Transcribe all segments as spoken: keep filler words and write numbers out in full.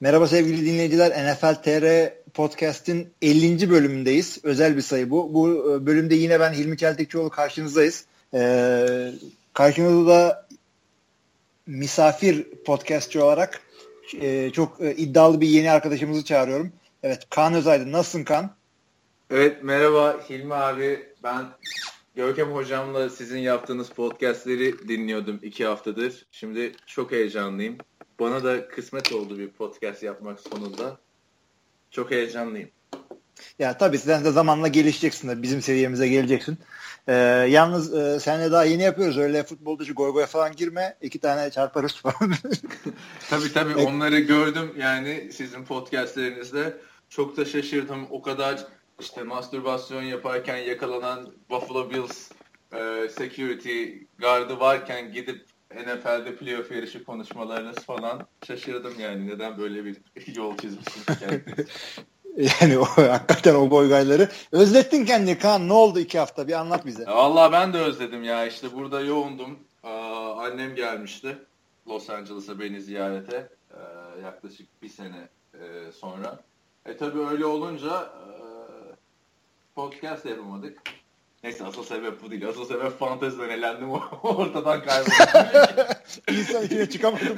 Merhaba sevgili dinleyiciler. N F L T R Podcast'in ellinci bölümündeyiz. Özel bir sayı bu. Bu bölümde yine ben Hilmi Çeltikçioğlu karşınızdayız. Ee, karşınızda da misafir podcastçı olarak e, çok e, iddialı bir yeni arkadaşımızı çağırıyorum. Evet, Kaan Özaydın. Nasılsın Kaan? Evet, merhaba Hilmi abi. Ben Görkem hocamla sizin yaptığınız podcastleri dinliyordum iki haftadır. Şimdi çok heyecanlıyım. Bana da kısmet oldu bir podcast yapmak sonunda. Çok heyecanlıyım. Ya tabii sen de zamanla gelişeceksin de bizim seviyemize geleceksin. Ee, yalnız e, seninle daha yeni yapıyoruz. Öyle futbolda şu goy goya falan girme. İki tane çarparız falan. tabii tabii onları gördüm yani sizin podcastlerinizde. Çok da şaşırdım. O kadar işte mastürbasyon yaparken yakalanan Buffalo Bills e, security gardı varken gidip N F L'de playoff yarışı konuşmalarınız falan şaşırdım yani. Neden böyle bir yol çizmişsiniz kendiniz? Yani o, hakikaten o boygayları. Özlettin kendini Kaan. Ne oldu iki hafta? Bir anlat bize. Ya vallahi ben de özledim ya. İşte burada yoğundum. Aa, annem gelmişti Los Angeles'a beni ziyarete. Ee, yaklaşık bir sene e, sonra. E tabii öyle olunca e, podcast yapamadık. Neyse asıl sebep bu değil. Asıl sebep fanteziden elendim. Ortadan kayboldum. İnsan içine çıkamadım.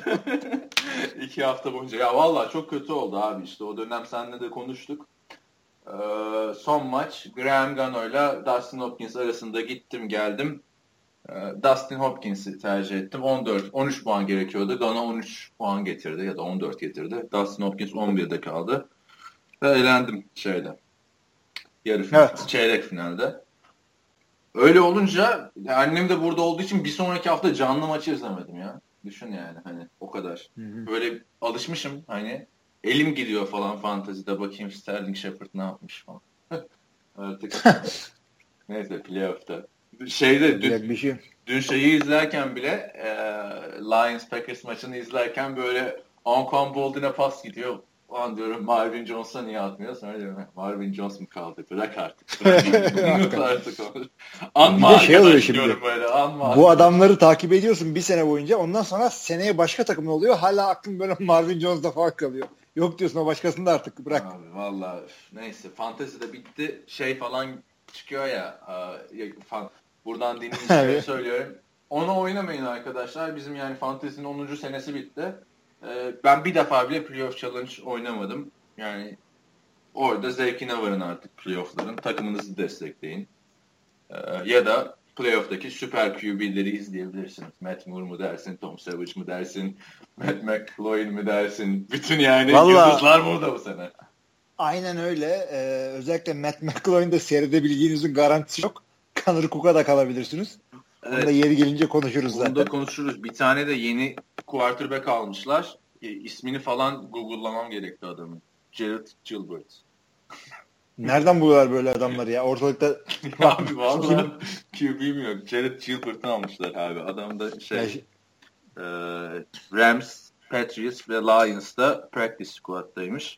İki hafta boyunca. Ya vallahi çok kötü oldu abi işte. O dönem seninle de konuştuk. Ee, son maç Graham Gano'yla Dustin Hopkins arasında gittim geldim. Ee, Dustin Hopkins'i tercih ettim. on dört on üç puan gerekiyordu. Gano on üç puan getirdi ya da on dört getirdi. Dustin Hopkins on birde kaldı. Ve elendim şeyde. Yarı final, evet. Çeyrek finalde. Öyle olunca annem de burada olduğu için bir sonraki hafta canlı maçı izlemedim ya. Düşün yani hani o kadar. Hı hı. Böyle alışmışım hani elim gidiyor falan fantezide bakayım Sterling Shepard ne yapmış falan. Artık neyse playoff'ta. Şeyde dün, şey. dün şeyi izlerken bile e, Lions Packers maçını izlerken böyle Anquan Boldin'e pas gidiyor. Ulan diyorum Marvin Jones'a niye atmıyor? Sonra diyorum Marvin Jones mu kaldı? Bırak artık. Bırak artık onu. Anma şey arkadaş diyorum böyle. Anma bu adamları takip ediyorsun bir sene boyunca. Ondan sonra seneye başka takım oluyor. Hala aklın böyle Marvin Jones'da falan kalıyor. Yok diyorsun o başkasında artık bırak. Abi vallahi neyse fantezi de bitti. Şey falan çıkıyor ya. Fan, buradan dinleyicilere söylüyorum. Onu oynamayın arkadaşlar. Bizim yani fantezinin onuncu senesi bitti. Ben bir defa bile playoff challenge oynamadım. Yani orada zevkine varın artık playoff'ların. Takımınızı destekleyin. Ya da playoff'taki süper Q B'leri izleyebilirsiniz. Matt Moore mu dersin, Tom Savage mu dersin, Matt McLaurin mi dersin. Bütün yani vallahi, yıldızlar burada bu sene. Aynen öyle. Ee, özellikle Matt McLaurin'de seyredebileceğinizin garantisi yok. Connor Cook'a da kalabilirsiniz. Evet. Onu da yeri gelince konuşuruz zaten. Onu da konuşuruz. Bir tane de yeni quarterback almışlar. E, ismini falan Google'lamam gerekti adamın. Jared Gilbert. Nereden buluyorlar böyle adamları ya? Ortalıkta abi vallahi Q B'm yok. Jared Gilbert'ı almışlar abi. Adam da şey ya, e, Rams, Patriots ve Lions'da practice squad'daymış.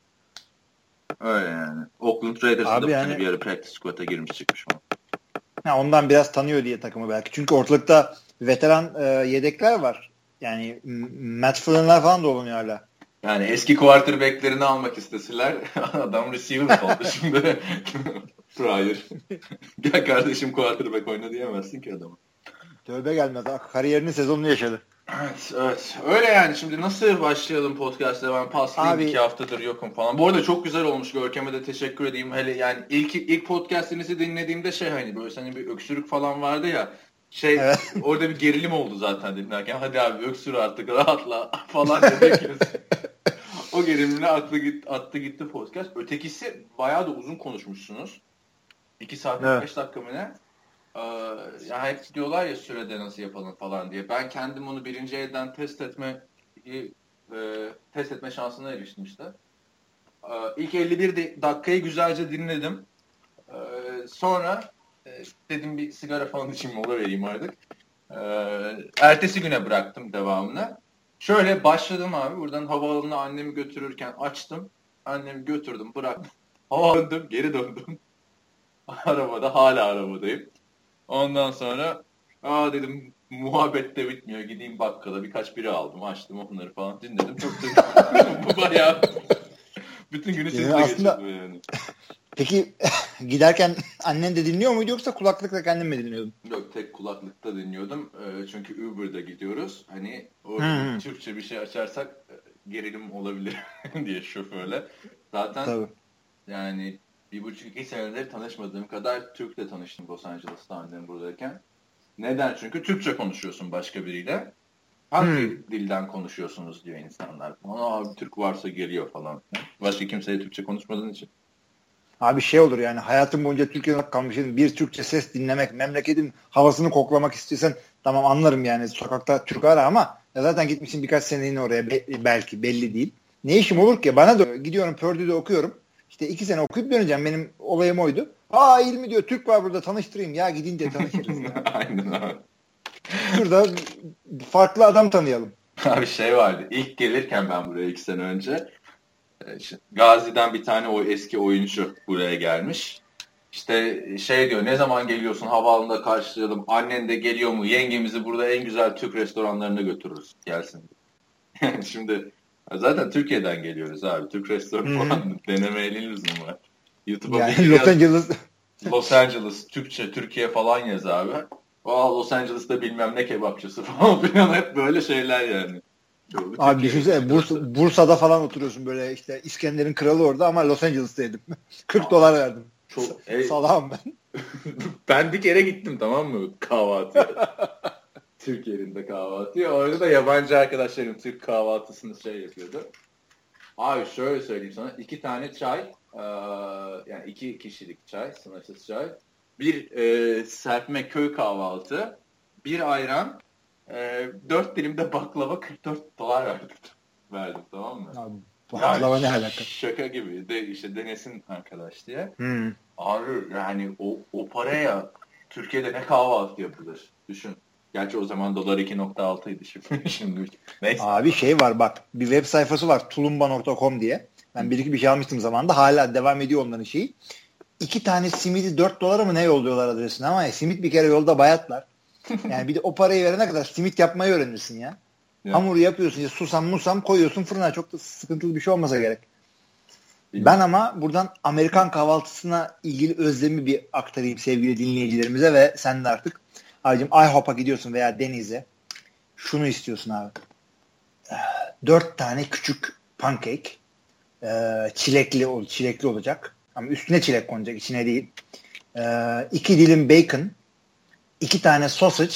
Öyle yani. Oakland Raiders'da yani, bir ara practice squad'a girmiş çıkmış o. Ha, ondan biraz tanıyor diye takımı belki. Çünkü ortalıkta veteran e, yedekler var. Yani Matt Flynn'ler falan da oluyor hala. Yani eski quarterback'lerini almak isteseler adam receiver oldu şimdi. Pryor. Gel kardeşim quarterback oyna diyemezsin ki adama. Tövbe gelmez. Kariyerinin sezonunu yaşadı. Evet, evet. Öyle yani şimdi nasıl başlayalım podcast'a? Ben paslayayım iki haftadır yokum falan. Bu arada çok güzel olmuş. Görkem'e de teşekkür edeyim. Hele yani ilk ilk podcast'inizi dinlediğimde şey hani böyle senin bir öksürük falan vardı ya. Şey evet. Orada bir gerilim oldu zaten dinlerken. Hadi abi öksür artık rahatla falan dedik. O gerilimle attı, gitti, attı gitti podcast. Ötekisi bayağı da uzun konuşmuşsunuz. iki saat evet. beş dakika mı ne? Ee, yani hep diyorlar ya sürede nasıl yapalım falan diye. Ben kendim onu birinci elden test etme e, test etme şansına eriştim işte. Ee, ilk elli bir dakikayı güzelce dinledim. Ee, sonra e, dedim bir sigara falan için mola vereyim artık. Ee, ertesi güne bıraktım devamını. Şöyle başladım abi. Buradan havaalanına annemi götürürken açtım. Annemi götürdüm, bıraktım. Hava döndüm, geri döndüm. Arabada, hala arabadayım. Ondan sonra aa dedim muhabbet de bitmiyor. Gideyim bakkala birkaç bira aldım. Açtım onları falan dinledim. Çok da bu bayağı Bütün günü sizle yani geçirdim yani. Peki giderken annen de dinliyor muydu yoksa kulaklıkla kendin mi dinliyordun? Yok, tek kulaklıkta dinliyordum. E, çünkü Uber'da gidiyoruz. Hani orada hmm. Türkçe bir şey açarsak gerilim olabilir diye şoförle. Zaten Tabii. yani bir buçuk iki senedir tanışmadığım kadar Türk'le tanıştım Los Angeles'ta annem buradayken. Neden? Çünkü Türkçe konuşuyorsun başka biriyle. Hangi hmm. dilden konuşuyorsunuz diyor insanlar. Ona abi Türk varsa geliyor falan. Başka kimseye Türkçe konuşmadığın için. Abi şey olur yani hayatım boyunca Türkiye'de kalmışsın, bir Türkçe ses dinlemek, memleketin havasını koklamak istiyorsan tamam anlarım yani sokakta Türk ara ama zaten gitmişsin birkaç seneliğine oraya be- belki belli değil. Ne işim olur ki? Bana da gidiyorum Purdue'de okuyorum. İşte iki sene okuyup döneceğim. Benim olayım oydu. Aa İlmi diyor Türk var burada tanıştırayım. Ya gidince tanışırız ya. Aynen abi. Şurada farklı adam tanıyalım. Abi şey vardı. İlk gelirken ben buraya iki sene önce Gazi'den bir tane o eski oyuncu buraya gelmiş. İşte şey diyor, ne zaman geliyorsun, havaalanında karşılayalım, annen de geliyor mu, yengemizi burada en güzel Türk restoranlarına götürürüz, gelsin. Şimdi zaten Türkiye'den geliyoruz abi, Türk restoranı falan hmm. denemeye lüzum var. YouTube'a yani bir Los Angeles Los Angeles Türkçe Türkiye falan yaz abi. Aa Los Angeles'ta bilmem ne kebapçısı falan filan, hep böyle şeyler yani. Abi düşünsene Bursa, Bursa'da falan oturuyorsun böyle işte İskender'in kralı orada ama Los Angeles'taydım. kırk dolar verdim. Çok e, salağım ben. Ben bir kere gittim tamam mı kahvaltıya. Türk yerinde kahvaltıya. Orada da yabancı arkadaşlarım Türk kahvaltısını şey yapıyordu. Abi şöyle söyleyeyim sana, iki tane çay, ee, yani iki kişilik çay, sınırsız çay, bir e, serpme köy kahvaltı, bir ayran, e, dört dilimde baklava, kırk dört dolar verdim. Verdim tamam mı? Abi, baklava ne alaka? Şaka gibi. De, işte denesin arkadaş diye. Hmm. Abi yani o, o paraya Türkiye'de ne kahvaltı yapılır? Düşün. Gerçi o zaman dolar iki nokta altıydı şimdi. şimdi. Neyse. Abi şey var bak, bir web sayfası var tulumba nokta com diye. Ben bir iki bir şey almıştım zamanında. Hala devam ediyor onların şeyi. İki tane simidi dört dolara mı ne yolluyorlar adresine ama ya, simit bir kere yolda bayatlar. Yani bir de o parayı verene kadar simit yapmayı öğrenirsin ya. ya. Hamuru yapıyorsun ya, susam musam koyuyorsun fırına, çok da sıkıntılı bir şey olmasa gerek. Ben ama buradan Amerikan kahvaltısına ilgili özlemi bir aktarayım sevgili dinleyicilerimize ve sen de artık. Abicim IHOP'a gidiyorsun veya Deniz'e. Şunu istiyorsun abi. Dört tane küçük pancake. Çilekli, çilekli olacak. Ama üstüne çilek konacak, içine değil. İki dilim bacon. İki tane sausage.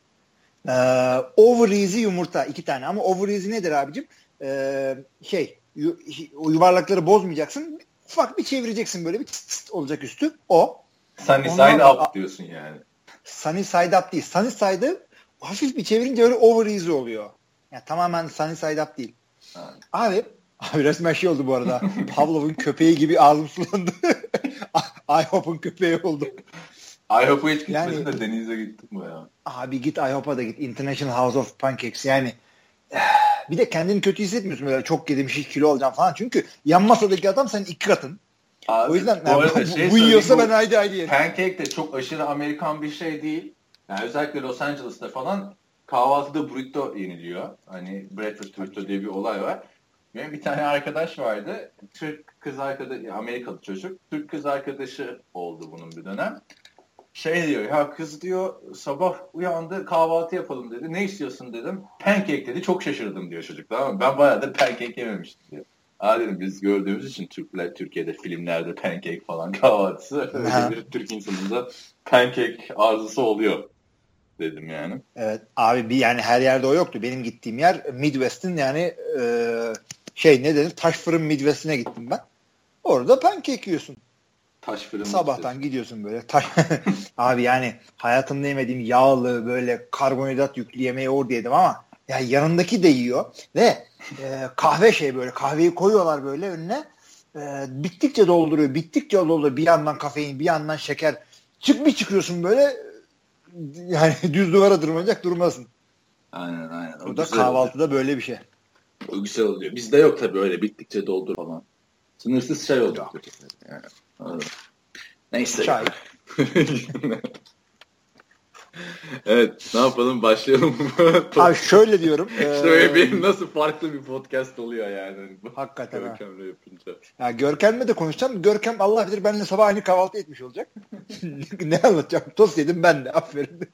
Over easy yumurta. iki tane. Ama over easy nedir abicim? Şey, o yuvarlakları bozmayacaksın. Ufak bir çevireceksin böyle bir çıt çıt olacak üstü. O. Sunny side up diyorsun yani. Sunny side up değil. Sunny side'ı hafif bir çevirince öyle over easy oluyor. Yani tamamen sunny side up değil. Ha. Abi, abi resmen şey oldu bu arada. Pavlov'un köpeği gibi ağzım sulandı. IHOP'un köpeği oldu. IHOP'a hiç gitmedim yani, de Deniz'e gittim bu ya. Abi git IHOP'a da git. International House of Pancakes yani. Bir de kendini kötü hissetmiyorsun böyle çok yedim şiş kilo olacağım falan. Çünkü yan masadaki adam senin iki katın. Abi, o yüzden bu, yani, bu, şey bu yiyorsa ben haydi haydi yerim. Pancake de çok aşırı Amerikan bir şey değil. Yani özellikle Los Angeles'ta falan kahvaltıda burrito yeniliyor. Hani breakfast burrito diye bir olay var. Benim bir tane arkadaş vardı. Türk kız arkadaşı, Amerikalı çocuk. Türk kız arkadaşı oldu bunun bir dönem. Şey diyor ya, kız diyor sabah uyandı kahvaltı yapalım dedi. Ne istiyorsun dedim. Pancake dedi. Çok şaşırdım diyor çocuk, tamam mı? Ben bayağıdır pancake yememiştim diyor. Aa dedim, biz gördüğümüz için Türkler Türkiye'de filmlerde pancake falan kahvaltısı. Öyle bir Türk insanında pancake arzusu oluyor dedim yani. Evet abi, bir yani her yerde o yoktu. Benim gittiğim yer Midwest'in yani e, şey ne dedim, taş fırın Midwest'ine gittim ben. Orada pancake yiyorsun. Taş fırın. Sabahtan işte gidiyorsun böyle. Taş... abi yani hayatımda yemediğim yağlı böyle karbonhidrat yüklü yemeği orada yedim ama ya yanındaki de yiyor ve e, kahve şey böyle kahveyi koyuyorlar böyle önüne. E, bittikçe dolduruyor. Bittikçe dolduruyor. Bir yandan kafein, bir yandan şeker. Çık bir çıkıyorsun böyle yani düz duvara durmayacak durmasın. Aynen aynen. O, o da kahvaltıda oluyor. Böyle bir şey. O güzel oluyor. Bizde yok tabii öyle bittikçe doldur falan. Sınırsız çay oldu. Yani. Neyse. Çay. Evet, ne yapalım, başlayalım. Abi şöyle diyorum. İşte ee... benim nasıl farklı bir podcast oluyor yani. Hakikaten Görkem'le yapınca. Ya Görkem'le de konuşacağım. Görkem Allah bilir benimle sabah aynı kahvaltı etmiş olacak. Ne anlatacağım? Tost yedim ben de. Aferin.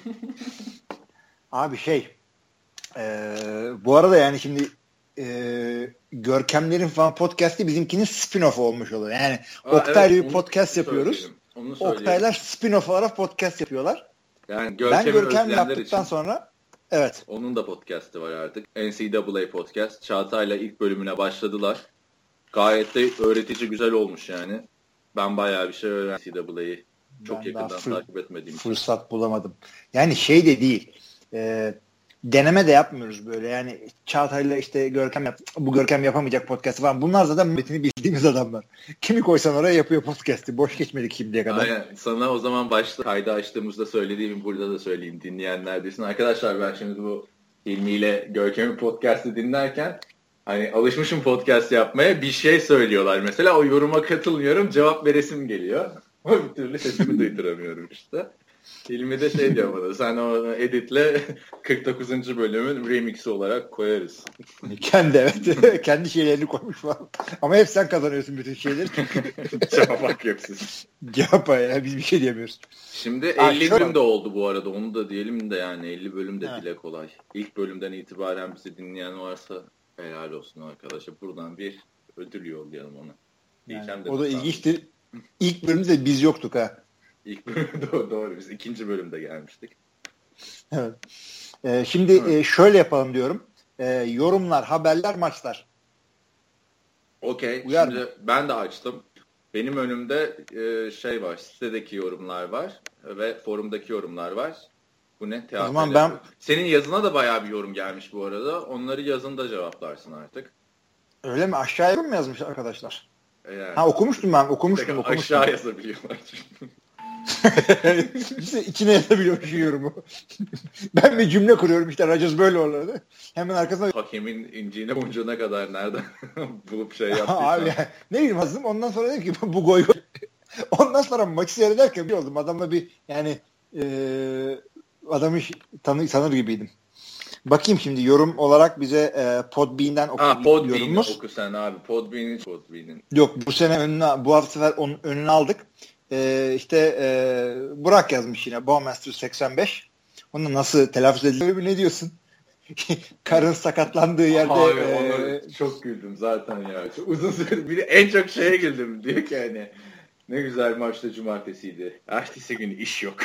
Abi şey ee, bu arada yani şimdi ee, Görkemlerin falan podcast'i bizimkinin spin-off olmuş oluyor. Yani Aa, Oktay'la evet, bir podcast yapıyoruz. Oktaylar spin-off olarak podcast yapıyorlar. Yani ben Görkem'le yaptıktan için, sonra evet. Onun da podcast'i var artık. N C A A podcast. Çağatay'la ilk bölümüne başladılar. Gayet de öğretici, güzel olmuş yani. Ben bayağı bir şey öğrendim N C A A'yı. Çok ben yakından fır, takip etmediğim için. Fırsat bulamadım. Yani şey de değil. Eee deneme de yapmıyoruz böyle. Yani Çağatay'la işte Görkem yap, bu Görkem yapamayacak podcast falan. Bunlar zaten metini bildiğimiz adamlar. Kimi koysan oraya yapıyor podcast'i. Boş geçmedik şimdiye kadar. Aynen. Sana o zaman başta kaydı açtığımızda söylediğimi burada da söyleyeyim. Dinleyenler desin. Arkadaşlar ben şimdi bu Hilmi ile Görkem'in podcast'ı dinlerken hani alışmışım podcast yapmaya, bir şey söylüyorlar. Mesela o yoruma katılmıyorum. Cevap veresim geliyor. Ama bir türlü sesimi duyduramıyorum işte. Hilmi de şey diyor bana, sen onu editle kırk dokuzuncu bölümün remix'i olarak koyarız. Kendi evet. Kendi şeylerini koymuş falan. Ama hep sen kazanıyorsun bütün şeyleri. Cevap hak yok siz. Cevap ya, biz bir şey diyemiyoruz. Şimdi elli bölüm de oldu bu arada. Onu da diyelim de yani elli bölüm de dile kolay. İlk bölümden itibaren bizi dinleyen varsa helal olsun arkadaşlar. Buradan bir ödül yollayalım ona. Yani, o da ilginçtir. İlk bölümde biz yoktuk ha. İlk bölüm doğru, doğru. Biz ikinci bölümde gelmiştik. Evet. Ee, şimdi evet. e, şöyle yapalım diyorum. E, yorumlar, haberler, maçlar. Okey. Şimdi mı? Ben de açtım. Benim önümde e, şey var. Sitedeki yorumlar var ve forumdaki yorumlar var. Bu ne? O zaman ben... Senin yazına da bayağı bir yorum gelmiş bu arada. Onları yazında cevaplarsın artık. Öyle mi? Aşağıya mı yazmış arkadaşlar? Yani, ha okumuştum ben. Okumuştum. okumuştum. Aşağı yazabiliyorlar. İşte içine yazabiliyormuş yorumu. Ben bir cümle kuruyorum işte racız böyle olurdu. Hemen arkasına hakemin inciğine boncuğuna kadar nereden bulup şey yaptıysan. Abi ne bileyim hazım ondan sonra dedim ki bu goy goy. Ondan sonra maçı seyrederken bir oldum. Adamla bir yani e, adamı tanı, tanır gibiydim. Bakayım şimdi yorum olarak bize e, Podbean'den oku, ha, Podbean'i oku sen abi. Podbean'in Podbean'in. Yok bu sene önüne bu hafta sefer onun önüne aldık. Ee, işte e, Burak yazmış yine Bowmaster seksen beş. Onu nasıl telaffuz edilir ne diyorsun? Karın sakatlandığı yerde. Abi e... onu çok güldüm zaten ya. Çok uzun süre bir en çok şeye güldüm diyor ki hani ne güzel maçta cumartesiydi. Ertesi günü iş yok.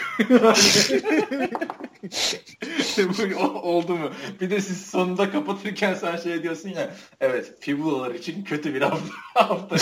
Oldu mu? Bir de siz sonunda kapatırken sen şey diyorsun ya. Evet, fibulalar için kötü bir hafta. hafta.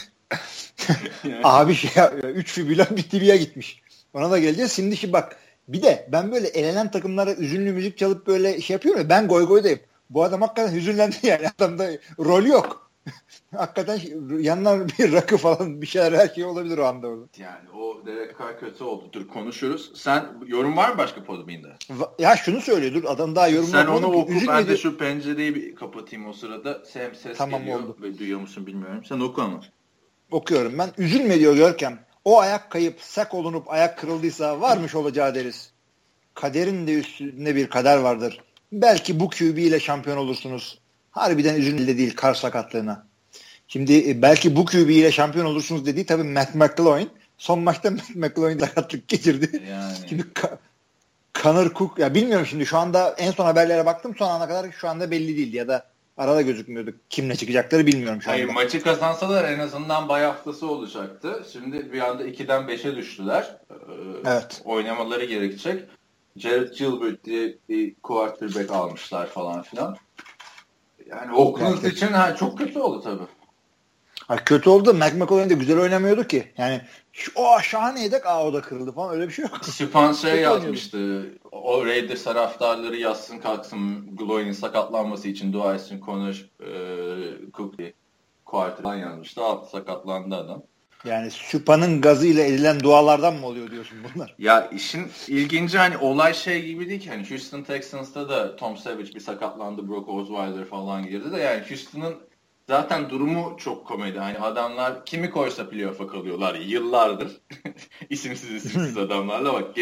Yani. Abi şey üç fibülen bir tibia gitmiş. Ona da geleceğiz. Şimdi şimdi bak bir de ben böyle elenen takımlara üzünlü müzik çalıp böyle şey yapıyorum ya ben goy goydayım. Bu adam hakikaten hüzünlendi yani. Adamda rol yok. Hakikaten yanlar bir rakı falan bir şeyler her şey olabilir o anda orada. Yani o Derek Carr kötü oldu. Dur konuşuruz. Sen yorum var mı başka Podbean'de? Ya şunu söylüyor dur adam daha yorum Sen onu oku üzülmedi. Ben de şu pencereyi bir kapatayım o sırada. Hem ses tamam, geliyor oldu. Ve duyuyor musun bilmiyorum. Sen oku ama. Okuyorum ben. Üzülme diyor Görkem. O ayak kayıp, sak olunup ayak kırıldıysa varmış olacağı deriz. Kaderin de üstünde bir kader vardır. Belki bu Q B ile şampiyon olursunuz. Harbiden üzülme değil kar sakatlığına. Şimdi belki bu Q B ile şampiyon olursunuz dediği tabii Matt McCloughan. Son maçta Matt McCloughan sakatlık geçirdi. Yani. Şimdi Ka- Connor Cook ya bilmiyorum şimdi şu anda en son haberlere baktım son ana kadar şu anda belli değil ya da arada gözükmüyordu. Kimle çıkacakları bilmiyorum şu anda. Hayır maçı kazansalar en azından bay haftası olacaktı. Şimdi bir anda ikiden beşe düştüler. Ee, evet. Oynamaları gerekecek. Jared Gilbert diye bir quarterback almışlar falan filan. Yani Oakland evet. için ha, çok kötü oldu tabii. Ha, kötü oldu. Mac McCollum da güzel oynamıyordu ki. Yani o şahaneydik. Aa o da kırıldı falan. Öyle bir şey yok. Span şey yazmıştı. O Raiders taraftarları yazsın kalksın Gloy'un sakatlanması için dua etsin Connor e, Cook diye quarter'dan yazmıştı. Altı sakatlandı adam. Yani Süpa'nın gazıyla edilen dualardan mı oluyor diyorsun bunlar? Ya işin ilginci hani olay şey gibi değil ki hani Houston Texans'ta da Tom Savage bir sakatlandı. Brock Osweiler falan girdi de yani Houston'ın zaten durumu çok komedi. Hani adamlar kimi koysa playoff'a kalıyorlar yıllardır. İsimsiz isimsiz adamlarla bak ki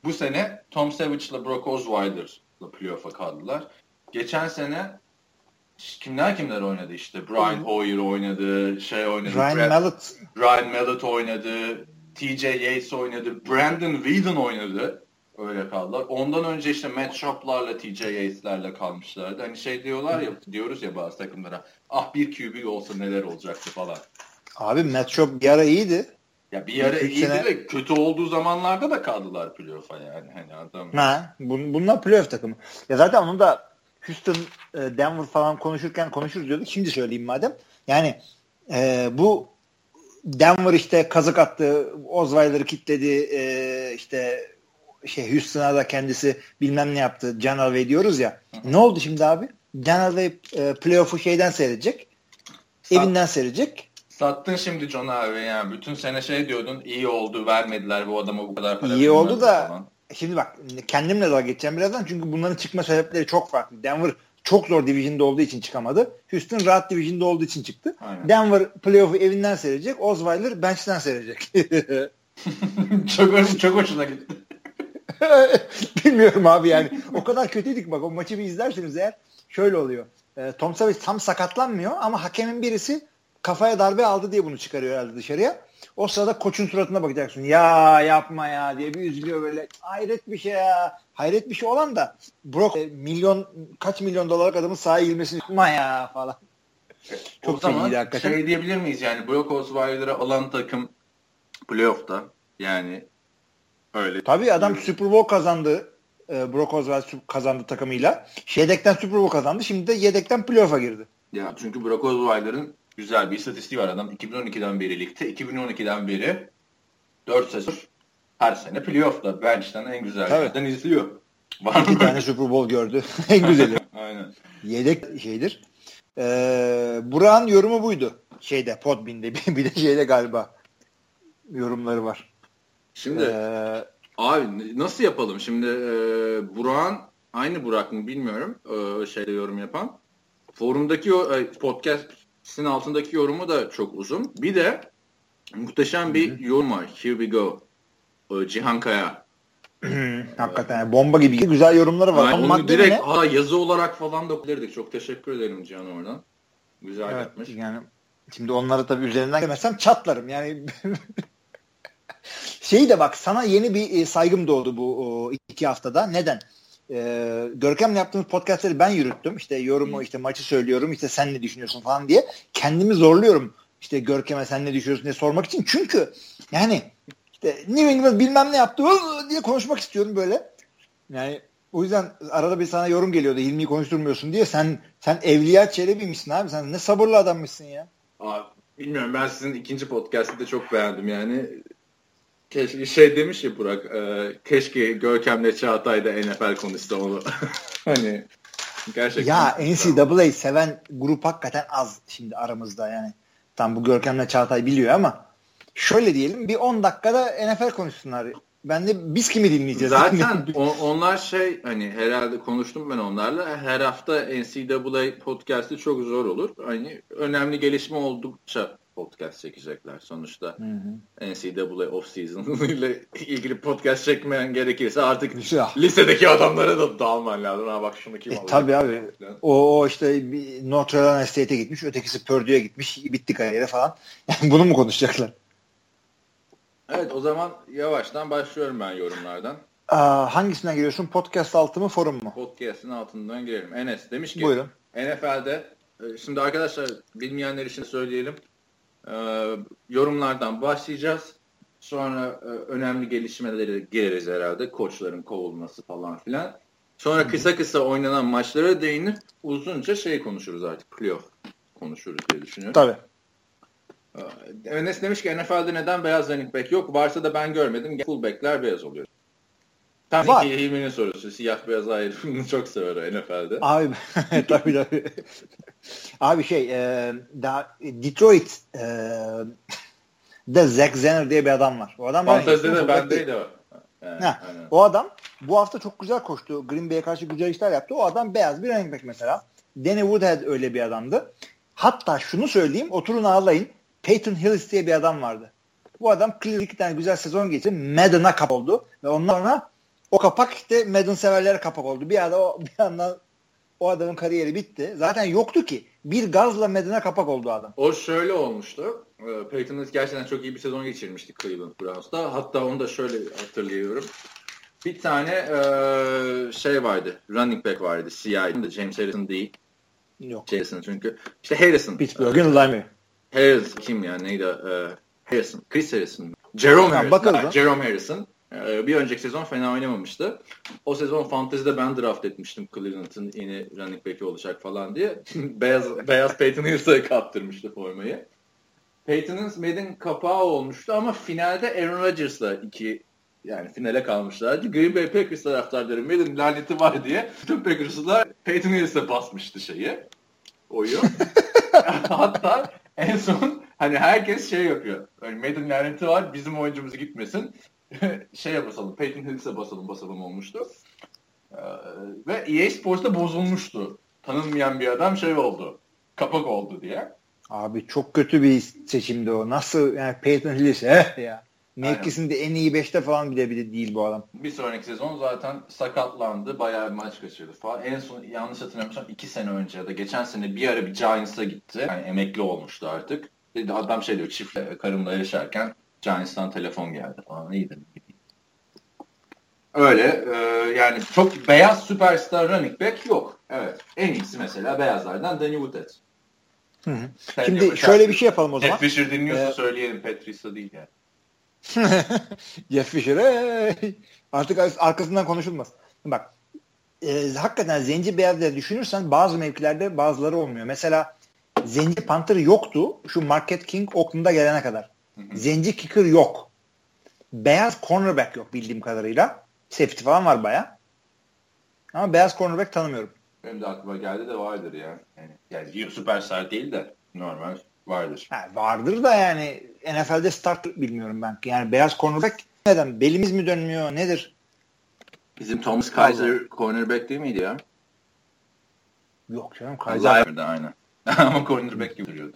bu sene Tom Savage'la Brock Osweiler'la playoff'a kaldılar. Geçen sene kimler kimler oynadı işte. Brian Hoyer oynadı, şey oynadı. Ryan Mallett. Ryan Mallett oynadı. T J Yates oynadı. Brandon Whedon oynadı. Öyle kaldılar. Ondan önce işte Matt Sharp'larla T J Yates'lerle kalmışlardı. Hani şey diyorlar ya, diyoruz ya bazı takımlara. Ah bir Q B olsa neler olacaktı falan. Abi Matt Sharp bir ara iyiydi. Ya bir ara iyiydi sene... de kötü olduğu zamanlarda da kaldılar playoff'a yani. Hani adam. Ha, bun, bunlar playoff takımı. Ya zaten onu da Houston, Denver falan konuşurken konuşuruz diyorduk. Şimdi söyleyeyim madem. Yani e, bu Denver işte kazık attı, Osweiler'ı kilitledi, e, işte şey Houston'a da kendisi bilmem ne yaptı. John Elway diyoruz ya. Hı-hı. Ne oldu şimdi abi? John Elway e, playoff'u şeyden seyredecek. Sat, evinden seyredecek. Sattın şimdi John Elway yani. Bütün sene şey diyordun, iyi oldu, vermediler bu adama bu kadar para. İyi oldu da falan. Şimdi bak kendimle dalga geçeceğim birazdan çünkü bunların çıkma sebepleri çok farklı. Denver çok zor division'da olduğu için çıkamadı. Houston rahat division'da olduğu için çıktı. Aynen. Denver playoff'u evinden seyredecek. Osweiler bench'ten seyredecek. çok, çok hoşuna gitti. Bilmiyorum abi yani. O kadar kötüydük bak. O maçı bir izlerseniz eğer şöyle oluyor. E, Tom Savage tam sakatlanmıyor ama hakemin birisi kafaya darbe aldı diye bunu çıkarıyor herhalde dışarıya. O sırada koçun suratına bakacaksın. Ya yapma ya diye bir üzülüyor böyle. Hayret bir şey ya. Hayret bir şey olan da Brock e, milyon kaç milyon dolarlık adamın sahaya girmesini yapma ya falan. Çok o zaman şey diyebilir miyiz yani Brock Osweiler'ı alan takım playoff'ta yani öyle. Tabii adam Super Bowl kazandı. E, Brock Osweiler kazandı takımıyla. Yedekten Super Bowl kazandı. Şimdi de yedekten playoff'a girdi. Ya çünkü Brock Osweiler'ın güzel bir istatistiği var adam. iki bin on ikiden beri ligde. iki bin on ikiden beri dört sezon her sene playoff'ta. Bench'ten en güzel yerden izliyor. Var İki tane Super Bowl gördü. En güzeli. Aynen. Yedek şeydir. Ee, Burak'ın yorumu buydu. Şeyde Podbean'de bir de şeyde galiba yorumları var. Şimdi ee, abi nasıl yapalım? Şimdi e, Burak'ın aynı Burak mı bilmiyorum. E, şeyde yorum yapan. Forumdaki o e, podcast'in altındaki yorumu da çok uzun. Bir de muhteşem bir Hı-hı. yorum var. Here we go. E, Cihan Kaya. Hakikaten bomba gibi güzel yorumları var. Yani onu direkt ha, yazı olarak falan da okuyorduk. Çok teşekkür ederim Cihan oradan. Güzel evet, yapmış. Yani şimdi onları tabii üzerinden gelmezsem çatlarım. Yani şeyi de bak sana yeni bir saygım doğdu bu o, iki haftada. Neden? Ee, Görkem'le yaptığımız podcastları ben yürüttüm. İşte yorumu, hmm. işte maçı söylüyorum. İşte sen ne düşünüyorsun falan diye. Kendimi zorluyorum. İşte Görkem'e sen ne düşünüyorsun diye sormak için. Çünkü yani işte New England bilmem ne yaptı diye konuşmak istiyorum böyle. Yani o yüzden arada bir sana yorum geliyordu. Hilmi'yi konuşturmuyorsun diye. Sen sen Evliya Çelebi'mişsin abi. Sen ne sabırlı adammışsın ya. Abi, bilmiyorum ben sizin ikinci podcast'ı da çok beğendim yani. Keşke şey demiş ya Burak, e, keşke Görkem'le Çağatay da N F L konuşsa onu. Hani gerçekten. Ya N C A A seven grup hakikaten az şimdi aramızda yani. Tam bu Görkem'le Çağatay biliyor ama şöyle diyelim bir on dakikada N F L konuşsunlar. Ben de biz kimi dinleyeceğiz? Zaten on, onlar şey hani herhalde konuştum ben onlarla. Her hafta N C A A podcast'ı çok zor olur. Hani önemli gelişme oldukça podcast çekecekler sonuçta. Hı hı. N C A A off season ile ilgili podcast çekmeyen gerekirse artık lisedeki adamlara da dağılman lazım. Ha bak şunu kim e, alacak? Tabii abi. O, o işte Notre Dame State'e gitmiş, ötekisi Purdue'ya gitmiş, bitti kariyeri falan. Yani bunu mu konuşacaklar? Evet o zaman yavaştan başlıyorum ben yorumlardan. Aa, hangisinden giriyorsun? Podcast altı mı forum mu? Podcast'ın altından girelim. Enes demiş ki Buyurun. N F L'de şimdi arkadaşlar bilmeyenler için söyleyelim. Ee, yorumlardan başlayacağız. Sonra e, önemli gelişmeleri gireriz herhalde. Koçların kovulması falan filan. Sonra kısa kısa oynanan maçlara değinip uzunca şey konuşuruz artık. Playoff konuşuruz diye düşünüyorum. Tabii. Enes demiş ki N F L'de neden beyaz running back yok? Varsa da ben görmedim. Fullback'ler beyaz oluyor. Tabii Var. ki Hilmi'nin sorusu. Siyah beyaz ayrımını çok sever N F L'de. Abi tabii tabii. Abi şey e, daha Detroit e, de Zach Zenner diye bir adam var. O adam Fantezide de bendeydi o. Yani, o adam bu hafta çok güzel koştu. Green Bay'e karşı güzel işler yaptı. O adam beyaz bir running back mesela. Danny Woodhead öyle bir adamdı. Hatta şunu söyleyeyim, oturun ağlayın. Peyton Hillis diye bir adam vardı. Bu adam Cleveland'da iki tane güzel sezon geçirdi. Madden'a kap oldu. Ve ondan sonra O kapak işte Madden severlere kapak oldu. Bir anda o, bir yandan o adamın kariyeri bitti. Zaten yoktu ki. Bir gazla Madden'a kapak oldu adam. O şöyle olmuştu. Peyton gerçekten çok iyi bir sezon geçirmişti Cleveland Browns'ta. Hatta onu da şöyle hatırlıyorum. Bir tane e, şey vardı. Running back vardı. C I. James Harrison değil. Yok. Harrison çünkü. İşte Harrison. Pittsburgh'ın linebacker. Harrison kim ya? Neydi? E, Harrison. Chris Harrison. Jerome Harrison. Bakalım. Jerome Harrison. E, bir önceki sezon fena oynamamıştı. O sezon Fantasy'de ben draft etmiştim Cleveland'ın yeni running back'i olacak falan diye. beyaz beyaz Peyton Hills'a kaptırmıştı formayı. Peyton'ın Madden kapağı olmuştu ama finalde Aaron Rodgers'la iki yani finale kalmışlardı. Green Bay Packers taraftarları Madden laneti var diye bütün Packers'lar Peyton Hills'a basmıştı şeyi. Oyu. Hatta en son hani herkes şey yapıyor. Yani Madden laneti var bizim oyuncumuz gitmesin. Şeye basalım. Peyton Hills'a basalım basalım olmuştu. Ee, ve E A Sports'ta bozulmuştu. Tanınmayan bir adam şey oldu. Kapak oldu diye. Abi çok kötü bir seçimdi o. Nasıl yani Peyton Hillis eh ya. Mevkisinde en iyi beşte falan bile bile değil bu adam. Bir sonraki sezon zaten sakatlandı. Bayağı bir maç kaçırdı falan. En son yanlış hatırlamıyorsam iki sene önce ya da geçen sene bir ara bir Giants'a gitti. Yani emekli olmuştu artık. Dedi, adam şey diyor çiftle karımla yaşarken Giants'tan telefon geldi falan. İyi dedim. Öyle e, yani çok beyaz süperstar running back yok. Evet. En iyisi mesela beyazlardan Danny Woodhead. Hı hı. Şimdi şöyle şarkı. Bir şey yapalım o zaman. Jeff Fisher dinliyorsa ee... söyleyelim. Patrice'la değil yani. Jeff Fisher hey. Artık arkasından konuşulmaz. Bak e, hakikaten zenci beyazları düşünürsen bazı mevkilerde bazıları olmuyor. Mesela zenci Panther yoktu şu Marquette King Oakland'a gelene kadar. Hı hı. Zenci kicker yok. Beyaz cornerback yok bildiğim kadarıyla. Safety falan var bayağı. Ama beyaz cornerback tanımıyorum. Benim de aklıma geldi de vardır ya. Yani, yani süperstar değil de normal vardır. Ha, vardır da yani N F L'de start bilmiyorum ben. Yani beyaz cornerback neden? Belimiz mi dönmüyor? Nedir? Bizim Thomas Kaiser cornerback değil miydi ya? Yok canım. Kaiser. Da aynen. Ama cornerback gibi duruyordu.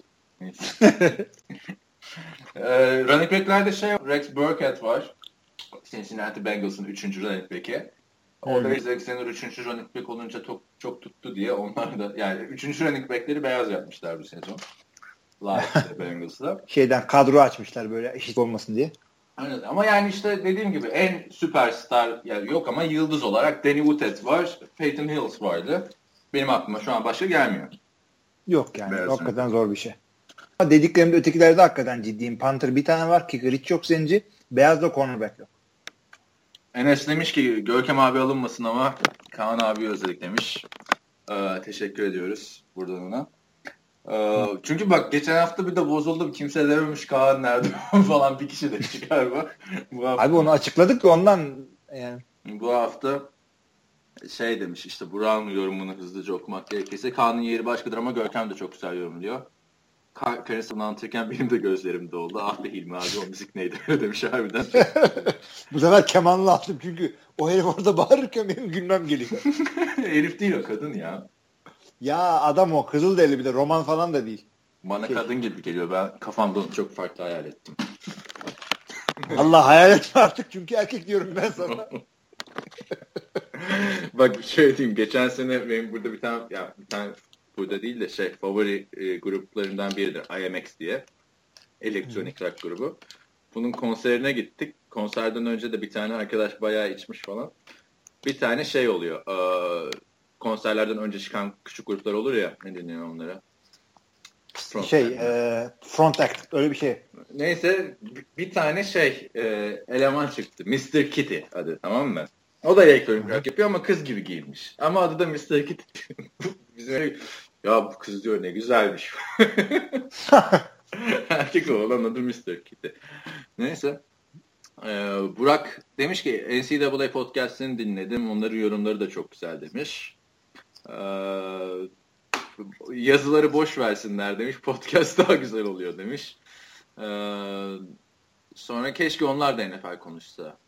ee, running back'lerde şey Rex Burkhead var. Cincinnati Bengals'ın üçüncü running back'i. Orada Alexander üçüncü running back olunca çok, çok tuttu diye onlar da yani üçüncü running back'leri beyaz yapmışlar bu sezon. Live Bengals'da. Şeyden kadro açmışlar böyle eşit olmasın diye. Aynen. Ama yani işte dediğim gibi en süperstar yani yok ama yıldız olarak Danny Woodhead var. Peyton Hills vardı. Benim aklıma şu an başka gelmiyor. Yok yani. Beyaz hakikaten running. Zor bir şey. Ama dediklerimde ötekilerde hakikaten ciddiyim. Panther bir tane var. Kicker hiç yok zenci. Beyaz da cornerback yok. Enes demiş ki Görkem abi alınmasın ama Kaan abi özledik demiş. Ee, teşekkür ediyoruz buradan ona. Ee, çünkü bak geçen hafta bir de bozuldum. Kimse dememiş Kaan nerede falan bir kişi de çıkar bak. Bu hafta, abi onu açıkladık da ondan yani. Bu hafta şey demiş işte Burak'ın yorumunu hızlıca okumak gerekirse Kaan'ın yeri başkadır ama Görkem de çok güzel yorumluyor. Karısını anlatırken benim de gözlerim doldu. Ah be Hilmi abi o müzik neydi demiş harbiden. Bu sefer kemanla attım çünkü o herif orada bağırırken benim gülmem geliyor. Herif değil o kadın ya. Ya adam o Kızılderili bir de roman falan da değil. Bana şey. Kadın gibi geliyor. Ben kafamda onu çok farklı hayal ettim. Allah hayal etme artık çünkü erkek diyorum ben sana. Bak şöyle diyeyim. Geçen sene benim burada bir tane ya bir tane burada değil de şey favori e, gruplarından biridir. I M X diye. Elektronik rock grubu. Bunun konserine gittik. Konserden önce de bir tane arkadaş bayağı içmiş falan. Bir tane şey oluyor. Ee, konserlerden önce çıkan küçük gruplar olur ya. Ne deniyor onlara? Front şey e, front act. Öyle bir şey. Neyse bir tane şey e, eleman çıktı. mister Kitty adı, tamam mı? O da elektronik rock yapıyor ama kız gibi giyinmiş. Ama adı da mister Kitty. Bizim ya bu kız diyor ne güzelmiş. Erkek olan adı mister Kitty. Neyse. Ee, Burak demiş ki N C A A podcast'ini dinledim. Onların yorumları da çok güzel demiş. Ee, yazıları boş versinler demiş. Podcast daha güzel oluyor demiş. Ee, sonra keşke onlar da N F L konuşsa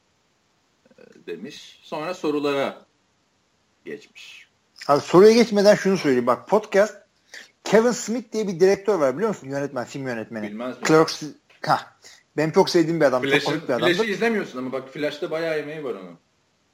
demiş. Sonra sorulara geçmiş. Abi soruya geçmeden şunu söyleyeyim. Bak podcast Kevin Smith diye bir direktör var biliyor musun? Yönetmen, film yönetmeni. Bilmez mi? Clerks. Ha. Benim çok sevdiğim bir adam. Flash'ı, çok komik bir adamdır. Flash'ı izlemiyorsun ama bak Flash'ta bayağı emeği var onun.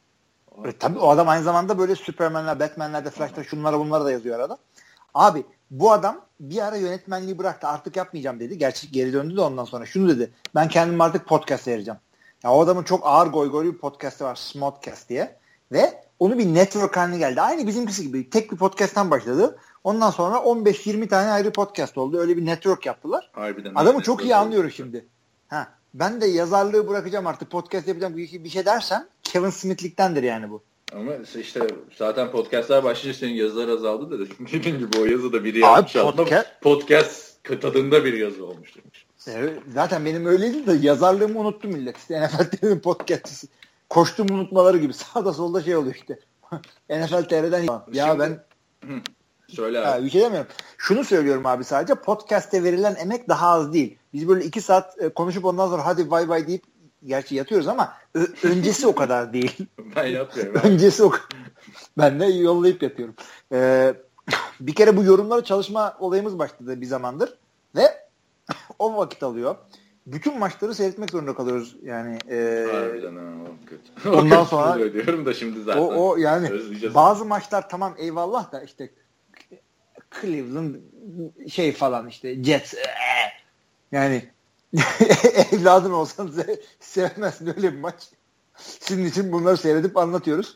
E, tabii o adam aynı zamanda böyle Superman'ler, Batman'lerde, Flash'ta şunlara bunlara da yazıyor arada. Abi bu adam bir ara yönetmenliği bıraktı. Artık yapmayacağım dedi. Gerçi geri döndü de ondan sonra. Şunu dedi. Ben kendim artık podcast vereceğim. Ya o adamın çok ağır goygoylu bir podcast'ı var. Smodcast diye. Ve onu bir network haline geldi. Aynı bizimkisi gibi. Tek bir podcast'tan başladı. Ondan sonra on beş yirmi tane ayrı podcast oldu. Öyle bir network yaptılar. Harbiden adamı çok iyi anlıyorum şimdi. Ha, ben de yazarlığı bırakacağım artık. Podcast yapacağım bir şey dersen Kevin Smith'liktendir yani bu. Ama işte zaten podcastlar başlayınca senin yazılar azaldı da dediğin gibi o yazı da biri yapmış. Podcast, podcast tadında bir yazı olmuş demiş. Evet, zaten benim öyleydi de yazarlığımı unuttum millet. İşte N F L T R'nin podcast'ı. Koştuğum unutmaları gibi. Sağda solda şey oluyor işte. N F L T R'den ya Şimdi, ben hı, söyle abi. Ha, bir şey demiyorum. Şunu söylüyorum abi sadece. Podcast'te verilen emek daha az değil. Biz böyle iki saat konuşup ondan sonra hadi bay bay deyip gerçi yatıyoruz ama ö- öncesi o kadar değil. Ben yatmıyorum. öncesi o Ben de yollayıp yatıyorum. Ee, bir kere bu yorumlara çalışma olayımız başladı bir zamandır ve o vakit alıyor. Bütün maçları seyretmek zorunda kalıyoruz yani. E, Harbiden ha. Kötü. Ondan sonra diyorum da şimdi zaten. O, o yani bazı maçlar tamam eyvallah da işte Cleveland şey falan işte Jets ee, yani evladın olsan se- sevmezsin öyle bir maç. Sizin için bunları seyredip anlatıyoruz.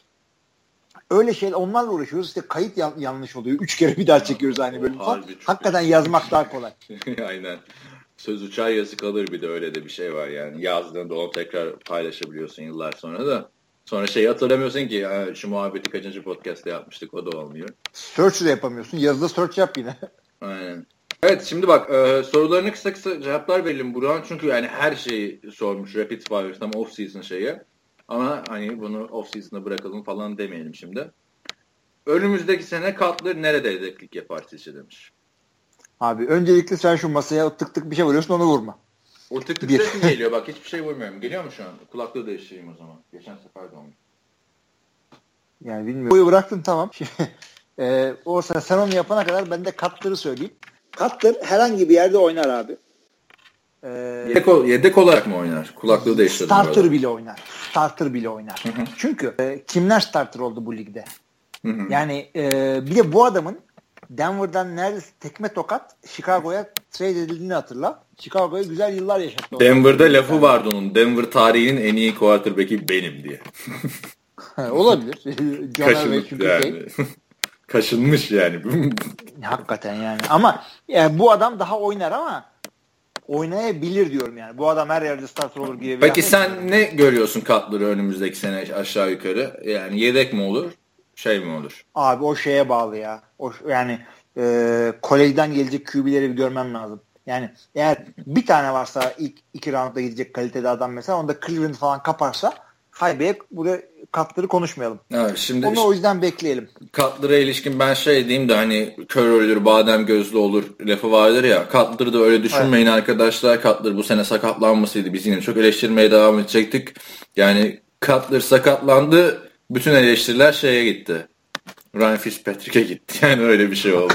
Öyle şey onlarla uğraşıyoruz. İşte kayıt yan- yanlış oluyor. Üç kere bir daha çekiyoruz aynı bölüm falan. Hakikaten iyi. Yazmak daha kolay. Aynen. Söz uçar yazı kalır bir de öyle de bir şey var yani. Yazdığında onu tekrar paylaşabiliyorsun yıllar sonra da. Sonra şeyi hatırlamıyorsun ki şu muhabbeti kaçıncı podcast'te yapmıştık o da olmuyor. Search de yapamıyorsun. Yazıda search yap yine. Aynen. Evet şimdi bak e, sorularını kısa kısa cevaplar verelim Burak'ın çünkü yani her şeyi sormuş Rapid Fire tam off season şeyi. Ama hani bunu off season'a bırakalım falan demeyelim şimdi. Önümüzdeki sene Cutler nerede yedeklik yapar sizce demiş. Abi öncelikle sen şu masaya tık tık bir şey vuruyorsun onu vurma. O tık tık sesi geliyor bak hiçbir şey vurmuyorum. Geliyor mu şu an? Kulaklığı değiştireyim o zaman. Geçen sefer de olmuş. Yani bilmiyorum. Boyu bıraktın tamam. e, o sen, sen onu yapana kadar ben de Cutler'ı söyleyeyim. Cutler herhangi bir yerde oynar abi. Ee, yedek, yedek olarak mı oynar? Kulaklığı değiştirdim. Starter böyle. bile oynar. Starter bile oynar. Hı hı. Çünkü e, kimler starter oldu bu ligde? Hı hı. Yani e, bir de bu adamın Denver'dan neredeyse tekme tokat Chicago'ya trade edildiğini hatırla. Chicago'ya güzel yıllar yaşattı. Denver'da lafı yani. Vardı onun. Denver tarihinin en iyi quarterback'i benim diye. Olabilir. Kaşınmış yani. Kaşınmış yani. Hakikaten yani. Ama yani bu adam daha oynar ama oynayabilir diyorum yani. Bu adam her yerde starter olur diye. Peki sen mi? Ne görüyorsun Cutler'ı önümüzdeki sene aşağı yukarı? Yani yedek mi olur? Şey mi olur? Abi o şeye bağlı ya. O yani e, kolejden gelecek Q B'leri bir görmem lazım. Yani eğer bir tane varsa ilk iki roundda gidecek kalitede adam mesela onda Cleveland falan kaparsa haybeye burada Cutler'ı konuşmayalım. Evet, şimdi onu işte, o yüzden bekleyelim. Cutler'a ilişkin ben şey diyeyim de hani kör olur badem gözlü olur lafı vardır ya. Cutler'ı da öyle düşünmeyin evet. Arkadaşlar. Cutler bu sene sakatlanmasaydı biz yine çok eleştirmeye devam edecektik. Yani Cutler sakatlandı. Bütün eleştiriler şeye gitti. Ryan Fitzpatrick'e gitti. Yani öyle bir şey oldu.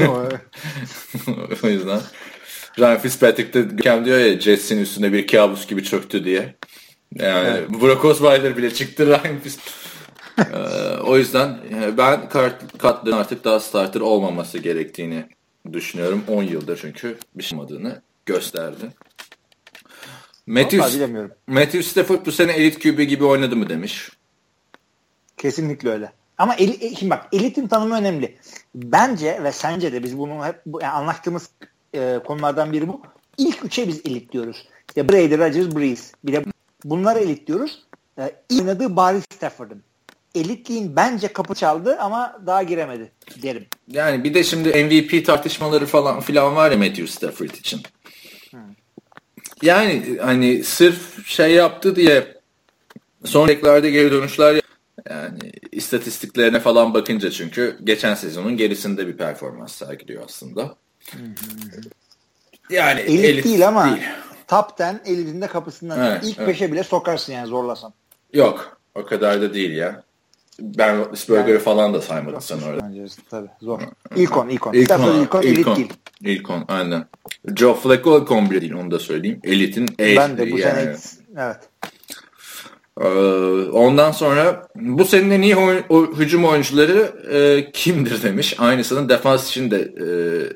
O yüzden Ryan Fitzpatrick de Görkem diyor ya Jets'in üstüne bir kabus gibi çöktü diye. Yani evet. Brock Osweiler bile çıktı Ryan Fitzpatrick. ee, o yüzden ben Cutler'ın artık daha starter olmaması gerektiğini düşünüyorum. on yıldır çünkü bir şey olmadığını gösterdi. Matthew, Matthew Stafford bu sene elit Q B gibi oynadı mı demiş. Kesinlikle öyle. Ama eli, şimdi bak elitin tanımı önemli. Bence ve sence de biz bunu hep yani anlaştığımız e, konulardan biri bu. İlk üçe biz elit diyoruz. İşte Brady, Rodgers, Breeze. Bir de bunlara elit diyoruz. E, oynadığı bariz Stafford'ın. Elitliğin bence kapı çaldı ama daha giremedi derim. Yani bir de şimdi M V P tartışmaları falan filan var ya Matthew Stafford için. Hmm. Yani hani sırf şey yaptı diye son teklerde geri dönüşler yani istatistiklerine falan bakınca çünkü geçen sezonun gerisinde bir performans sergiliyor aslında. Hı hı. Yani elit, elit değil ama değil. Top on elitinde kapısından evet, ilk evet. beşe bile sokarsın yani zorlasan. Yok o kadar da değil ya. Ben Roethlisberger'ı yani, falan da saymadım sen orada. Tabii zor. İlk on, ilk on. İlk on, ilk on, elit on. değil. İlk on, aynen. Joe Flacco ilk on bir değil onu da söyleyeyim. Elit'in E ben de bu yani. Sene evet. Ee, ondan sonra bu senin en iyi oyun, o, hücum oyuncuları e, kimdir demiş. Aynısını defans için de e,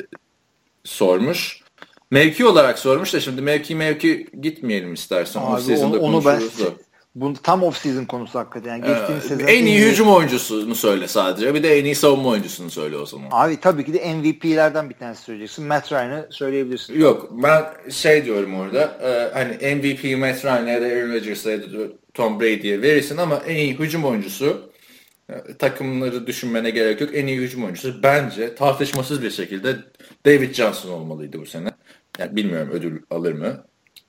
sormuş. Mevki olarak sormuş da şimdi mevki mevki gitmeyelim istersen. Abi onu, onu ben bu tam off season konusu hakikaten. Yani geçtiğimiz ee, sezon en iyi hücum oyuncusunu söyle sadece. Bir de en iyi savunma oyuncusunu söyle o zaman. Abi tabii ki de M V P'lerden bir tanesi söyleyeceksin. Matt Ryan'ı söyleyebilirsin. Yok ben şey diyorum orada. E, hani M V P Matt Ryan'a ya da Aaron Rodgers'a ya da Tom Brady'ye verirsin ama en iyi hücum oyuncusu e, takımları düşünmene gerek yok. En iyi hücum oyuncusu bence tartışmasız bir şekilde David Johnson olmalıydı bu sene. Yani bilmiyorum ödül alır mı?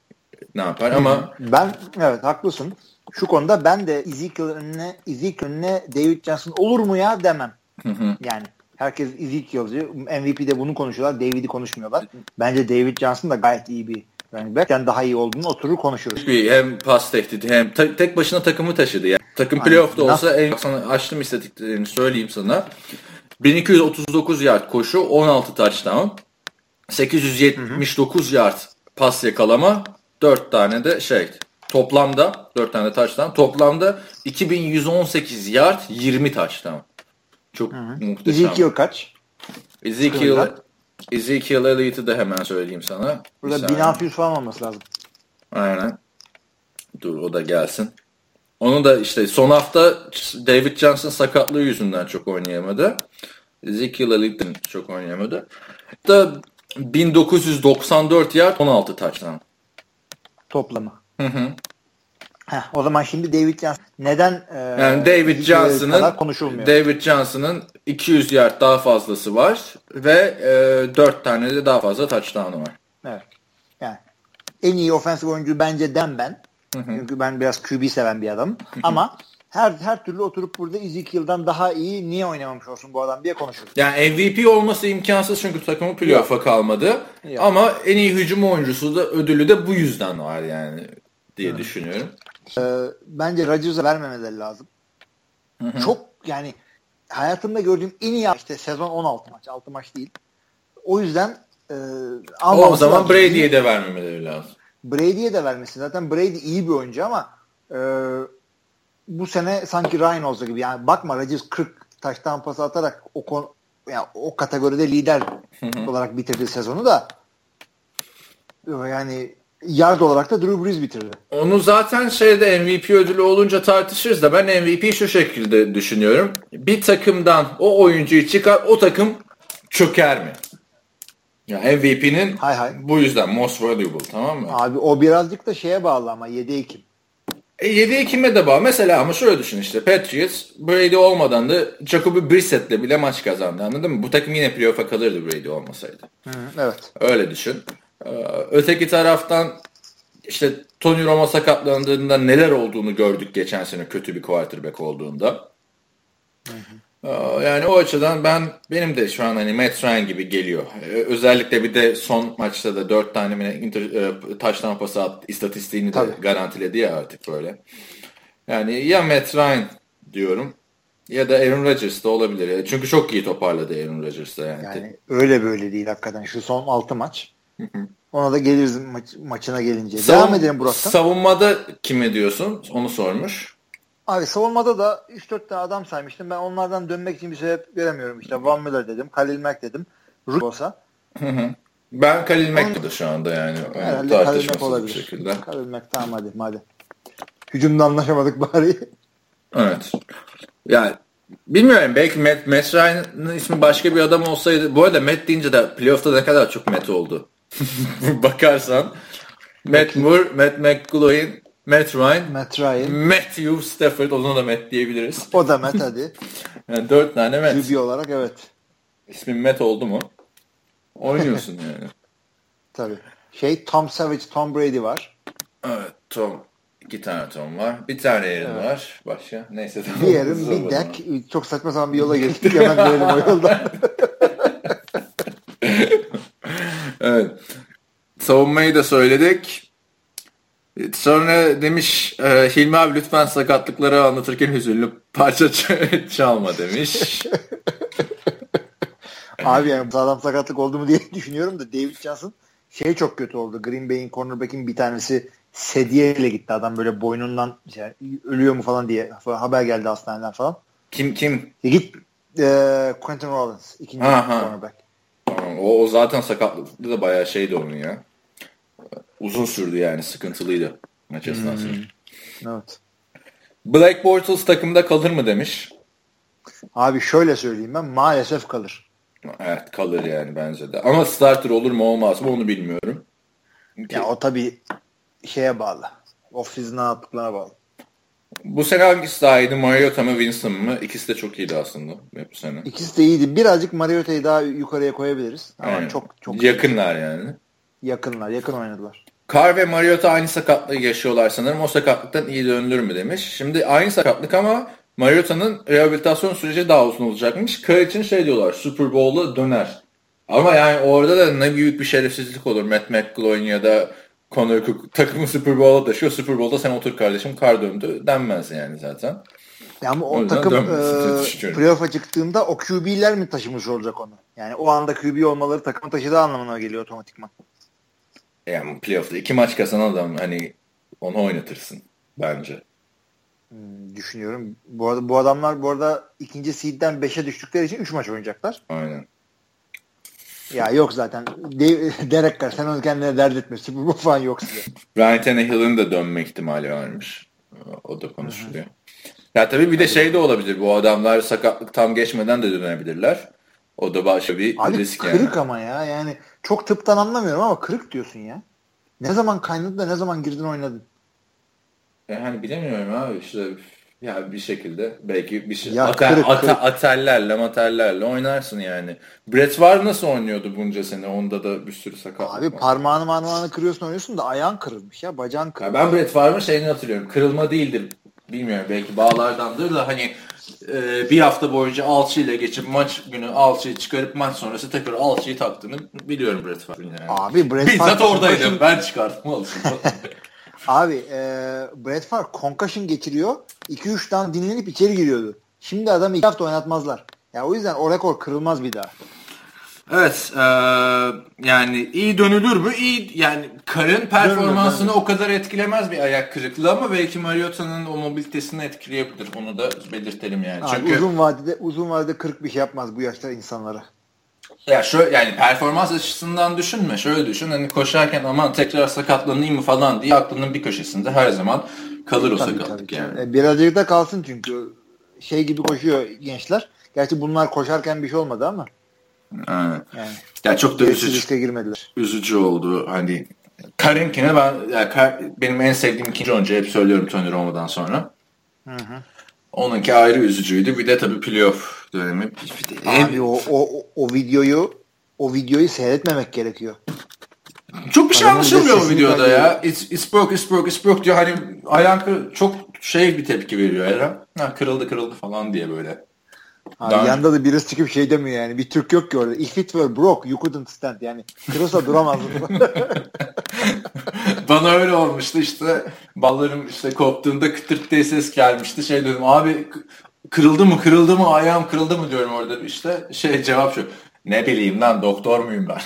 Ne yapar ama ben evet haklısın. Şu konuda ben de Ezekiel önüne, Ezekiel önüne David Johnson olur mu ya demem. Hı hı. Yani herkes Ezekiel'cı. M V P'de bunu konuşuyorlar. David'i konuşmuyorlar. Bence David Johnson da gayet iyi bir running back. Yani daha iyi olduğunu oturur konuşuruz. Hem pas tehdidi hem ta- tek başına takımı taşıdı. Yani. Takım playoff'ta olsa en, sana açtım istatistiklerini söyleyeyim sana. bin iki yüz otuz dokuz yard koşu, on altı touchdown, sekiz yüz yetmiş dokuz hı hı. yard pas yakalama, dört tane de şey toplamda dört tane touchdown. Toplamda iki bin yüz on sekiz yard, yirmi touchdown. Çok hı hı. muhteşem. Ezekiel kaç? Ezekiel Ezekiel Elliott'ı da hemen söyleyeyim sana. Burada bin altı yüz falan olması lazım. Aynen. Dur o da gelsin. Onu da işte son hafta David Johnson sakatlığı yüzünden çok oynayamadı. Ezekiel Elliott'ın çok oynayamadı. Da bin dokuz yüz doksan dört yard, on altı touchdown. Toplamı. Hı hı. Heh, o zaman şimdi David Johnson neden e, yani David Johnson'ın David Johnson'ın iki yüz yard daha fazlası var ve e, dört tane de daha fazla touchdown'u var. Evet. Yani en iyi offensive oyuncu bence dem ben. Hı hı. Çünkü ben biraz Q B seven bir adamım. Hı hı. Ama her her türlü oturup burada Ezekiel'dan daha iyi niye oynamamış olsun bu adam diye konuşuruz. Yani M V P olması imkansız çünkü takımı playoff'a kalmadı. Yok. Ama en iyi hücum oyuncusu da ödülü de bu yüzden var yani diye hı. düşünüyorum. Ee, bence Rodgers'a vermemeleri lazım. Hı hı. Çok yani hayatımda gördüğüm en iyi işte sezon on altı maç. altı maç değil. O yüzden e, o zaman Brady'ye de vermemeleri lazım. Brady'ye de vermesin. Zaten Brady iyi bir oyuncu ama e, bu sene sanki Ryan olsa gibi. Yani bakma Rodgers kırk taştan pas atarak o kon, yani o kategoride lider hı hı. olarak bitirdi sezonu da yani yard olarak da Drew Brees bitirdi. Onu zaten şeyde M V P ödülü olunca tartışırız da ben M V P şu şekilde düşünüyorum. Bir takımdan o oyuncuyu çıkar, o takım çöker mi? Ya M V P'nin hay hay. Bu yüzden most valuable, tamam mı? Abi o birazcık da şeye bağlı ama yedi Ekim. E yedi Ekim'e de bağlı. Mesela ama şöyle düşün işte Patriots Brady olmadan da Jacoby Brissett'le bile maç kazandı, anladın mı? Bu takım yine playoff'a kalırdı Brady olmasaydı. Hı, evet. Öyle düşün. Öteki taraftan işte Tony Romo sakatlandığında neler olduğunu gördük geçen sene, kötü bir quarterback olduğunda. Hı hı. Yani o açıdan ben benim de şu an hani Matt Ryan gibi geliyor. Özellikle bir de son maçta da dört tane mi touchdown pası attı, istatistiğini Tabii. de garantiledi ya artık böyle. Yani ya Matt Ryan diyorum ya da Aaron Rodgers da olabilir. Çünkü çok iyi toparladı Aaron Rodgers da yani. Yani öyle böyle değil hakikaten. Şu son altı maç. Hı hı. Ona da geliriz maç, maçına gelince. Savun, Devam edelim Burak'tan. Savunmada kime diyorsun? Onu sormuş. Abi savunmada da üç dört tane adam saymıştım. Ben onlardan dönmek için bir sebep göremiyorum. İşte Von Miller dedim. Khalil Mack dedim. Ruth olsa. Hı hı. Ben Khalil Mack'da da şu anda yani. Herhalde Khalil Mack olabilir. Şekilde. Khalil Mack tamam hadi. hadi. Hücumda anlaşamadık bari. Evet. Yani bilmiyorum, belki Matt, Matt Ryan'ın ismi başka bir adam olsaydı. Bu arada Matt deyince de playoff'ta ne kadar çok Matt oldu. Bakarsan Matt Moore, Matt McGloin, Matt Ryan, Matt Ryan, Matthew Stafford, ona da Matt diyebiliriz. O da Matt hadi. Yani dört tane Matt. Q B olarak evet. İsmin Matt oldu mu? Oynuyorsun yani. Tabii. Şey Tom Savage, Tom Brady var. Evet, Tom. İki tane Tom var. Bir tane Aaron evet. var. Başka. Neyse. Tamam. Bir Aaron, bir Dak. Çok saçma sapan bir yola geçtik. Hemen dönelim o yoldan. Evet. Savunmayı da söyledik. Sonra demiş e, Hilmi abi lütfen sakatlıkları anlatırken hüzünlü parça çalma demiş. Abi yani bu adam sakatlık oldu mu diye düşünüyorum da David Johnson şey çok kötü oldu. Green Bay'in cornerback'in bir tanesi sedyeyle gitti adam böyle boynundan yani ölüyor mu falan diye haber geldi hastaneden falan. Kim kim? E git e, Quentin Rollins ikinci cornerback. O, o zaten sakatlıklı da bayağı şeydi onun ya. Uzun sürdü yani sıkıntılıydı maç esnasında. Hmm. Evet. Black Bortles takımda kalır mı demiş. Abi şöyle söyleyeyim ben maalesef kalır. Evet kalır yani bence de. Ama starter olur mu olmaz mı onu bilmiyorum. Ya o tabii şeye bağlı. Off-season ne yaptıklarına bağlı. Bu sene hangisi daha iyiydi? Mariota mı Winston mı? İkisi de çok iyiydi aslında bu sene. İkisi de iyiydi. Birazcık Mariota'yı daha yukarıya koyabiliriz. Ama Aynen. çok çok yakınlar iyi. Yani. Yakınlar. Yakın oynadılar. Carr ve Mariota aynı sakatlığı yaşıyorlar sanırım. O sakatlıktan iyi dönülür mü demiş. Şimdi aynı sakatlık ama Mariota'nın rehabilitasyon süreci daha uzun olacakmış. Carr için şey diyorlar Super Bowl'a döner. Ama yani orada da ne büyük bir şerefsizlik olur. Matt McGloin ya da Connor Cook takımı Super Bowl'a taşıyor. Super Bowl'da sen otur kardeşim Carr döndü denmez yani zaten. Ya ama o, o takım e, playoff'a çıktığında o Q B'ler mi taşımış olacak onu? Yani o anda Q B olmaları takımı taşıdığı anlamına geliyor otomatikman. Yani playoff'ta iki maç kazanan adam hani onu oynatırsın bence. Hmm, düşünüyorum. Bu arada bu adamlar bu arada ikinci seed'den beşe düştükleri için üç maç oynayacaklar. Aynen. Ya yok zaten. De- Derek Carr sen onu kendine dert etme. Super Bowl falan yok size. Ryan Tannehill'in de dönme ihtimali varmış. O da konuşuluyor. Hı-hı. Ya tabii bir de şey de olabilir. Bu adamlar sakatlık tam geçmeden de dönebilirler. O da başka bir abi, risk yani. Kırık ama ya. Yani çok tıptan anlamıyorum ama kırık diyorsun ya. Ne zaman kaynadı da ne zaman girdin oynadın? Yani bilemiyorum abi işte ya bir şekilde belki bir şey ya, atel, kırık, ata, kırık. atellerle materlerle oynarsın yani. Brett Favre nasıl oynuyordu bunca sene? Onda da bir sürü sakatlık abi, var. Abi parmağını parmağını kırıyorsun oynuyorsun da ayağın kırılmış ya. Bacağın kırılmış. Ya ben Brett Favre'ın şeyini hatırlıyorum. Kırılma değildir. Bilmiyorum belki bağlardandır da hani e, bir hafta boyunca alçıyla geçip maç günü alçıyı çıkarıp maç sonrası tekrar alçıyı taktığını biliyorum Brett Favre'ın yani. Abi Brett Bizzat Favre oradaydım. Concussion... Ben çıkarttım alçıyı. Abi e, Brett Favre concussion geçiriyor. iki üç tane dinlenip içeri giriyordu. Şimdi adamı iki hafta oynatmazlar. Ya o yüzden o rekor kırılmaz bir daha. Evet, e, yani iyi dönülür mü? İyi yani Carr'ın performansını dönülür, o kadar etkilemez bir ayak kırıklığı ama belki Mariota'nın o mobilitesini etkileyebilir. Onu da belirtelim yani. Abi Çünkü uzun vadede uzun vadede kırık bir şey yapmaz bu yaşta insanlara. Ya şöyle yani performans açısından düşünme. Şöyle düşün. Hani koşarken aman tekrar sakatlanayım mı falan diye aklının bir köşesinde her zaman kalır o tabii, sakatlık tabii, yani. E, birazcık da kalsın çünkü şey gibi koşuyor gençler. Gerçi bunlar koşarken bir şey olmadı ama. Evet. Yani, ya çok da üzücü, riske girmediler. Üzücü oldu. Hani Carrink'ine ben yani benim en sevdiğim ikinci oyuncu hep söylüyorum Tony Romo'dan sonra. Hı hı. Onunki ayrı üzücüydü. Bir de tabii playoff dönemi. Abi en... o, o o videoyu o videoyu seyretmemek gerekiyor. Çok bir şey anlaşılmıyor o videoda ya. It's, it's broke, it's broke, it's broke diyor. Hani ayakı çok şey bir tepki veriyor ya. Ha, kırıldı kırıldı falan diye böyle. Abi Daha yanda da birisi çıkıp şey demiyor yani. Bir Türk yok ki orada. If it were broke you couldn't stand. Yani kırılsa duramazdın. Bana öyle olmuştu işte. Ballarım işte koptuğunda kıtırt diye ses gelmişti. Şey dedim abi kırıldı mı kırıldı mı ayağım kırıldı mı diyorum orada işte. Şey cevap şu. Ne bileyim lan doktor muyum ben?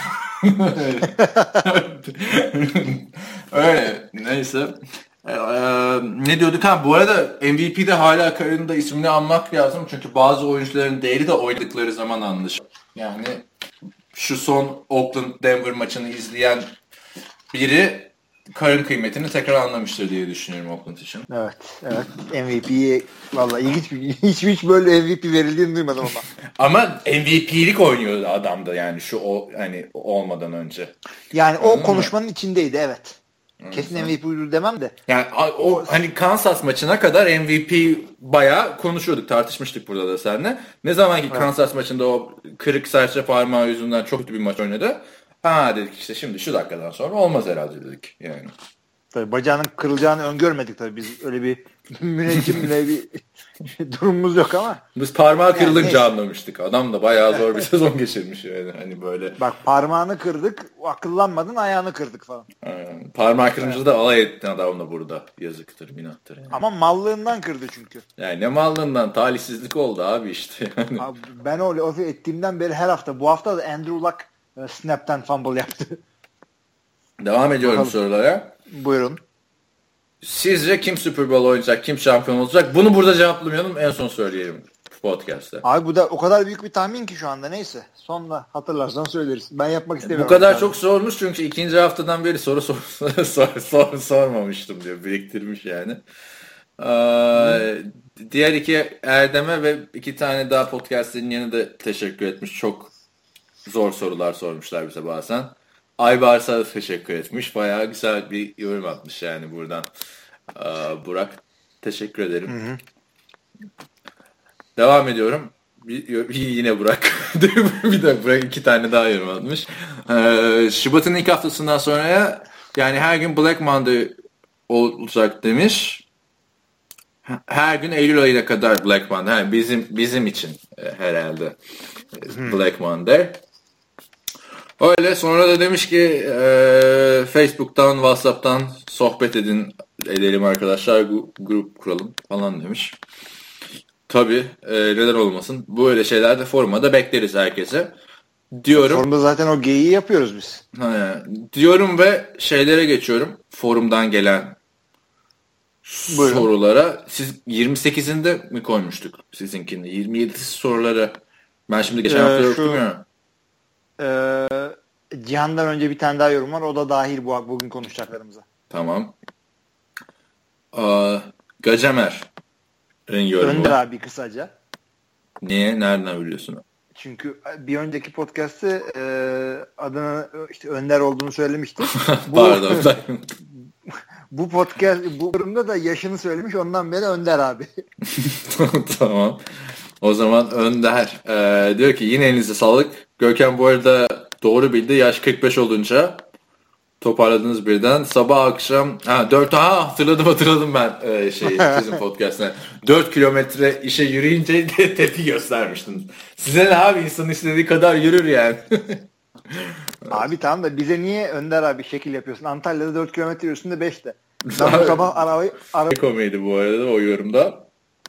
Öyle. Neyse. Ee, ne diyorduk ha bu arada M V P'de hala Carr'ın da ismini anmak lazım çünkü bazı oyuncuların değeri de oynadıkları zaman anlaşılıyor. Yani şu son Oakland Denver maçını izleyen biri Carr'ın kıymetini tekrar anlamıştır diye düşünüyorum Oakland için. Evet, evet. M V P'yi vallahi ilginç bir hiç hiç böyle M V P verildiğini duymadım ama. Ama M V P'lik oynuyordu adam da yani şu o hani olmadan önce. Yani o Anladın konuşmanın mı? içindeydi evet. Kesin M V P demem de. Yani o hani Kansas maçına kadar M V P bayağı konuşuyorduk, tartışmıştık burada da seninle. Ne zaman ki evet. Kansas maçında o kırık serçe parmağı yüzünden çok kötü bir maç oynadı. Ha dedik işte şimdi şu dakikadan sonra olmaz herhalde dedik yani. Tabii bacağının kırılacağını öngörmedik tabii biz öyle bir müneccim bile bir durumumuz yok ama. Biz parmağı kırılınca yani anlamıştık. Adam da bayağı zor bir sezon geçirmiş yani hani böyle. Bak parmağını kırdık, akıllanmadın ayağını kırdık falan. Aynen. Parmağı kırınca evet. da alay ettin adamla burada. Yazıktır, günahtır yani. Ama mallığından kırdı çünkü. Yani ne mallığından talihsizlik oldu abi işte. Yani. Abi ben öyle o ettiğimden beri her hafta bu hafta da Andrew Luck snap'ten fumble yaptı. Devam ediyorum Bakalım. sorulara. Buyurun. Sizce kim Super Bowl oynayacak, kim şampiyon olacak? Bunu burada cevaplamayalım, en son söyleyelim podcast'te. Abi bu da o kadar büyük bir tahmin ki şu anda, neyse. Sonra hatırlarsan söyleriz. Ben yapmak istemiyorum. Bu kadar çok sormuş çünkü ikinci haftadan beri soru sor, sor, sor, sormamıştım diyor. Biriktirmiş yani. Ee, diğer iki Erdem'e ve iki tane daha podcast'in yanında teşekkür etmiş. Çok zor sorular sormuşlar bize bazen. Aybars'a da teşekkür etmiş. Bayağı güzel bir yorum atmış yani buradan. Ee, Burak. Teşekkür ederim. Hı hı. Devam ediyorum. Bir, bir, yine Burak. bir de Burak iki tane daha yorum atmış. Ee, Şubat'ın ilk haftasından sonra yani her gün Black Monday olacak demiş. Her gün Eylül ayına kadar Black Monday. Yani bizim bizim için e, herhalde hmm. Black Monday. Öyle sonra da demiş ki e, Facebook'tan, WhatsApp'tan sohbet edin edelim arkadaşlar, grup kuralım falan demiş. Tabii e, neden olmasın. Böyle şeyler de foruma da bekleriz herkese. Diyorum. Forumda zaten o geyiği yapıyoruz biz. He, diyorum ve şeylere geçiyorum. Forumdan gelen Buyurun. sorulara. Siz yirmi sekizinde mi koymuştuk sizinkini? yirmi yedisi soruları. Ben şimdi geçen ee, hafta yoktum ya. E, Cihan'dan önce bir tane daha yorum var. O da dahil bu bugün konuşacaklarımıza. Tamam. Aa, Gacemer. Önder abi kısaca. Niye? Nereden biliyorsun? Çünkü bir önceki podcast'te e, adına işte Önder olduğunu söylemiştim. Bu, Pardon. bu podcast bu durumda da yaşını söylemiş, ondan beri Önder abi. Tamam. O zaman Önder e, diyor ki yine elinize sağlık. Görkem bu arada doğru bildi. Yaş kırk beş olunca toparladınız birden. Sabah akşam ha dört ha hatırladım hatırladım ben e, şey sizin podcast'ına. dört kilometre işe yürüyünce de tepki göstermiştiniz. Size ne abi, insan istediği kadar yürür yani. Abi tamam da bize niye Önder abi şekil yapıyorsun? Antalya'da dört kilometre yürüsünde beşte. Ben bu sabah arabayı arabayı komedi bu arada o yorumda.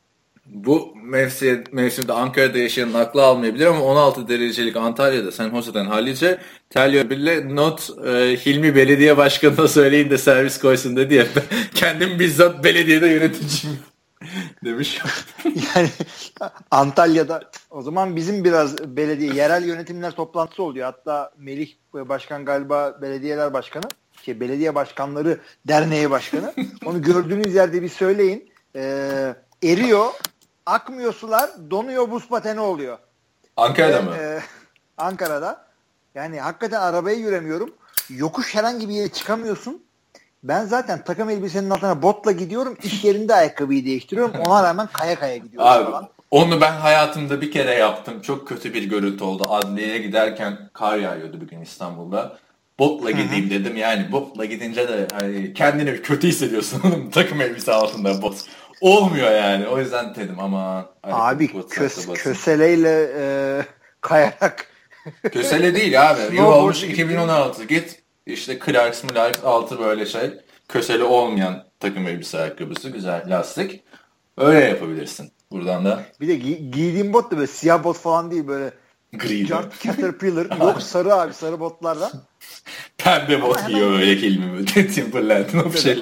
Bu mevsim, mevsimde Ankara'da yaşayan aklı almayabilir ama on altı derecelik Antalya'da San Jose'den Halice Telyo bile not e, Hilmi Belediye Başkanı'na söyleyin de servis koysun dedi ya. Kendim bizzat belediyede yöneticiyim demiş. Yani Antalya'da o zaman bizim biraz belediye yerel yönetimler toplantısı oluyor. Hatta Melih Başkan galiba belediyeler başkanı, şey belediye başkanları derneği başkanı. Onu gördüğünüz yerde bir söyleyin. Ee, eriyor. Akmıyor sular, donuyor, buz pateni oluyor. Ankara'da Ve, mı? E, Ankara'da. Yani hakikaten arabaya yüremiyorum. Yokuş herhangi bir yere çıkamıyorsun. Ben zaten takım elbisenin altına botla gidiyorum. İş yerinde ayakkabıyı değiştiriyorum. Ona rağmen kaya kaya gidiyorum. Abi, falan. Onu ben hayatımda bir kere yaptım. Çok kötü bir görüntü oldu. Adliyeye giderken kar yağıyordu bir gün İstanbul'da. Botla gideyim dedim. Yani botla gidince de hani kendini bir kötü hissediyorsun. Takım elbise altında bot. Olmuyor yani. O yüzden dedim ama. Abi kös, köseleyle e, kayarak. Kösele değil abi. Yıl olmuş iki bin on altı. Git işte Clarks Clarks altı böyle şey. Kösele olmayan takım elbise ayakkabısı. Güzel lastik. Öyle yapabilirsin. Buradan da. Bir de gi- giydiğim bot da böyle siyah bot falan değil, böyle. Gri. Caterpillar. Yok sarı abi, sarı botlardan. Pembe bot ama giyiyor hemen öyle kelime. Timberland'ın o şey.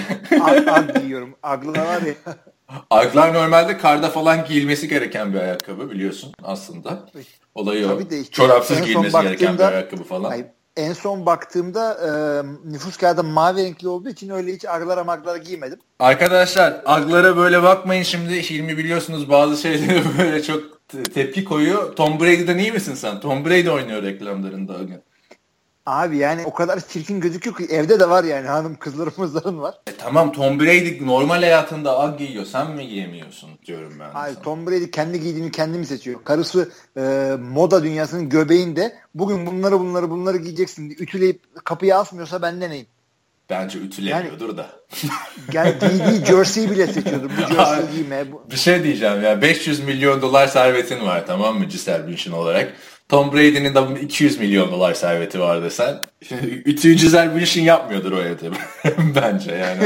Ag giyiyorum. Aglar var ya. Aglar normalde karda falan giyilmesi gereken bir ayakkabı biliyorsun aslında. Olayı o. Işte, çorapsız giyilmesi gereken bir ayakkabı falan. Hayır, en son baktığımda e, nüfus kağıdı mavi renkli olduğu için öyle hiç aglara maglara giymedim. Arkadaşlar aglara böyle bakmayın şimdi. Hilmi biliyorsunuz bazı şeylere böyle çok tepki koyuyor. Tom Brady'den iyi misin sen? Tom Brady oynuyor reklamlarında o gün. Abi yani o kadar çirkin gözüküyor ki evde de var yani, hanım kızlarımızların var. E tamam, Tom Brady normal hayatında ag giyiyor. Sen mi giyemiyorsun diyorum ben. Hayır, Tom Brady kendi giydiğini kendi mi seçiyor? Karısı e, moda dünyasının göbeğinde bugün bunları bunları bunları giyeceksin diye ütüleyip kapıya asmıyorsa ben de neyim? Bence ütülemiyordur yani, da. Yani giydiği jersey'i bile seçiyordur. Bu jersey giyme. Bu... Bir şey diyeceğim ya. beş yüz milyon dolar servetin var, tamam mı, Gisele Bündchen olarak. Tom Brady'nin de iki yüz milyon dolar serveti var desen. Ütüyü Gisele Bündchen yapmıyordur o evde. Bence yani.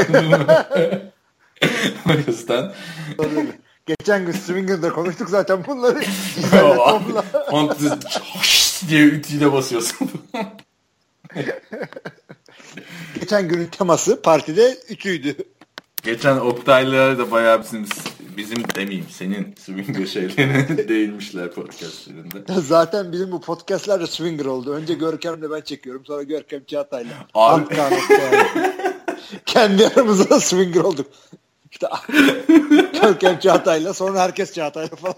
O yüzden. Geçen gün Swinger'da konuştuk zaten bunları. Onu diye ütüyle basıyorsun. Geçen günün teması partide ütüydü. Geçen Oktaylılar da bayağı bizim bizim demeyeyim senin swinger şeylerine değinmişler podcastlarında. Zaten bizim bu podcastler de swinger oldu. Önce Görkem'le ben çekiyorum. Sonra Görkem Çağatay'la. Abi. Kendi aramızda swinger olduk. İşte Görkem Çağatay'la sonra herkes Çağatay'la falan.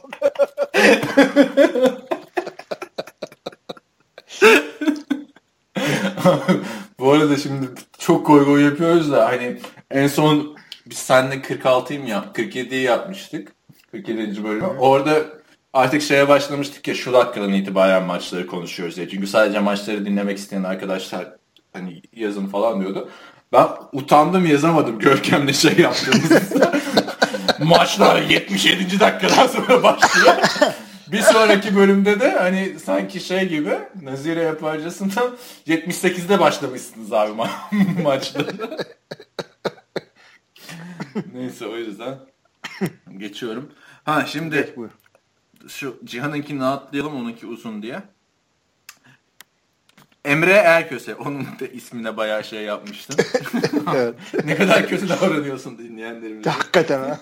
Bu arada şimdi çok goy goy yapıyoruz da hani en son biz seninle kırk altıyı mı yap, kırk yediyi yapmıştık. kırk yedinci bölümü. Orada artık şeye başlamıştık ya şu dakikadan itibaren maçları konuşuyoruz diye. Çünkü sadece maçları dinlemek isteyen arkadaşlar hani yazın falan diyordu. Ben utandım yazamadım Görkem'le şey yaptığımızda. Maçlar yetmiş yedinci dakikadan sonra başlıyor. Bir sonraki bölümde de hani sanki şey gibi Nazire yaparcasından yetmiş sekizde başlamışsınız abi ma- maçları. Neyse o yüzden geçiyorum. Ha şimdi şu Cihan'ınkini atlayalım onunki uzun diye. Emre Erköse. Onun da ismine bayağı şey yapmıştın. Evet. Ne kadar kötü davranıyorsun dinleyenlerimize. Hakikaten ha.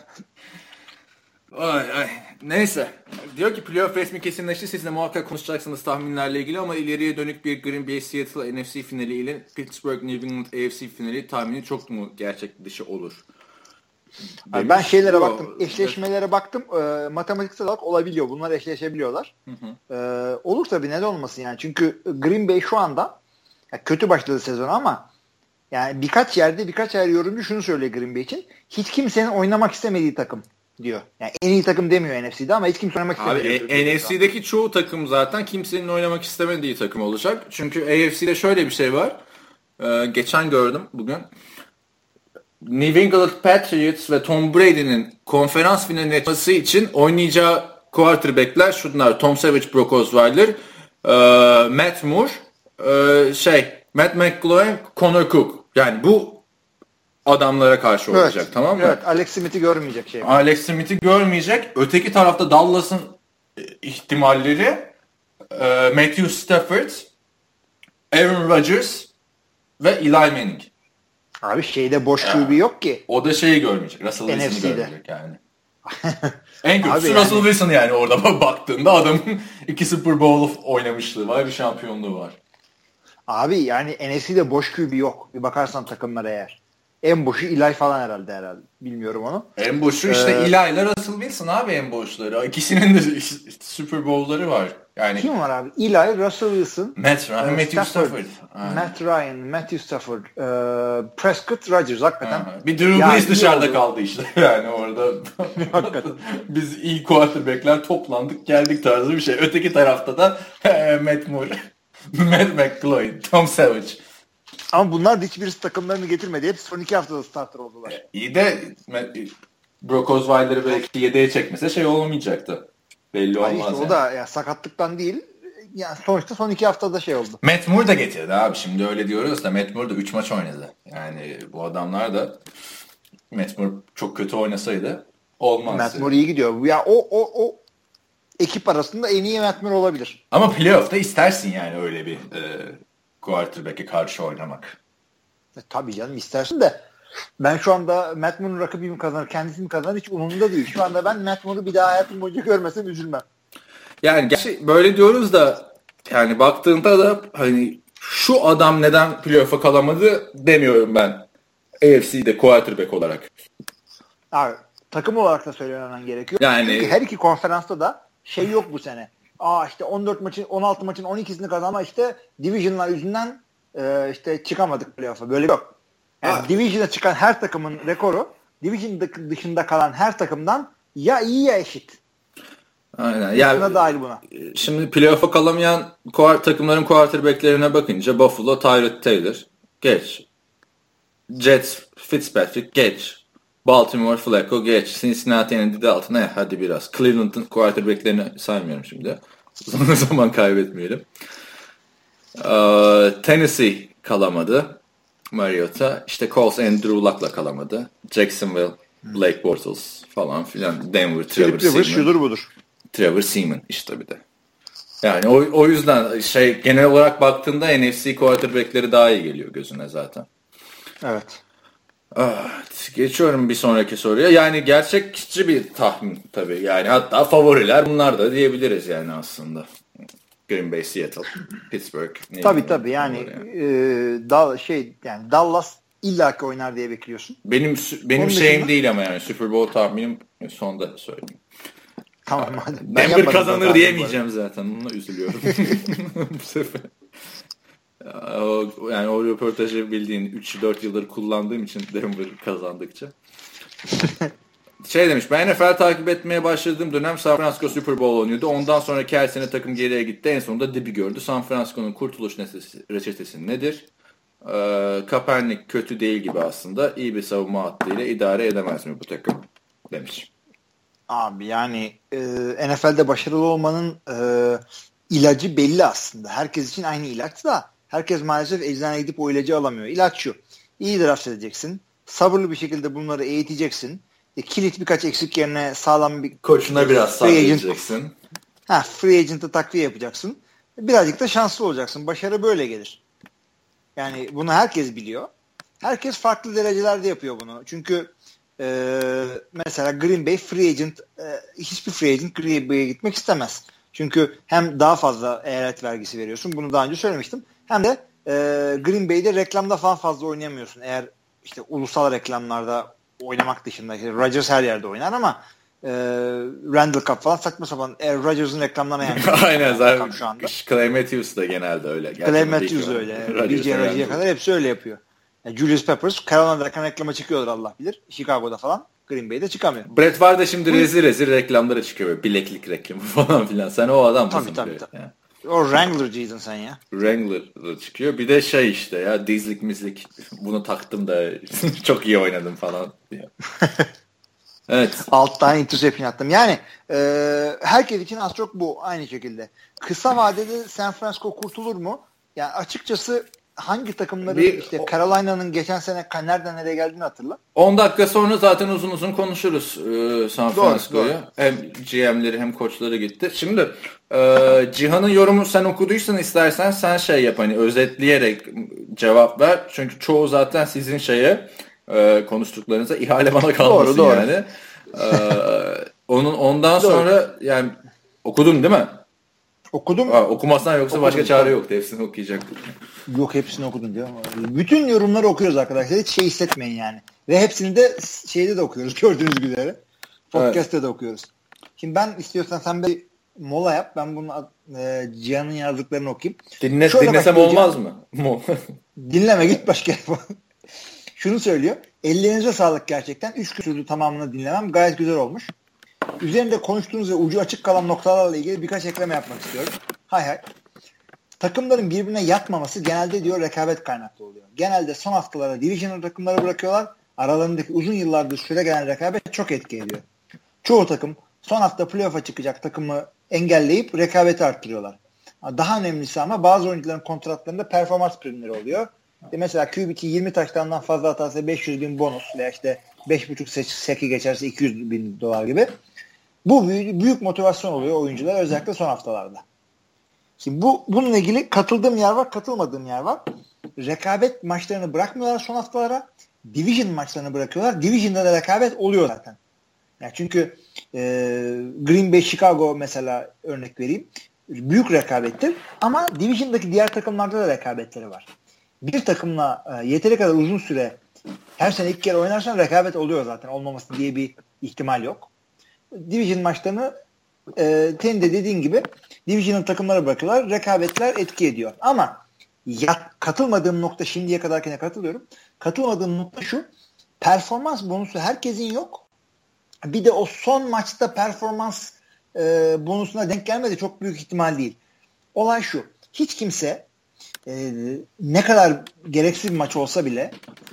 Ay ay. Neyse. Diyor ki playoff resmi kesinleşti. Siz de muhakkak konuşacaksınız tahminlerle ilgili ama ileriye dönük bir Green Bay Seattle N F C finali ile Pittsburgh New England A F C finali tahmini çok mu gerçek dışı olur? Abi ben şeylere baktım. Eşleşmelere baktım. E, matematiksel olarak olabiliyor. Bunlar eşleşebiliyorlar. Hı hı. E, olur tabii neden olmasın yani. Çünkü Green Bay şu anda ya kötü başladı sezon ama yani birkaç yerde birkaç yer yorumcu şunu söylüyor Green Bay için. Hiç kimsenin oynamak istemediği takım diyor. Yani en iyi takım demiyor N F C'de ama hiç kimse oynamak istemiyor. Abi N F C'deki çoğu takım zaten kimsenin oynamak istemediği takım olacak. Çünkü A F C'de şöyle bir şey var. Ee, geçen gördüm bugün. New England Patriots ve Tom Brady'nin konferans finaline çıkması için oynayacağı quarterback'ler şunlar. Tom Savage, Brock Osweiler, e, Matt Moore, e, şey, Matt McGloin, Connor Cook. Yani bu adamlara karşı evet, olacak, tamam mı? Evet, Alex Smith'i görmeyecek şey. Alex Smith'i görmeyecek. Öteki tarafta Dallas'ın ihtimalleri e, Matthew Stafford, Aaron Rodgers ve Eli Manning. Abi şeyde boş Q B yok ki. O da şeyi görmeyecek. Russell Wilson'ı görmeyecek yani. En kötüsü yani, Russell Wilson yani orada baktığında adamın iki Super Bowl oynamışlığı var, bir şampiyonluğu var. Abi yani N F C'de boş Q B yok. Bir bakarsan takımlara eğer. En boşu Eli falan herhalde herhalde. Bilmiyorum onu. En boşu işte ee, Eli ile Russell Wilson abi en boşları. İkisinin de Super Bowl'ları var. Yani kim var abi? Eli, Russell Wilson, Matt Ryan, uh, Matthew Stafford. Stafford Matt Ryan, Matthew Stafford, uh, Prescott, Rodgers hakikaten. Aha. Bir Drew Brees dışarıda kaldı işte. Yani orada biz iyi quarterback'ler toplandık geldik tarzı bir şey. Öteki tarafta da Matt Moore, Matt McGloin, Tom Savage. Ama bunlar hiçbirisi takımlarını getirmedi. Hepsi son iki haftada starter oldular. İyi de Brock Osweiler'ı belki yedeğe çekmese şey olmayacaktı. Belli olmaz işte yani. O da ya, sakatlıktan değil. Yani sonuçta son iki haftada şey oldu. Matt Moore da getirdi abi. Şimdi öyle diyoruz da Matt Moore da üç maç oynadı. Yani bu adamlar da Matt Moore çok kötü oynasaydı olmaz. Matt Moore iyi gidiyor. Ya o o o ekip arasında en iyi Matt Moore olabilir. Ama playoff'ta istersin yani öyle bir e, quarterback'e karşı oynamak. E, tabii canım istersin de ben şu anda Matt Moore'un rakibi mi kazanır, kendisi mi kazanır hiç umurumda değil. Şu anda ben Matt Moore'u bir daha hayatım boyunca görmesem üzülmem. Yani gerçi böyle diyoruz da yani baktığında da hani şu adam neden playoff'a kalamadı demiyorum ben A F C'de quarterback olarak. Abi takım olarak da söylemem gerekiyor. Yani çünkü her iki konferansta da şey yok bu sene. Aa işte on dört maçın on altı maçın on ikisini kazanma işte division'lar yüzünden e, işte çıkamadık playoff'a. Böyle yok. Yani division'a çıkan her takımın rekoru division dışında kalan her takımdan ya iyi ya eşit. Aynen. Yani, dahil buna. Şimdi playoff'a kalamayan takımların quarterback'lerine bakınca Buffalo, Tyrod Taylor geç. Jets, Fitzpatrick geç. Baltimore, Flacco geç. Cincinnati'nin didi altına hadi biraz. Cleveland'ın quarterback'lerini saymıyorum şimdi. Zaman kaybetmeyelim. Ee, Tennessee kalamadı. Mariota. İşte Colts Andrew Luck'la kalamadı. Jacksonville, Blake Bortles falan filan. Denver, Trevor Seaman. Şudur budur. Trevor Seaman işte bir de. Yani o, o yüzden şey genel olarak baktığında N F C quarterback'leri daha iyi geliyor gözüne zaten. Evet. Evet, geçiyorum bir sonraki soruya. Yani gerçekçi bir tahmin tabii. Yani hatta favoriler bunlar da diyebiliriz yani aslında. Green Bay, Seattle, Pittsburgh. Tabii tabii yani, yani. E, da, şey yani Dallas illaki oynar diye bekliyorsun. Benim benim Onun şeyim dışında... değil ama yani Super Bowl tahminim sonda söyleyeyim. Tamam madem. Denver kazanır diyemeyeceğim zaten. Onunla üzülüyorum. Bu sefer. Yani o röportajı bildiğin üç dört yıldır kullandığım için Denver kazandıkça. Şey demiş, ben N F L takip etmeye başladığım dönem San Francisco Super Bowl oynuyordu. Ondan sonraki her sene takım geriye gitti. En sonunda dibi gördü. San Francisco'nun kurtuluş reçetesi nedir? Ee, Kaepernick kötü değil gibi aslında. İyi bir savunma hattıyla idare edemez mi bu takım? Demiş. Abi yani e, N F L'de başarılı olmanın e, ilacı belli aslında. Herkes için aynı ilaç da herkes maalesef eczaneye gidip o ilacı alamıyor. İlaç şu. İyi draft edeceksin. Sabırlı bir şekilde bunları eğiteceksin. E, kilit birkaç eksik yerine sağlam bir koçuna biraz sabredeceksin. Ha, free agent'ı takviye yapacaksın. Birazcık da şanslı olacaksın. Başarı böyle gelir. Yani bunu herkes biliyor. Herkes farklı derecelerde yapıyor bunu. Çünkü e, mesela Green Bay free agent e, hiçbir free agent Green Bay'e gitmek istemez. Çünkü hem daha fazla eyalet vergisi veriyorsun. Bunu daha önce söylemiştim. Hem de e, Green Bay'de reklamda falan fazla oynayamıyorsun. Eğer işte ulusal reklamlarda oynamak dışında. İşte Rodgers her yerde oynar ama e, Randall Cup falan saçma sapan. Eğer Rodgers'ın reklamlarına yani. Aynen zaten şu anda. Clay Matthews da genelde öyle. Clay Matthews öyle. B J Rodgers'e kadar hepsi öyle yapıyor. Yani Julius Peppers Carolina'dayken reklama çıkıyordur Allah bilir. Chicago'da falan. Green Bay'de çıkamıyor. Brett var da şimdi rezil rezil reklamlara çıkıyor. Bileklik reklamı falan filan. Sen o adam mısın? Tabii tabii. tabii. Yani. O Wrangler'cıydın sen ya. Wrangler'da çıkıyor. Bir de şey işte ya dizlik mizlik bunu taktım da çok iyi oynadım falan diye. Evet. Alttan interception attım. Yani e, herkes için az çok bu aynı şekilde. Kısa vadede San Francisco kurtulur mu? Yani açıkçası hangi takımların bir, işte Carolina'nın geçen sene nereden nereye geldiğini hatırla. on dakika sonra zaten uzun uzun konuşuruz e, San Francisco'yu. Hem G M'leri hem koçları gitti. Şimdi e, Cihan'ın yorumu sen okuduysan istersen sen şey yap hani özetleyerek cevap ver. Çünkü çoğu zaten sizin şeye e, konuştuklarınıza ihale bana kalmasın doğru, yani. Doğru. E, onun ondan doğru. Sonra yani okudun değil mi? Okudum. Aa, okumazsan yoksa okudum, başka çare yok. Hepsini okuyacaktık. Yok hepsini okudum diyor. Bütün yorumları okuyoruz arkadaşlar. Hiç şey hissetmeyin yani. Ve hepsini de şeyde de okuyoruz. Gördüğünüz gibi. Podcast'te evet. de okuyoruz. Şimdi ben istiyorsan sen bir mola yap. Ben bunu e, Cihan'ın yazdıklarını okuyayım. Dinle, dinlesem olmaz mı? Dinleme git başka yere. Şunu söylüyor. Ellerinize sağlık gerçekten. Üç küsürdü tamamını dinlemem. Gayet güzel olmuş. Üzerinde konuştuğunuz ve ucu açık kalan noktalarla ilgili birkaç ekleme yapmak istiyorum. Hay hay. Takımların birbirine yatmaması genelde diyor rekabet kaynaklı oluyor. Genelde son haftalara divisional takımları bırakıyorlar. Aralarındaki uzun yıllardır süre gelen rekabet çok etki ediyor. Çoğu takım son hafta playoff'a çıkacak takımı engelleyip rekabeti arttırıyorlar. Daha önemlisi ama bazı oyuncuların kontratlarında performans primleri oluyor. İşte mesela Q B yirmi taştandan fazla atarsa beş yüz bin bonus veya işte beş buçuk seki geçerse iki yüz bin dolar gibi. Bu büyük, büyük motivasyon oluyor oyuncular özellikle son haftalarda. Şimdi bu bununla ilgili katıldığım yer var, katılmadığım yer var. Rekabet maçlarını bırakmıyorlar son haftalara. Division maçlarını bırakıyorlar. Division'da da rekabet oluyor zaten. Yani çünkü e, Green Bay, Chicago mesela örnek vereyim. Büyük rekabettir ama Division'daki diğer takımlarda da rekabetleri var. Bir takımla e, yeteri kadar uzun süre her sene ilk kere oynarsan rekabet oluyor zaten. Olmaması diye bir ihtimal yok. Division maçlarını e, senin de dediğin gibi Division'ın takımlara bırakıyorlar. Rekabetler etki ediyor. Ama ya, katılmadığım nokta şimdiye kadarkine katılıyorum. Katılmadığım nokta şu. Performans bonusu herkesin yok. Bir de o son maçta performans e, bonusuna denk gelmedi. Çok büyük ihtimal değil. Olay şu. Hiç kimse e, ne kadar gereksiz bir maç olsa bile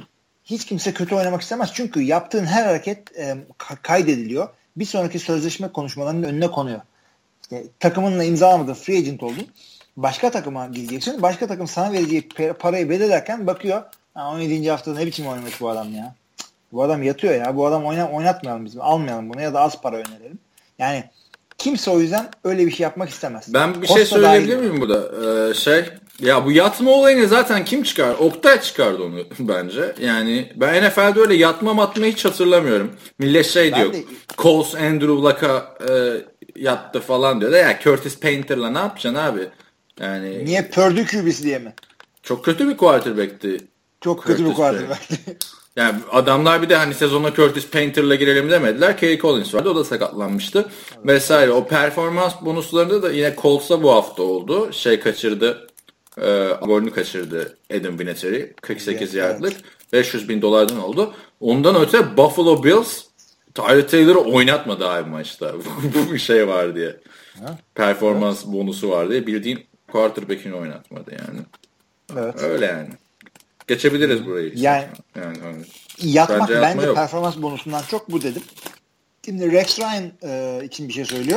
hiç kimse kötü oynamak istemez. Çünkü yaptığın her hareket e, kaydediliyor. Bir sonraki sözleşme konuşmalarının önüne konuyor. İşte, takımınla imzalamadın, free agent oldun. Başka takıma gideceksin. Başka takım sana vereceği parayı bedelerken bakıyor. on yedinci haftada ne biçim oynamış bu adam ya. Bu adam yatıyor ya. Bu adam oyna, oynatmayalım biz. Almayalım bunu ya da az para önerelim. Yani kimse o yüzden öyle bir şey yapmak istemez. Ben bir Costa şey söyleyebilir miyim burada? Ee, şey Ya bu yatma olayını zaten kim çıkar? Oktay çıkardı onu bence. Yani ben N F L'de öyle yatma matmayı hiç hatırlamıyorum. Millet şey ben diyor. De... Coles Andrew Luck'a e, yattı falan diyor da ya Curtis Painter'la ne yapacaksın abi? Yani niye Purdue Q B'si diye mi? Çok kötü bir quarterback'ti. Çok kötü bir quarterback'ti. Yani adamlar bir de hani sezona Curtis Painter'la girelim demediler. Kerry Collins vardı. O da sakatlanmıştı. Evet. Vesaire. O performans bonuslarında da yine Colts'a bu hafta oldu. Şey kaçırdı. E, golünü kaçırdı Adam Vinatieri. kırk sekiz evet, yardlık. Evet. beş yüz bin dolardan oldu. Ondan öte Buffalo Bills Tyrod Taylor'ı oynatmadı abi maçta. Bu bir şey var diye. Ha? Performans evet. bonusu var diye. Bildiğin quarterback'ini oynatmadı yani. Evet. Öyle yani. Geçebiliriz burayı. Yani, yani hani, yatmak bence, bence yok. Performans bonusundan çok bu dedim. Şimdi Rex Ryan e, için bir şey söylüyor.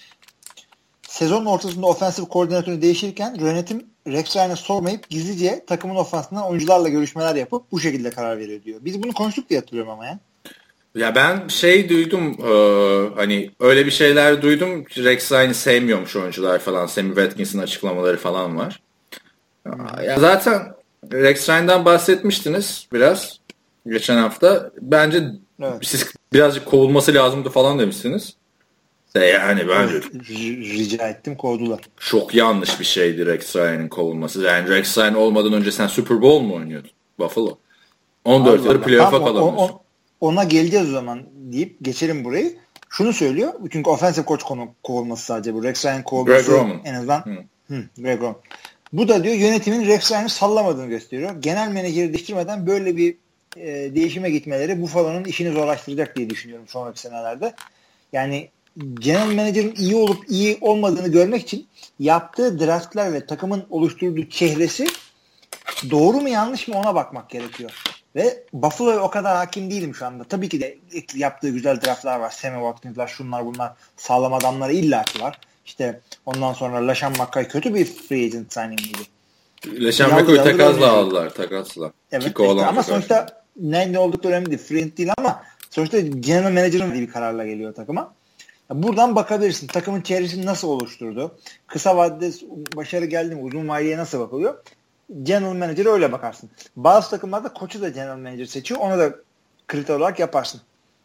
Sezonun ortasında ofensif koordinatörü değişirken yönetim Rex Ryan'a sormayıp gizlice takımın ofansından oyuncularla görüşmeler yapıp bu şekilde karar veriyor diyor. Biz bunu konuştuk diye hatırlıyorum ama ya. Ya ben şey duydum e, hani öyle bir şeyler duydum. Rex Ryan'ı sevmiyormuş oyuncular falan. Sammy Watkins'in açıklamaları falan var. Hmm. Ya zaten Rex Ryan'dan bahsetmiştiniz biraz geçen hafta. Bence evet. Siz birazcık kovulması lazımdı falan demişsiniz. Yani bence rica ettim, kovdular. Çok yanlış bir şeydi Rex Ryan'ın kovulması. Yani Rex Ryan olmadan önce sen Super Bowl mu oynuyordun? Buffalo. on dört yıldır playoff'a kalamıyorsun. Ona geleceğiz o zaman deyip geçelim burayı. Şunu söylüyor. Çünkü offensive coach konu kovulması sadece bu. Rex Ryan kovulması en azından. Hı. Hı, Greg Roman. Bu da diyor yönetimin Rex Ryan'ı sallamadığını gösteriyor. Genel menajeri değiştirmeden böyle bir e, değişime gitmeleri Buffalo'nun işini zorlaştıracak diye düşünüyorum sonraki senelerde. Yani genel menajerin iyi olup iyi olmadığını görmek için yaptığı draftlar ve takımın oluşturduğu çehresi doğru mu yanlış mı ona bakmak gerekiyor. Ve Buffalo'ya o kadar hakim değilim şu anda. Tabii ki de yaptığı güzel draftlar var. Sammy Watkins'lar, şunlar bunlar, sağlam adamları illaki var. İşte ondan sonra LaShawn McCoy kötü bir free agent signing miydi? LaShawn McCoy'u takasla aldılar. Takasla. Evet. Işte, ama takasla. Sonuçta ne, ne oldukları önemli değil. Free agent değil ama sonuçta general manager'ın bir kararla geliyor takıma. Buradan bakabilirsin. Takımın çevresini nasıl oluşturdu? Kısa vadede başarı geldi mi? Uzun vadeye nasıl bakılıyor? General manager'e öyle bakarsın. Bazı takımlarda koçu da general manager seçiyor. Onu da kriter olarak yaparsın.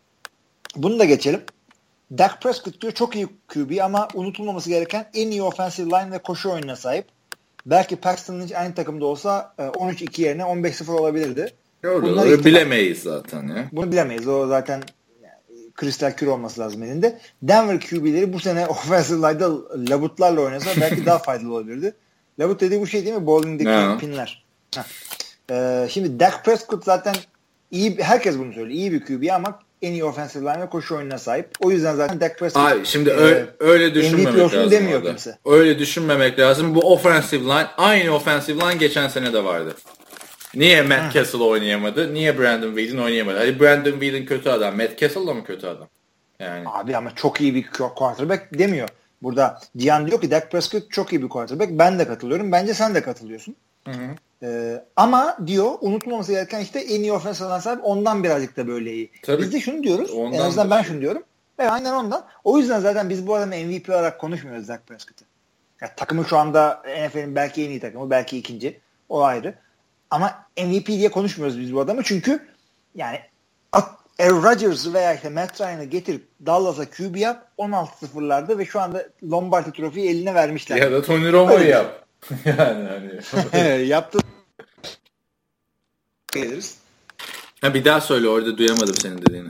Bunu da geçelim. Dak Prescott diyor çok iyi Q B ama unutulmaması gereken en iyi offensive line ve koşu oyununa sahip. Belki Paxton Lynch aynı takımda olsa on üç iki yerine on beş sıfır olabilirdi. Bunları bilemeyiz zaten ya. Bunu bilemeyiz. O zaten kristal kür olması lazım elinde. Denver Q B'leri bu sene offensive line'da labutlarla oynasa belki daha faydalı olabilirdi. Labut dediği bu şey değil mi? Bowling'deki pinler. Ee, şimdi Dak Prescott zaten iyi, herkes bunu söylüyor. İyi bir Q B ama en iyi offensive line ve koşu oyununa sahip. O yüzden zaten Dak Prescott Abi şimdi e, öyle, öyle düşünmemek lazım. Demiyor kimse. Öyle düşünmemek lazım. Bu offensive line aynı offensive line geçen sene de vardı. Niye Matt Castle oynayamadı? Niye Brandon Whedon oynayamadı? Hadi Brandon Whedon kötü adam. Matt Castle da mı kötü adam? Yani. Abi ama çok iyi bir quarterback demiyor. Burada Cihan diyor ki Dak Prescott çok iyi bir quarterback. Ben de katılıyorum. Bence sen de katılıyorsun. Hı hı. Ee, ama diyor unutulmaması gereken işte en iyi offensive line sahip ondan birazcık da böyle iyi. Tabii. Biz de şunu diyoruz. Ondan en azından ben şunu diyorum. Evet aynen ondan. O yüzden zaten biz bu adamı M V P olarak konuşmuyoruz Dak Prescott'ı. Ya, takımı şu anda N F L'in belki en iyi takımı. Belki ikinci. O ayrı. Ama M V P diye konuşmuyoruz biz bu adamı. Çünkü yani Aaron Rodgers veya işte Matt Ryan'ı getirip Dallas'a Q B yap on altı sıfırlarda ve şu anda Lombardi Trofi'yi eline vermişler. Ya da Tony Romo'yu yap. yani hani. Yaptı. Geliriz. Ha bir daha söyle orada duyamadım senin dediğini.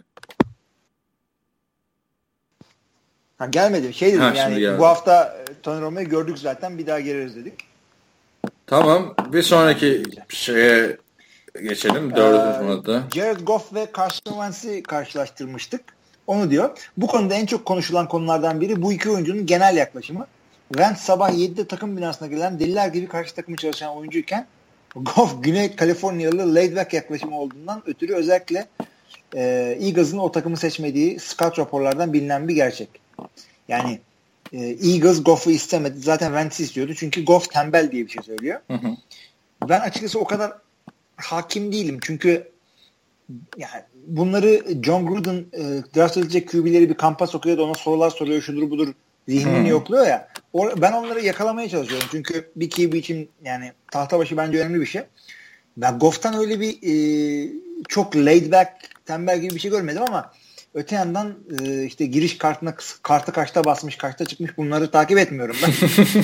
Ha gelmedi. Şey dedim ha, yani bu hafta Tony Romo'yu gördük zaten bir daha geliriz dedik. Tamam. Bir sonraki şeye geçelim. Dördüncü modda. Jared Goff ve Carson Wentz'i karşılaştırmıştık. Onu diyor. Bu konuda en çok konuşulan konulardan biri bu iki oyuncunun genel yaklaşımı. Wentz sabah yedide takım binasına gelen deliler gibi karşı takımı çalışan oyuncuyken Goff Güney Kaliforniyalı laid back yaklaşımı olduğundan ötürü özellikle e, Eagles'ın o takımı seçmediği scout raporlardan bilinen bir gerçek. Yani e, Eagles Goff'u istemedi. Zaten Wentz'i istiyordu. Çünkü Goff tembel diye bir şey söylüyor. Hı hı. Ben açıkçası o kadar hakim değilim. Çünkü yani bunları John Gruden e, draft edilecek Q B'leri bir kampa sokuyor da ona sorular soruyor. Şudur budur Zihnini hmm. yokluyor ya. O, ben onları yakalamaya çalışıyorum. Çünkü bir Q B için yani tahta başı bence önemli bir şey. Ben Goff'tan öyle bir e, çok laid back, tembel gibi bir şey görmedim ama öte yandan e, işte giriş kartına kartı kaçta basmış, kaçta çıkmış bunları takip etmiyorum ben.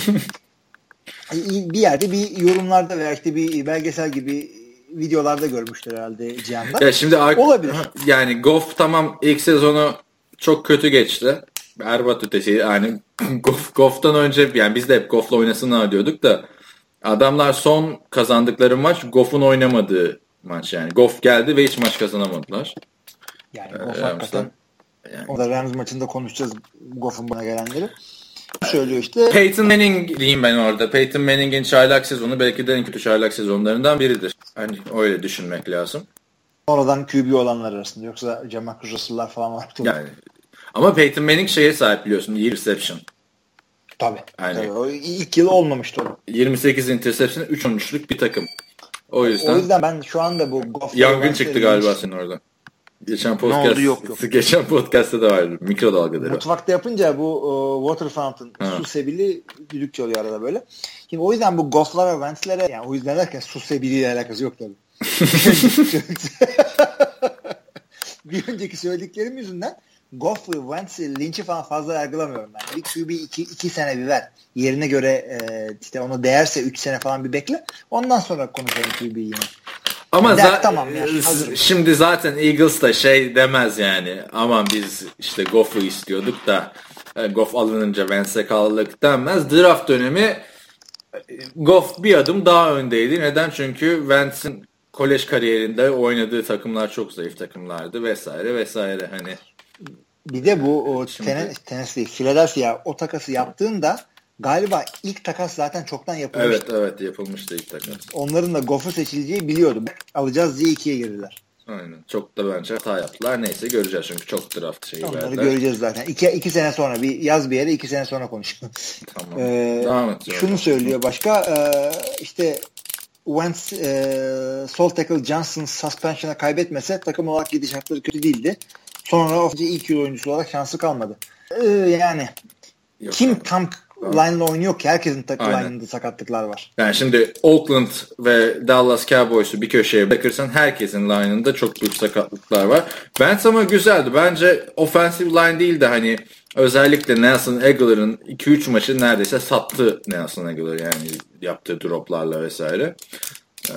Bir yerde bir yorumlarda veya işte bir belgesel gibi videolarda görmüştür herhalde Cihan'da. Ya şimdi olabilir. Yani Goff tamam ilk sezonu çok kötü geçti. Berbat ötesi yani Goff, Goff'tan önce yani biz de hep Goff'la oynasın diyorduk da adamlar son kazandıkları maç Goff'un oynamadığı maç yani. Goff geldi ve hiç maç kazanamadılar. Yani Goff ee, hakikaten yani. O da Rams maçında konuşacağız Goff'un buna gelenleri. Söylüyor işte. Peyton Manning diyeyim ben orada. Peyton Manning'in çaylak sezonu belki de en kötü çaylak sezonlarından biridir. Hani öyle düşünmek lazım. Sonradan Q B olanlar arasında. Yoksa Jamarcus Russell'lar falan var. Yani. Ama Peyton Manning şeye sahip biliyorsun. iyi reception. Tabii. Yani, tabii. O ilk yılı olmamıştı o. yirmi sekiz interception, üç on üçlük bir takım. O yüzden. O yüzden ben şu anda bu Goff yangın çıktı galiba senin orada. Geçen podcast, oldu, yok, yok. Geçen podcast'ta da vardı. Mikrodalgaları. Mutfakta yapınca bu uh, water fountain ha. Su sebili düdük çalıyor arada böyle. Şimdi o yüzden bu Goff'lara, Wentz'lere yani o yüzden derken su sebiliyle alakası yok tabii. Bir önceki söylediklerim yüzünden Goff, Wentz'i, Lynch'i falan fazla yargılamıyorum ben. Bir Q B iki, iki sene bir ver. Yerine göre e, işte ona değerse üç sene falan bir bekle. Ondan sonra konuşalım Q B'yi yine. Ama za- tamam ya, şimdi zaten Eagles da şey demez yani. Aman biz işte Goff'u istiyorduk da Goff alınınca Wentz'e kaldık denmez. Draft dönemi Goff bir adım daha öndeydi. Neden? Çünkü Wentz'in kolej kariyerinde oynadığı takımlar çok zayıf takımlardı vesaire vesaire hani. Bir de bu o ten- Tennessee, Philadelphia o takası yaptığında galiba ilk takas zaten çoktan yapılmıştı. Evet evet yapılmıştı ilk takas. Onların da Goff'u seçileceği biliyordum. Alacağız diye ikiye girdiler. Aynen. Çok da bence hata yaptılar. Neyse göreceğiz çünkü çok draft şeyi Onları verdiler. göreceğiz zaten. İki, iki sene sonra bir yaz bir yere iki sene sonra konuşalım. Tamam. Ee, Devam et. Şunu söylüyor başka e, işte Wentz e, sol tackle Johnson suspension'a kaybetmese takım olarak gidişatları kötü değildi. Sonra ofisi ilk yıl oyuncusu olarak şansı kalmadı. Ee, yani Yok, kim abi. tam line'la oynuyor ki? Herkesin takım line'ında sakatlıklar var. Yani şimdi Oakland ve Dallas Cowboys'u bir köşeye bırakırsan herkesin line'ında çok büyük sakatlıklar var. Wentz ama güzeldi. Bence offensive line değil de hani özellikle Nelson Aguilar'ın iki üç maçı neredeyse sattı Nelson Aguilar yani yaptığı droplarla vesaire. Ee,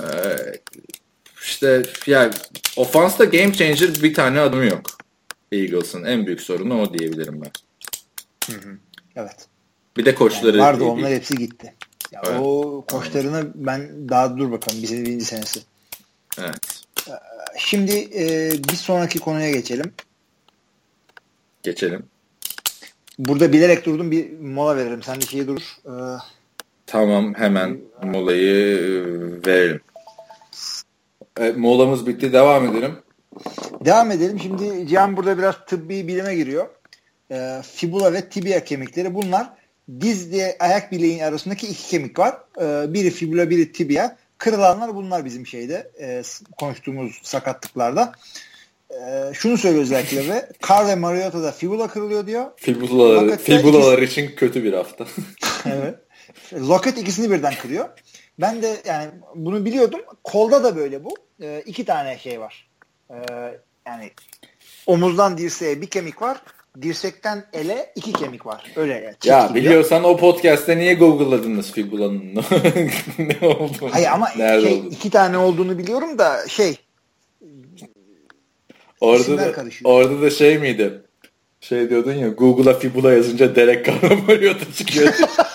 işte yani ofansta game changer bir tane adamı yok. Eagles'ın en büyük sorunu o diyebilirim ben. Hı hı. Evet. Bir de koçları. Yani vardı onlar hepsi gitti. Ya evet. O koçlarına evet. ben daha dur bakalım. Bize birinci senesi. Evet. Şimdi e, bir sonraki konuya geçelim. Geçelim. Burada bilerek durdum. Bir mola verelim. Sen de şeye dur. Ee, tamam. Hemen molayı verelim. Evet, molamız bitti. Devam edelim. Devam edelim. Şimdi Cihan burada biraz tıbbi bilime giriyor. E, fibula ve tibia kemikleri bunlar dizle ayak bileğin arasındaki iki kemik var. E, biri fibula biri tibia. Kırılanlar bunlar bizim şeyde e, konuştuğumuz sakatlıklarda. E, şunu söylüyor özellikle ve Carr ve Mariota'da fibula kırılıyor diyor. Fibulalar, fibulalar ikisi... için kötü bir hafta. Evet. Lockett ikisini birden kırıyor. Ben de yani bunu biliyordum. Kolda da böyle bu. E, iki tane şey var. E, yani omuzdan dirseğe bir kemik var. Dirsekten ele iki kemik var. Öyle yani. Ya biliyorsan o podcast'te niye Google'ladınız fibulanın ne olduğunu? Hayır ama şey, iki tane olduğunu biliyorum da şey orada da, orada da şey miydi? Şey diyordun ya Google'a fibula yazınca Derek Carr'la Mariota çıkıyor.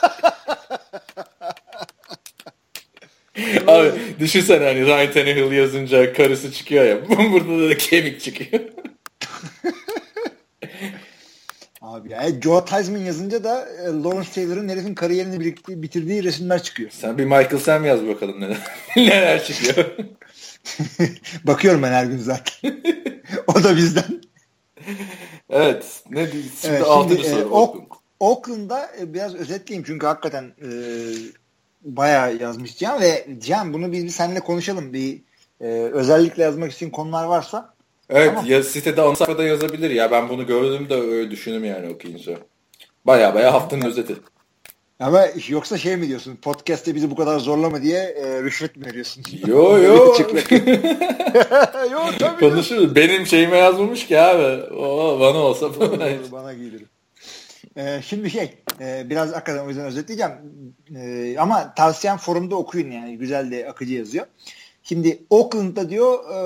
Abi düşünsene hani Ryan Tannehill yazınca karısı çıkıyor ya. Burada da kemik çıkıyor. Abi ya Joe Theismann yazınca da e, Lawrence Taylor'ın herifin kariyerini birlikte bitirdiği resimler çıkıyor. Sen bir Michael Sam yaz bakalım neler, neler çıkıyor. Bakıyorum ben her gün zaten. O da bizden. Evet. Ne şimdi evet, altıncı şimdi, soru. E, ok, Oakland'da e, biraz özetleyeyim çünkü hakikaten e, bayağı yazmış Cihan ve Cihan bunu biz bir seninle konuşalım. Bir e, özellikle yazmak için konular varsa. Evet tamam. Ya sitede ana sayfada yazabilir ya ben bunu gördüm de öyle düşündüm yani okuyunca. Baya baya haftanın özeti. Ama yoksa şey mi diyorsun? Podcast'te bizi bu kadar zorlama diye e, rüşvet mi veriyorsun? Yo yo. Yo tabii. Konuşuruz. Benim şeyime yazmamış ki abi. O bana olsa. Doğru, doğru, bana giydiririm. Ee, şimdi şey e, biraz hakikaten o yüzden özetleyeceğim. E, ama tavsiyem forumda okuyun yani. Güzel de akıcı yazıyor. Şimdi Oakland'da diyor e,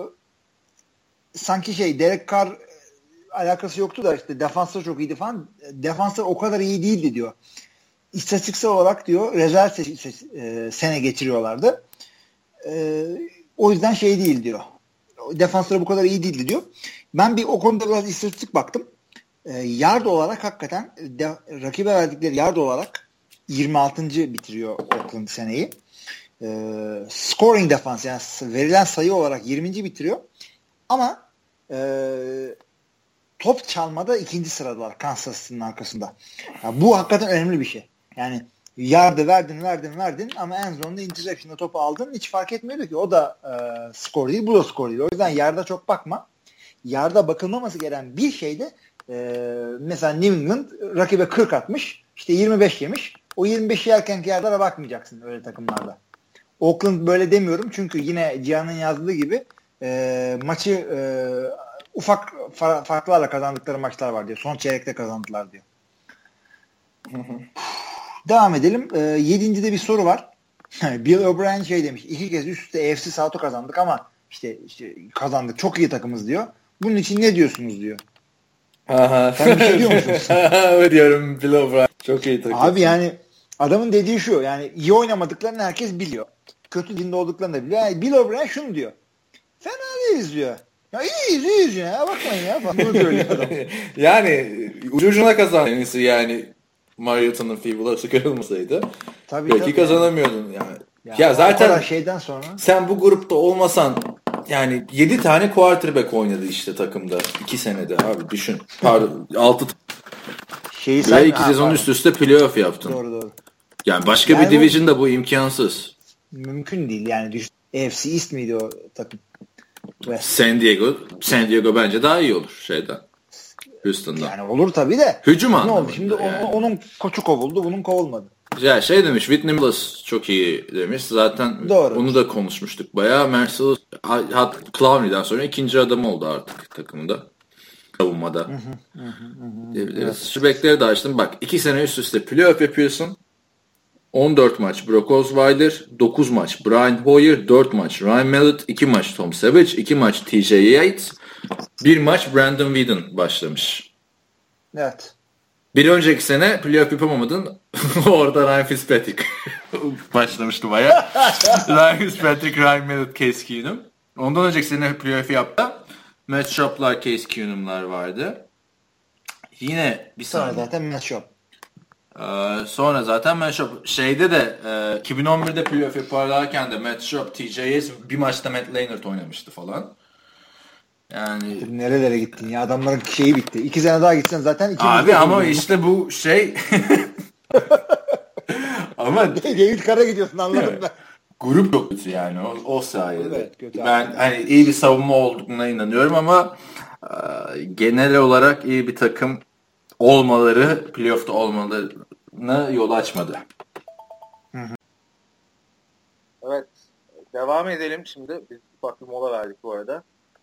sanki şey Derek Carr alakası yoktu da işte defanslar çok iyiydi falan. Defanslar o kadar iyi değildi diyor. İstatistiksel olarak diyor rezerv se- se- e, sene geçiriyorlardı. E, o yüzden şey değil diyor. Defansları bu kadar iyi değildi diyor. Ben bir o konuda biraz istatistik baktım. E, yard olarak hakikaten de, rakibe verdikleri yard olarak yirmi altıncı bitiriyor Oakland seneyi. E, scoring defans yani verilen sayı olarak yirminci bitiriyor. Ama e, top çalmada ikinci sıradalar Kansas City'nin arkasında. Yani bu hakikaten önemli bir şey. Yani yardı verdin verdin verdin ama en sonunda interception'da topu aldın hiç fark etmiyordu ki. O da e, skor değil, bu da skor değil. O yüzden yarda çok bakma. Yarda bakılmaması gereken bir şey de e, mesela New England rakibe kırk atmış. İşte yirmi beş yemiş. O yirmi beşi yerkenki yardara bakmayacaksın öyle takımlarda. Oakland böyle demiyorum çünkü yine Cihan'ın yazdığı gibi e, maçı e, ufak far- farklarla kazandıkları maçlar var diyor. Son çeyrekte kazandılar diyor. Hı hı. Devam edelim. E, yedincide bir soru var. Bill O'Brien şey demiş. İki kez üst üste A F C South'u kazandık ama işte, işte kazandık. Çok iyi takımız diyor. Bunun için ne diyorsunuz diyor. Aha. Sen bir şey diyor musun? Evet diyorum Bill O'Brien. Çok iyi takım. Abi yani adamın dediği şu. Yani iyi oynamadıklarını herkes biliyor. Kötü dinde olduklarını da biliyor. Yani Bill O'Brien şunu diyor. Fena değiliz diyor. Ya iyiyiz iyiyiz ya. Bakmayın ya. Bunu söylüyor adam. Yani ucu ucuna kazandı. Yani Mariota'nın fibulası kırılmasaydı Tabii, belki tabii kazanamıyordun yani. Ya, ya zaten şeyden sonra sen bu grupta olmasan yani yedi tane quarterback oynadı işte takımda iki senede abi düşün. Pardon altı şeyi sen, ve iki ha, sezon pardon. üst üste playoff yaptın. Doğru doğru. Yani başka yani bir division'da bu imkansız. Mümkün değil yani düşün. A F C East miydi o takım? West. San Diego San Diego bence daha iyi olur şeyden. Houston'dan. Yani olur tabii de. Hücum ne oldu? Şimdi yani. onun koçu kovuldu, bunun kovulmadı. Ya şey demiş, Whitney Merciless çok iyi demiş. Zaten doğru. Onu da konuşmuştuk bayağı. Merciless Clowney'den sonra ikinci adam oldu artık takımda. Savunmada. Hı hı, hı, hı, diyebiliriz. Evet. Şu bekleri de açtım. Bak iki sene üst üste playoff yapıyorsun. on dört maç Brock Osweiler, dokuz maç Brian Hoyer, dört maç Ryan Mallett, iki maç Tom Savage, iki maç T J Yates, bir maç Brandon Whedon başlamış. Evet. Bir önceki sene playoff yapamamadın. Orada Ryan Fitzpatrick başlamıştı bayağı. Ryan Fitzpatrick, Ryan Mallett, Case Keenum. Ondan önceki sene playoff yaptı. Matt Schaub'lar, Case Keenum'lar vardı. Yine bir sonra saniye. zaten Matt Schaub. Ee, sonra zaten Matt Schaub şeyde de e, iki bin on birde playoff yaparlarken de Matt Schaub, T J Yates bir maçta Matt Leinart oynamıştı falan. Yani nerelere gittin ya, adamların şeyi bitti. İki sene daha gitsen zaten iki abi ama işte bu şey ama David Carr'a gidiyorsun anladım ben. Grup yok kötü yani o, o sayede. Evet, kötü ben abi. Hani iyi bir savunma olduğuna inanıyorum ama e, genel olarak iyi bir takım olmaları playoff'ta olmalarına yol açmadı. Hı hı. Evet. Devam edelim şimdi. Biz ufak bir mola verdik bu arada.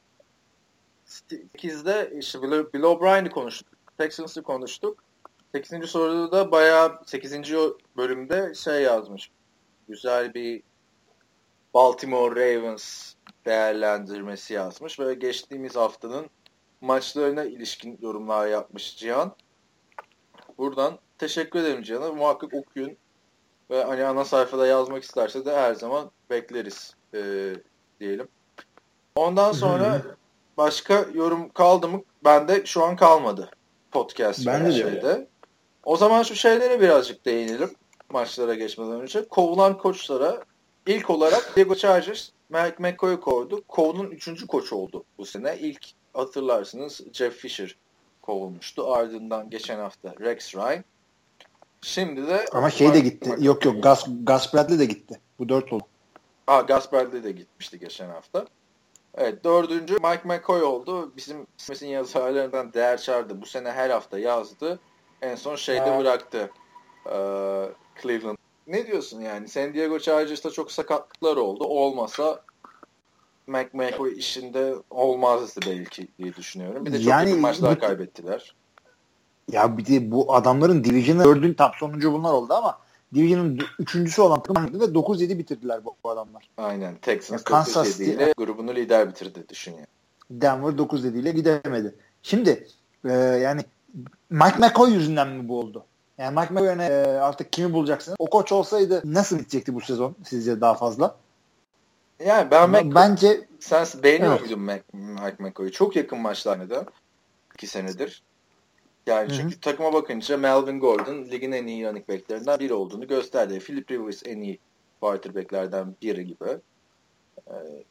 sekizde işte Bill, Bill O'Brien'i konuştuk. Texans'ı konuştuk. sekizinci soruda da bayağı sekizinci bölümde şey yazmış. Güzel bir Baltimore Ravens değerlendirmesi yazmış. Böyle geçtiğimiz haftanın maçlarına ilişkin yorumlar yapmış Cihan. Buradan teşekkür ederim Cihan'a. Muhakkak okuyun. Ve hani ana sayfada yazmak isterse de her zaman bekleriz e, diyelim. Ondan sonra başka yorum kaldı mı? Bende şu an kalmadı. Podcast ben de şeyde. O zaman şu şeylere birazcık değinelim. Maçlara geçmeden önce. Kovulan koçlara ilk olarak Diego Chargers Mike McCoy'u kovdu. Kovulun üçüncü koç oldu bu sene. İlk hatırlarsınız Jeff Fisher kovulmuştu. Ardından geçen hafta Rex Ryan. Şimdi de ama şey de gitti. Bak, yok yok Gus, Gus Bradley de gitti. Bu dört oldu. Ha, Gus Bradley de gitmişti geçen hafta. Evet, dördüncü Mike McCoy oldu. Bizim mesin yazarlarından Değer Çağrı bu sene her hafta yazdı. En son şeyde evet. bıraktı. Ee, Cleveland. Ne diyorsun yani? San Diego Chargers'ta çok sakatlıklar oldu. Olmasa McMahon işinde olmazdı belki diye düşünüyorum. Bir de çok yani, yakın maçlar bu, kaybettiler. Ya bir de bu adamların Division'ı dördüncü tam sonuncu bunlar oldu ama Division'ın üçüncüsü olan takım ve dokuz yedi bitirdiler bu, bu adamlar. Aynen. Texans yani dokuz yedi ile grubunu lider bitirdi düşün yani. Denver dokuz yedi ile gidemedi. Şimdi e, yani Mike McCoy yüzünden mi bu oldu? Yani Mike McCoy'un e, artık kimi bulacaksınız? O koç olsaydı nasıl bitecekti bu sezon sizce daha fazla? Yani ben Mac- bence sen beğeniyor evet. muydun Mac- Mike McCoy'u? Çok yakın maçlardı. iki senedir. Yani Hı-hı. çünkü takıma bakınca Melvin Gordon ligin en iyi running back'lerinden biri olduğunu gösterdi. Philip Rivers en iyi quarterback'lerden biri gibi. Ee,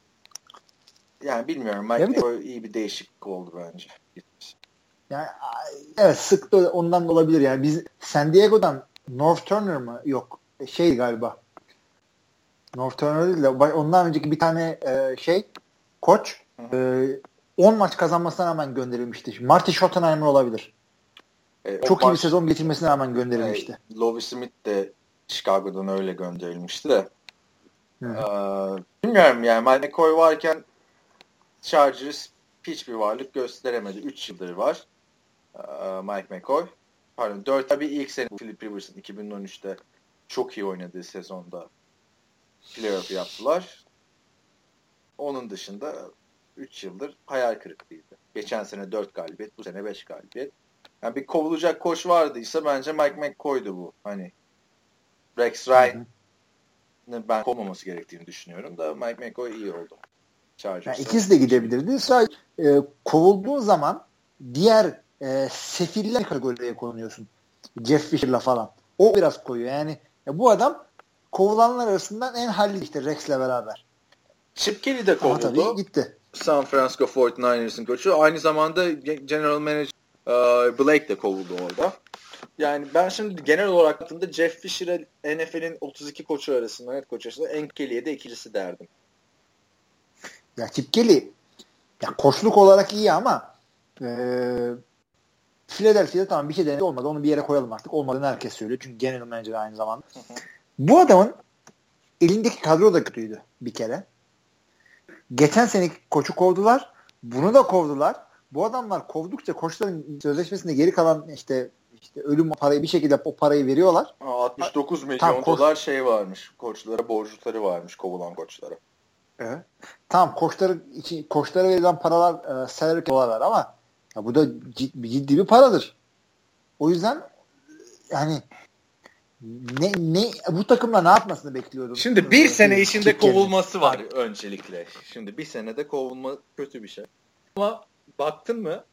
yani bilmiyorum. Mike McCoy de... iyi bir değişiklik oldu bence. Yani evet sık da ondan da olabilir yani. Biz San Diego'dan North Turner mı? Yok. Şey galiba. North Turner değil de ondan önceki bir tane e, şey koç e, on maç kazanmasına rağmen gönderilmişti. Marty Schottenheimer olabilir. E, Çok iyi maç, bir sezon getirmesine rağmen gönderilmişti. E, Lovie Smith de Chicago'dan öyle gönderilmişti de. E, bilmiyorum yani Mike McCoy varken Chargers hiçbir varlık gösteremedi. üç yıldır var e, Mike McCoy. Pardon dört tabii ilk sene Philip Rivers'ın iki bin on üçte çok iyi oynadığı sezonda playoff yaptılar. Onun dışında üç yıldır hayal kırıklığıydı. Geçen sene dört galibiyet, bu sene beş galibiyet. Yani bir kovulacak koç vardıysa bence Mike McCoy'du bu. Hani Rex Ryan'ın ben kovmaması gerektiğini düşünüyorum da Mike McCoy iyi oldu. Yani ikisi de gidebilirdi. Sadece e, kovulduğun zaman diğer e, sefiller kategoriye konuyorsun. Jeff Fisher'la falan. O biraz koyuyor. Yani ya bu adam kovulanlar arasından en halli işte Rex'le beraber. Chip Kelly de kovuldu. Ama tabii gitti. San Francisco kırk dokuzlar'ın koçu. Aynı zamanda General Manager uh, Blake de kovuldu orada. Yani ben şimdi genel olarak baktığımda Jeff Fisher'a N F L'in otuz iki koçu arasında, net koç arasında en Kelly'ye de ikincisi derdim. Ya Chip Kelly ya koçluk olarak iyi ama e, Philadelphia'da tamam bir şey denedi olmadı. Onu bir yere koyalım artık. Olmadığını herkes söylüyor. Çünkü General Manager aynı zamanda. Hı hı. Bu adamın elindeki kadro da kötüydü bir kere. Geçen seneki koçu kovdular. Bunu da kovdular. Bu adamlar kovdukça koçların sözleşmesinde geri kalan işte işte ölüm parayı bir şekilde o parayı veriyorlar. altmış dokuz milyon tamam, dolar koç... şey varmış. Koçlara borçları varmış kovulan koçlara. Evet. Tamam koçları için koçlara verilen paralar e, salary dolar ama ya bu da ciddi, ciddi bir paradır. O yüzden yani ne ne bu takımla ne yapmasını bekliyordum? Şimdi bir sene içinde kovulması var öncelikle. Şimdi bir senede kovulma kötü bir şey. Ama baktın mı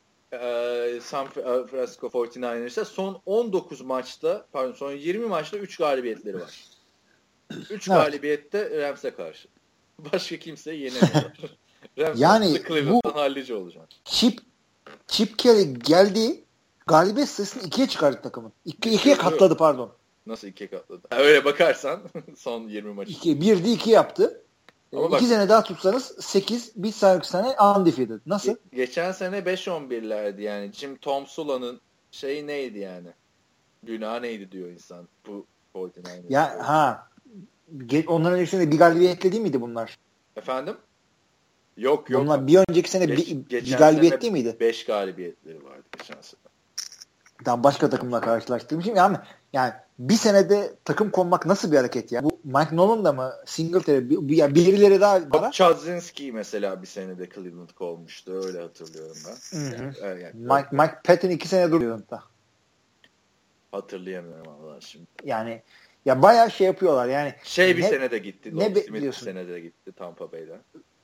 e, San Francisco kırk dokuzlar'sa son on dokuz maçta pardon son yirmi maçta üç galibiyetleri var. üç evet. galibiyette Rams'e karşı. Başka kimse yenemiyorlar. Rams yani Cleveland'dan hallice olacak. Chip Chip Kelly geldi galibiyet sayısını ikiye çıkardı takımın. İki, ikiye katladı pardon. Nasıl ikiye katladı? Öyle bakarsan son yirmi maç. İki, birdi iki yaptı. Ama iki bak, sene daha tutsanız sekiz, bir sonraki sene undefeated. Nasıl? Ge- geçen sene beş on birlerdi yani. Jim Tom Sula'nın şeyi neydi yani? Günah neydi diyor insan. Bu kırk dokuzlar. Ya ha. Ge- onların öncesinde bir galibiyetle değil miydi bunlar? Efendim? Yok yok. Bunlar bir önceki sene Geç, bir, bir galibiyet değil miydi? beş galibiyetleri vardı geçen sene. Daha başka takımla karşılaştırmışım. Yani yani bir senede takım konmak nasıl bir hareket ya? Bu Mike Nolan da mı? Singletary bir, bir, birileri daha var. Chudzinski mesela bir senede Cleveland kovmuştu. Öyle hatırlıyorum ben. Yani, yani, Mike, Mike Patton iki sene duruyor da. Hatırlayamıyorum Allah şimdi. Yani ya bayağı şey yapıyorlar yani. Şey bir ne, senede gitti. Ne bekliyorsun? Bir senede gitti Tampa Bay'den.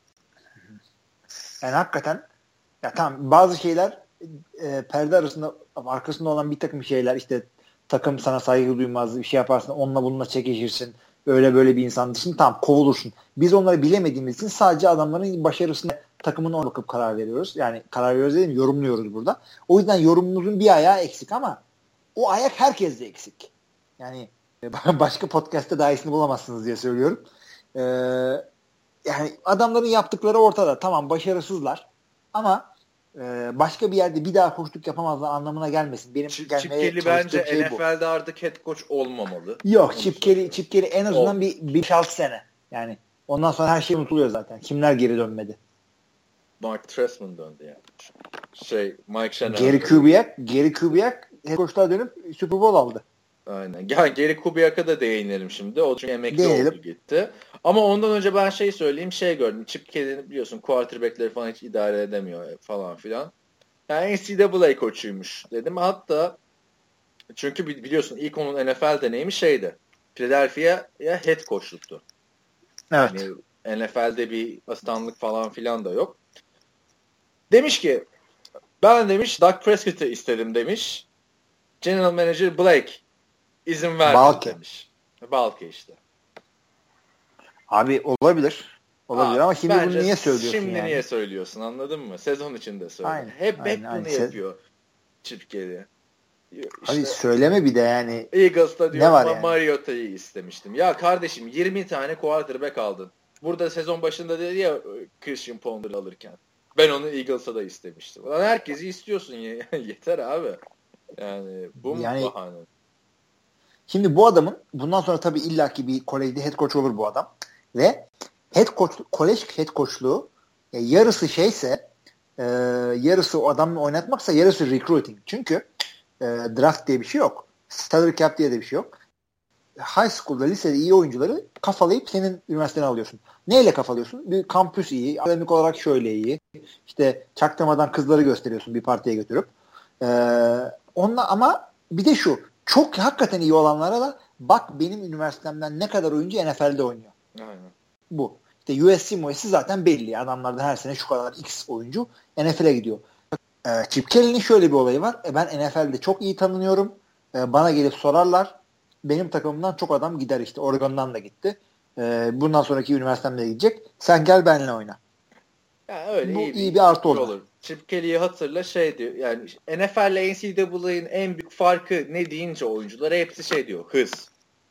Yani hakikaten ya tamam bazı şeyler e, perde arasında arkasında olan bir takım şeyler işte takım sana saygı duymaz bir şey yaparsın onunla bununla çekişirsin öyle böyle bir insan dışında tamam kovulursun. Biz onları bilemediğimiz için sadece adamların başarısına takımın ona bakıp karar veriyoruz. Yani karar veriyoruz dedim yorumluyoruz burada. O yüzden yorumumuzun bir ayağı eksik ama o ayak herkeste eksik. Yani başka podcast'te daha iyisini bulamazsınız diye söylüyorum. Ee, yani adamların yaptıkları ortada. Tamam başarısızlar ama Ee, başka bir yerde bir daha koçluk yapamazlar anlamına gelmesin. Benim Chip, gelmeye Chip Kelly bence şey N F L'de artık head coach olmamalı. Yok, Chip Kelly, Chip Kelly en azından o. bir beş altı sene. Yani ondan sonra her şey unutuluyor zaten. Kimler geri dönmedi? Mark Trestman döndü yani. Şey, Mike Shanahan. Gary Kubiak, Gary Kubiak head coach'luğa dönüp Super Bowl aldı. Aynen. Yani Gary Kubiak'a da değinelim şimdi. O çünkü emekli Değinelim. oldu gitti. Ama ondan önce ben şey söyleyeyim. Şey gördüm. Chip Kelly'nin biliyorsun quarterback'leri falan hiç idare edemiyor falan filan. Yani N C double A koçuymuş dedim. Hatta çünkü biliyorsun ilk onun N F L deneyimi şeydi. Philadelphia'ya head coachluktu. Evet. Yani N F L'de bir asistanlık falan filan da yok. Demiş ki ben demiş Dak Prescott'ı istedim demiş. General Manager Blake izin vermedi demiş. Balke işte. Abi olabilir. Olabilir Aa, ama şimdi bunu niye söylüyorsun şimdi yani? niye söylüyorsun anladın mı? Sezon içinde söyle. Aynen, hep aynen, hep aynen. bunu yapıyor Chip Kelly. İşte, abi söyleme bir de yani. Eagles'ta diyor ama yani? Mariota'yı istemiştim. Ya kardeşim yirmi tane quarterback aldın. Burada sezon başında dedi ya Christian Ponder alırken. Ben onu Eagles'a da istemiştim. Lan herkesi istiyorsun ya. Yeter abi. Yani bu mu yani, bahane? Şimdi bu adamın bundan sonra tabii illaki bir kolejde head coach olur bu adam. Ve head coach, kolej head coachluğu e, yarısı şeyse e, yarısı o adamla oynatmaksa yarısı recruiting. Çünkü e, draft diye bir şey yok. Salary cap diye de bir şey yok. High school'da, lisede iyi oyuncuları kafalayıp senin üniversitene alıyorsun. Neyle kafalıyorsun? Bir kampüs iyi, akademik olarak şöyle iyi. İşte çaktırmadan kızları gösteriyorsun bir partiye götürüp. Ee, onunla ama bir de şu, çok hakikaten iyi olanlara da bak benim üniversitemden ne kadar oyuncu N F L'de oynuyor. Aynen. Bu. İşte U S C, U S C zaten belli. Adamlardan her sene şu kadar X oyuncu N F L'e gidiyor. Ee, Chip Kelly'nin şöyle bir olayı var. E, ben N F L'de çok iyi tanınıyorum. E, bana gelip sorarlar. Benim takımımdan çok adam gider işte. Oregon'dan da gitti. Ee, bundan sonraki üniversitemde gidecek. Sen gel benimle oyna. Yani öyle Bu iyi, iyi bir artı olur. olur. Chip Kelly'yi hatırla şey diyor. Yani N F L ile N C double A'nin en büyük farkı ne deyince oyunculara hepsi şey diyor. Hız.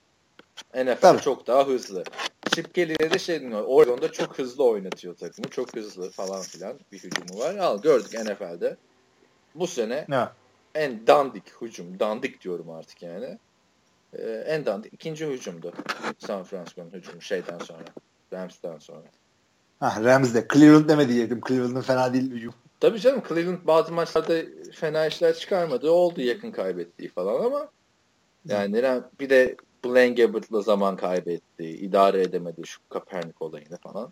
N F L çok daha hızlı. Chip Kelly'de de şey diyor. Oregon'da çok hızlı oynatıyor takımı. Çok hızlı falan filan bir hücumu var. Al gördük N F L'de. Bu sene ne? En dandik hücum. Dandik diyorum artık yani. Ee, en dandik ikinci hücumdu. San Francisco'nun hücumu şeyden sonra. Rams'ten sonra. Ha, Rams'de. Cleveland deme diyecektim. Cleveland'ın fena değil hücum. Tabii canım Cleveland bazı maçlarda fena işler çıkarmadı. Oldu yakın kaybettiği falan ama yani bir de Blaine Gabbert'la zaman kaybetti. İdare edemedi şu Kaepernick olayını falan.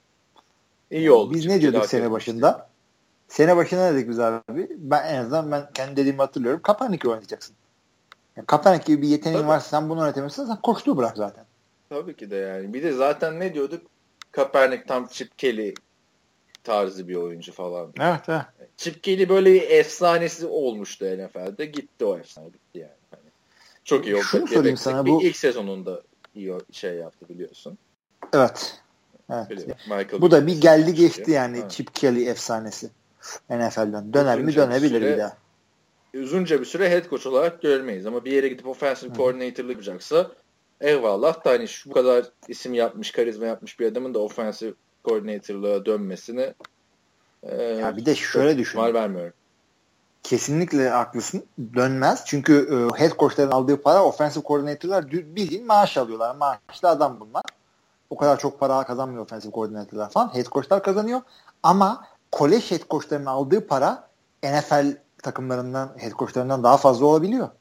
İyi oldu. Biz ne diyorduk sene başında? Işte. Sene başında ne dedik biz abi? Ben en azından ben kendi dediğimi hatırlıyorum. Kaepernick'i oynayacaksın. Yani Kaepernick gibi bir yeteneğin Tabii. varsa sen bunu öğretemezsen sen koçluğu bırak zaten. Tabii ki de yani. Bir de zaten ne diyorduk? Kaepernick tam Chip Kelly tarzı bir oyuncu falan. Evet, evet. Chip Kelly böyle bir efsanesi olmuştu N F L'de. Gitti o efsane. Bitti yani. Hani çok iyi oldu. Şunu sorayım sana. Bu ilk sezonunda iyi şey yaptı biliyorsun. Evet. Evet. Bu da bir geldi geçti yani ha. Chip Kelly efsanesi. N F L'den. Döner uzunca mi dönebilir bir, süre, bir daha. Uzunca bir süre head coach olarak görmeyiz. Ama bir yere gidip offensive coordinator'lık yapacaksa eyvallah da hani şu kadar isim yapmış, karizma yapmış bir adamın da offensive coordinator'lığa dönmesini e, ya bir de şöyle düşün. Mal vermiyorum. Kesinlikle haklısın. Dönmez. Çünkü e, head coach'ların aldığı para offensive coordinator'lar bildiğin maaş alıyorlar. Maaşlı adam bunlar. O kadar çok para kazanmıyor offensive coordinator'lar falan. Head coach'lar kazanıyor. Ama kolej head coach'larının aldığı para N F L takımlarından, head coach'larından daha fazla olabiliyor.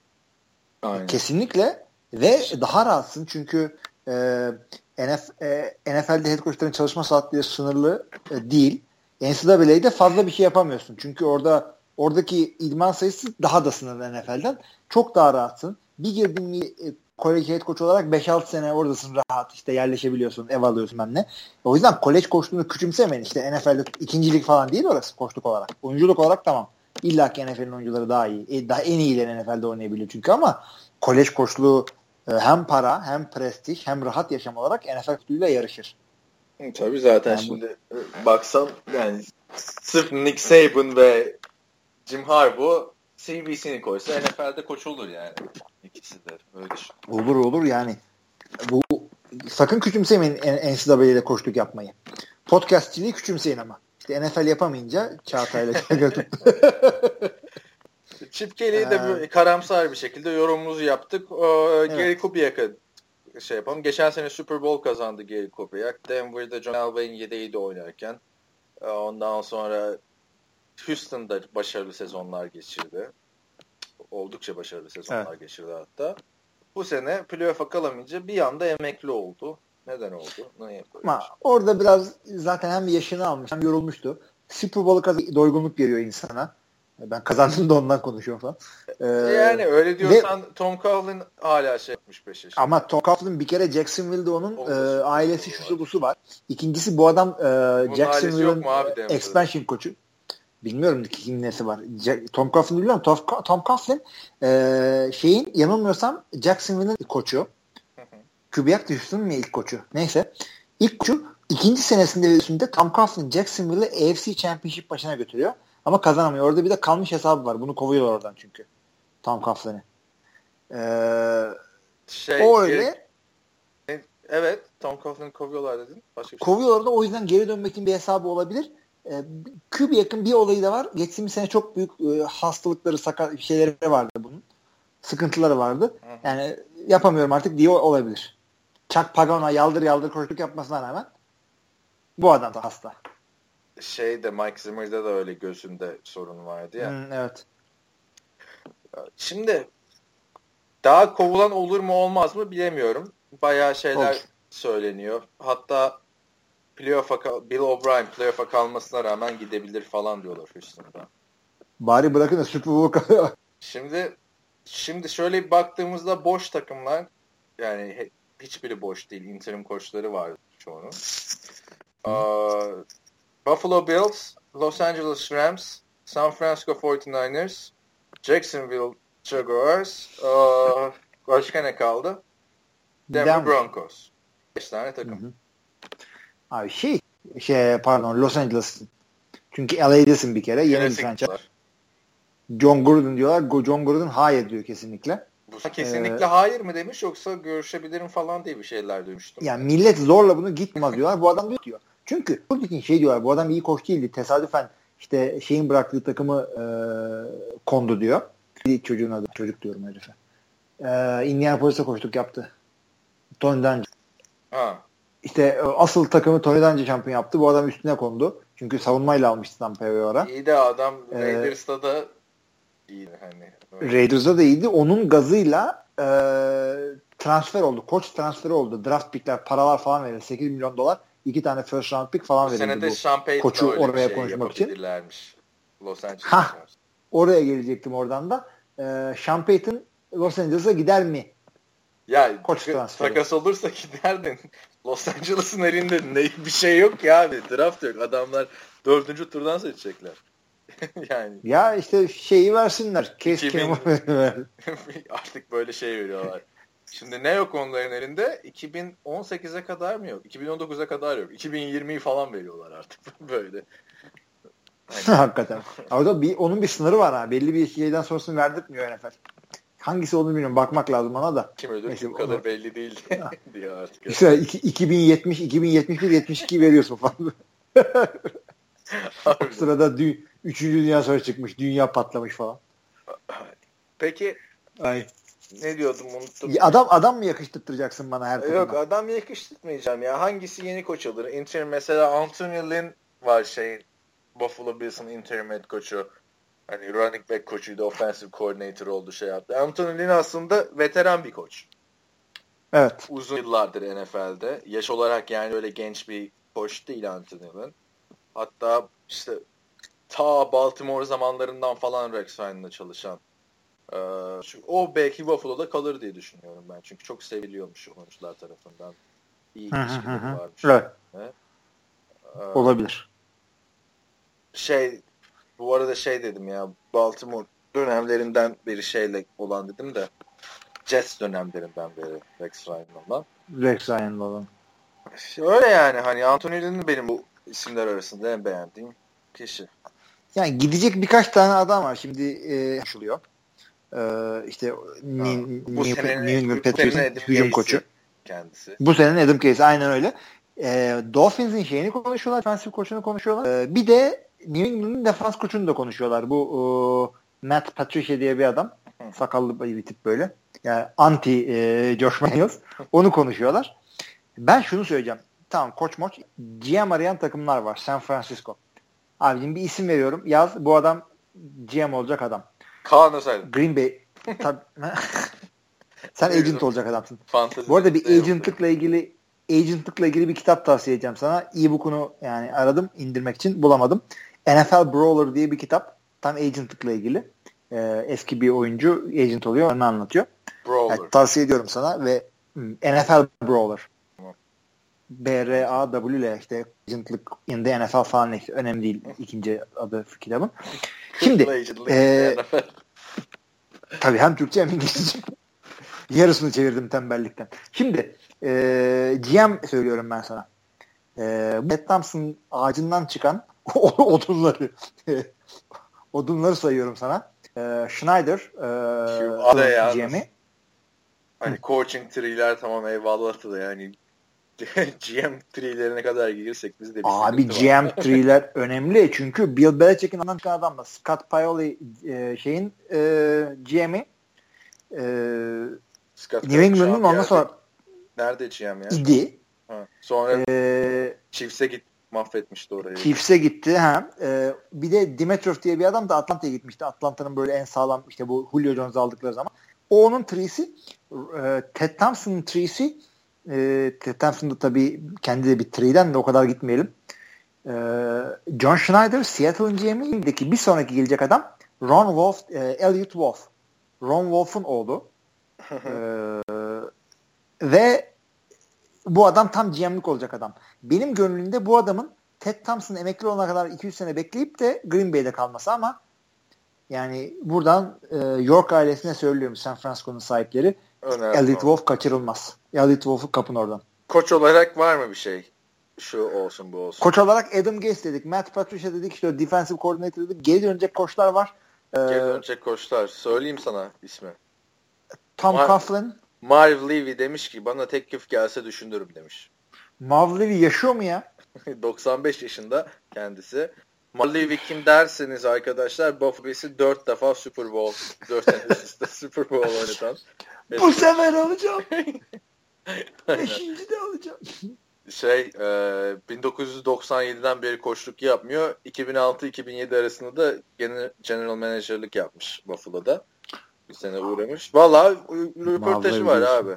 Aynen. Kesinlikle ve daha rahatsın çünkü e, N F, e, N F L'de head coach'ların çalışma saatleri sınırlı e, değil. N C double A'de fazla bir şey yapamıyorsun. Çünkü orada oradaki idman sayısı daha da sınırlı N F L'den. Çok daha rahatsın. Bir girdin mi e, kolej head coach olarak beş altı sene oradasın rahat. İşte yerleşebiliyorsun, ev alıyorsun ben ne. O yüzden kolej koçluğunu küçümsemeyin. İşte N F L'de ikincilik falan değil orası koçluk olarak. Oyunculuk olarak tamam. İlla ki N F L'in oyuncuları daha iyi. Daha en iyileri N F L'de oynayabiliyor çünkü ama kolej koçluğu hem para hem prestij hem rahat yaşam olarak N F L koçluğuyla yarışır. Tabii zaten yani şimdi bu... baksan yani sırf Nick Saban ve Jim Harbaugh C V C'ni koysa N F L'de koç olur yani. İkisi de öyle düşün. Olur olur yani. Bu sakın küçümsemeyin N C double A'de koçluk yapmayı. Podcastçiliği küçümseyin ama. İşte N F L yapamayınca Çağatay'la götürdü. Chip Kelly'yi de böyle karamsar bir şekilde yorumumuzu yaptık. O, evet. Gary Kubiak'a şey yapalım. Geçen sene Super Bowl kazandı Gary Kubiak. Denver'da John Elway'in yedeğiyle oynarken. Ondan sonra Houston'da başarılı sezonlar geçirdi. Oldukça başarılı sezonlar evet. geçirdi hatta. Bu sene playoff'a kalamayınca bir anda emekli oldu. Neden oldu? Ne Ama orada biraz zaten hem yaşını almış hem yorulmuştu. Super Bowl'u kazan doygunluk geliyor insana. Ben kazandım da ondan konuşuyorum falan. Ee, yani öyle diyorsan ve, Tom Coughlin hala şey yapmış beş yaşında. Ama Tom Coughlin bir kere Jacksonville'de onun e, ailesi şusu busu var. İkincisi bu adam e, Jacksonville'ın expansion koçu. Bilmiyorum ki kimin nesi var. Jack, Tom Coughlin biliyorum. Tom, Tom Coughlin e, şeyin yanılmıyorsam Jacksonville'ın koçu. Kubiak da Houston'un ilk koçu. Neyse. İlk koçu ikinci senesinde üstünde Tom Coughlin Jacksonville'ı A F C Championship başına götürüyor. Ama kazanamıyor. Orada bir de kalmış hesabı var. Bunu kovuyorlar oradan çünkü. Tom Coughlin'i. Ee, şey, o öyle. Geri, evet. Tom Coughlin'i kovuyorlar dedin. Başka bir kovuyorlar da o yüzden geri dönmek için bir hesabı olabilir. Ee, Kubiak'ın bir olayı da var. Geçtiğimiz sene çok büyük e, hastalıkları, sakat şeyleri vardı bunun. Sıkıntıları vardı. Hı-hı. Yani yapamıyorum artık diye olabilir. Chuck Pagano yaldır yaldır koştuk yapmasına rağmen bu adam da hasta. Şey de Mike Zimmer'da da öyle gözünde sorun vardı ya. Hmm, evet. Şimdi daha kovulan olur mu olmaz mı bilemiyorum. Bayağı şeyler olur. Söyleniyor. Hatta playoff'a Bill O'Brien playoff'a kalmasına rağmen gidebilir falan diyorlar Houston'da. Bari bırakın da Super Bowl kalıyor. Şimdi şimdi şöyle bir baktığımızda boş takımlar yani hiçbiri boş değil. Interim koçları var çoğunun. Aa, Buffalo Bills, Los Angeles Rams, San Francisco forty-niners, Jacksonville Jaguars, uh, başka ne kaldı? Denver, Denver Broncos. beş tane takım. Hı hı. Abi şey, şey pardon Los Angeles. Çünkü L A'desin bir kere. Yeni bir franchise. John Gruden diyorlar. John Gruden hayır diyor kesinlikle. Bu kesinlikle ee, hayır mı demiş yoksa görüşebilirim falan diye bir şeyler duymuştum. Yani millet zorla bunu gitmez diyorlar. Bu adam diyor. Çünkü Gruden şey diyorlar. Bu adam iyi koç değildi. Tesadüfen işte şeyin bıraktığı takımı e, kondu diyor. Çocuğun adı. Çocuk diyorum herife. E, Indianapolis'e koçluk yaptı. Tony Dungy. Ha. İşte asıl takımı Tony Dungy şampiyon yaptı. Bu adam üstüne kondu. Çünkü savunmayla almıştı Tampa'yı ara. İyi de adam Raiders'ta ee, da iyiydi hani. Raiders'da da iyiydi. Onun gazıyla e, transfer oldu. Koç transferi oldu. Draft pickler, paralar falan verildi. sekiz milyon dolar. iki tane first round pick falan verildi. Bu sene de koçu oraya şey konuşmak için. Los Angeles'ta. Ha, oraya gelecektim oradan da. E, Sean Payton Los Angeles'a gider mi? Ya koç transferi. Takas olursa giderdin. Los Angeles'ın elinde ne, bir şey yok ya abi. Draft yok. Adamlar dördüncü turdan seçecekler. Yani. Ya işte şeyi versinler. Case Keenum'u artık böyle şey veriyorlar. Şimdi ne yok onların elinde? iki bin on sekize kadar mı yok? iki bin on dokuza kadar yok. iki bin yirmiyi falan veriyorlar artık böyle. Yani. Hakikaten. Orada bir, onun bir sınırı var ha. Belli bir şeyden sonrasını verdirtmiyor N F L. Hangisi olduğunu bilmiyorum. Bakmak lazım bana da. Kim öldü? Kim kadar belli değil diyor artık. İşte iki bin yetmiş, iki bin yetmiş bir, yetmiş iki veriyorsun falan. O sırada dü- üçüncü Dünya Savaşı çıkmış. Dünya patlamış falan. Peki ay. Ne diyordum unuttum. Adam adam mı yakıştırtacaksın bana her takımda? Yok adam yakıştırmayacağım ya. Hangisi yeni koç alır? Interim mesela Anthony Lynn var şeyin Buffalo Bills'ın interim head koçu. Hani running back koçuydu, offensive coordinator oldu şey yaptı. Anthony Lynn aslında veteran bir koç. Evet. Uzun yıllardır N F L'de. Yaş olarak yani öyle genç bir koç değil Anthony Lynn. Hatta işte ta Baltimore zamanlarından falan Rex Ryan'la çalışan. Ee, o belki Buffalo'da kalır diye düşünüyorum ben. Çünkü çok seviliyormuş oyuncular tarafından. İyi ilişkileri varmış. Evet. Ee, Olabilir. Şey bu arada şey dedim ya Baltimore dönemlerinden beri şeyle olan dedim de Jets dönemlerinden beri Rex Ryan'la olan. Rex Ryan'la olan. Öyle yani hani Anthony Lynn'in benim bu isimler arasında en beğendiğim kişi. Yani gidecek birkaç tane adam var şimdi e, açılıyor. Ee, işte New England Patriots'ın hücum koçu. Kendisi. Bu senenin Adam Case aynen öyle. E, Dolphins'in şeyini konuşuyorlar. Defensive koçunu konuşuyorlar. E, bir de New England'ın defans koçunu da konuşuyorlar. Bu e, Matt Patricia diye bir adam. Sakallı bir tip böyle. Yani anti e, Josh McDaniels. Onu konuşuyorlar. Ben şunu söyleyeceğim. Tamam koç moç. G M arayan takımlar var. San Francisco. Abicim bir isim veriyorum. Yaz. Bu adam G M olacak adam. Kaan Özaydın. Green Bay. Tab- Sen agent olacak adamsın. Fantezi Bu arada bir agentlıkla ilgili agentlıkla ilgili bir kitap tavsiye edeceğim sana. E-book'unu yani aradım indirmek için bulamadım. N F L Brawler diye bir kitap. Tam agentlıkla ilgili. Ee, eski bir oyuncu agent oluyor. Onu anlatıyor. Brawler. Yani tavsiye ediyorum sana ve N F L Brawler. B R A W ile işte agentlık in the N F L falan işte. Önemli değil ikinci adı kitabın. Şimdi e, tabii hem Türkçe hem İngilizce. Yarısını çevirdim tembellikten. Şimdi e, G M söylüyorum ben sana. E, Matt Thompson ağacından çıkan odunları odunları sayıyorum sana. E, Schneider e, G M'i. Hani coaching tree'ler tamam eyvallah da yani G M tree'lerine kadar girsek biz de bir Abi G M tree'ler önemli çünkü Bill Belichick'in andan çıkan adamla Scott Pioli e, şeyin e, G M'i e, New England'ın ondan sonra nerede G M ya? İdi. Ha. Sonra ee, Chiefs'e git mahvetmişti orayı. Chiefs'e gitti. Ha. Ee, bir de Dimitrov diye bir adam da Atlanta'ya gitmişti. Atlanta'nın böyle en sağlam işte bu Julio Jones'u aldıkları zaman. O onun tree'si. E, Ted Thompson'ın tree'si. E, Ted Thompson da tabii kendi de bir tree'den de o kadar gitmeyelim. E, John Schneider, Seattle'ın G M'indeki bir sonraki gelecek adam Ron Wolf, e, Elliot Wolf. Ron Wolf'un oğlu. e, ve bu adam tam G M'lik olacak adam. Benim gönlümde bu adamın Ted Thompson emekli olana kadar iki üç sene bekleyip de Green Bay'de kalması ama yani buradan e, York ailesine söylüyorum San Francisco'nun sahipleri Önemli Elliot Wolf kaçırılmaz. Elliot Wolf'u kapın oradan. Koç olarak var mı bir şey? Şu olsun bu olsun. Koç olarak Adam Gase dedik. Matt Patricia dedik. İşte defensive coordinator dedik. Geri dönecek koçlar var. Ee, Geri dönecek koçlar. Söyleyeyim sana ismi. Tom Mar- Coughlin. Marv Levy demiş ki bana teklif gelse düşünürüm demiş. Marv Levy yaşıyor mu ya? doksan beş yaşında kendisi. Marv Levy kim derseniz arkadaşlar Buffalo Bills'i dört defa Super Bowl dört sene üstte Super Bowl oynatan. Bu sefer alacağım. Beşinci de alacağım. Şey e, bin dokuz yüz doksan yediden beri koçluk yapmıyor. iki bin altı iki bin yedi arasında da gene general manager'lık yapmış Buffalo'da. Bir sene uğramış. Vallahi röportajı var abi.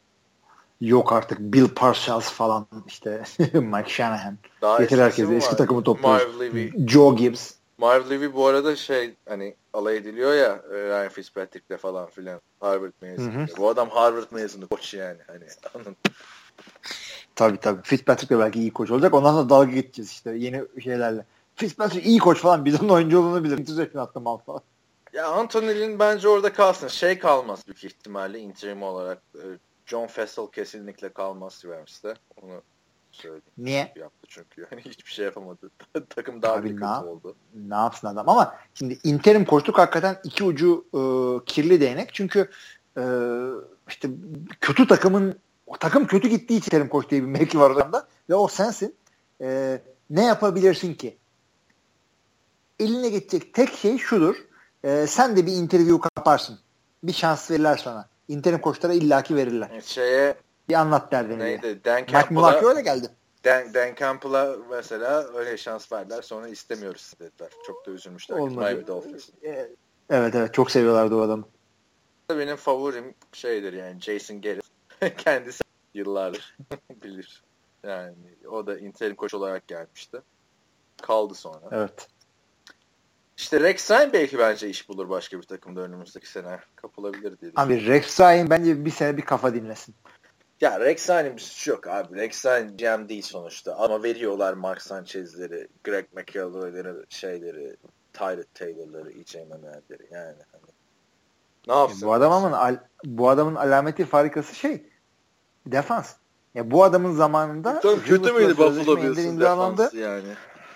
Yok artık Bill Parcells falan işte Mike Shanahan. Daha getir herkese eski takımı topluyor. Joe Gibbs. Marv Levy bu arada şey hani alay ediliyor ya Ryan Fitzpatrick'le falan filan Harvard mezunu. Bu adam Harvard mezunu koç yani hani anladın. Tabii tabii. Fitzpatrick de belki iyi koç olacak. Ondan sonra dalga geçeceğiz işte yeni şeylerle. Fitzpatrick iyi koç falan. Biz onun oyunculuğunu bilir. İntizamını attım al falan. Ya Anthony Lynn bence orada kalsın. Şey kalmaz büyük ihtimalle interim olarak. John Fassel kesinlikle kalmaz Rams'te. Onu söyleyeyim. Niye? Yaptı çünkü. Yani hiçbir şey yapamadı. Takım daha bir kötü oldu. Ne yapsın adam? Ama şimdi interim koçluk hakikaten iki ucu e, kirli değnek. Çünkü e, işte kötü takımın takım kötü gittiği için interim koç diye bir mevki var orada ve o sensin. E, ne yapabilirsin ki? Eline geçecek tek şey şudur. E, sen de bir interview kaparsın. Bir şans verirler sana. İnterim koçlara illaki verirler. Şeye bir anlat derdini. Neydi? Dan Campbell'a öyle geldi. Dan, Dan Campbell'a mesela öyle şans verdiler. Sonra istemiyoruz dediler. Çok da üzülmüşler. Olmadı. Evet evet. Çok seviyorlardı o adamı. Benim favorim şeydir yani Jason Garrett. Kendisi yıllardır bilir. Yani o da interim koç olarak gelmişti. Kaldı sonra. Evet. İşte Rex Ryan belki bence iş bulur başka bir takımda önümüzdeki sene. Kapılabilir diye. Abi Rex Ryan bence bir sene bir kafa dinlesin. Ya Rex Ryan'ın bir suçu yok abi. Rex Ryan G M değil sonuçta. Ama veriyorlar Mark Sanchez'leri, Greg McElroy'ları, şeyleri, Tyler Taylor'ları, E J Manuel'leri yani. Hani. Ne yapsın? Bu adamın al, bu adamın alameti farikası şey defans. Ya bu adamın zamanında çok kötü müydü Buffalo Bills'in defansı yani?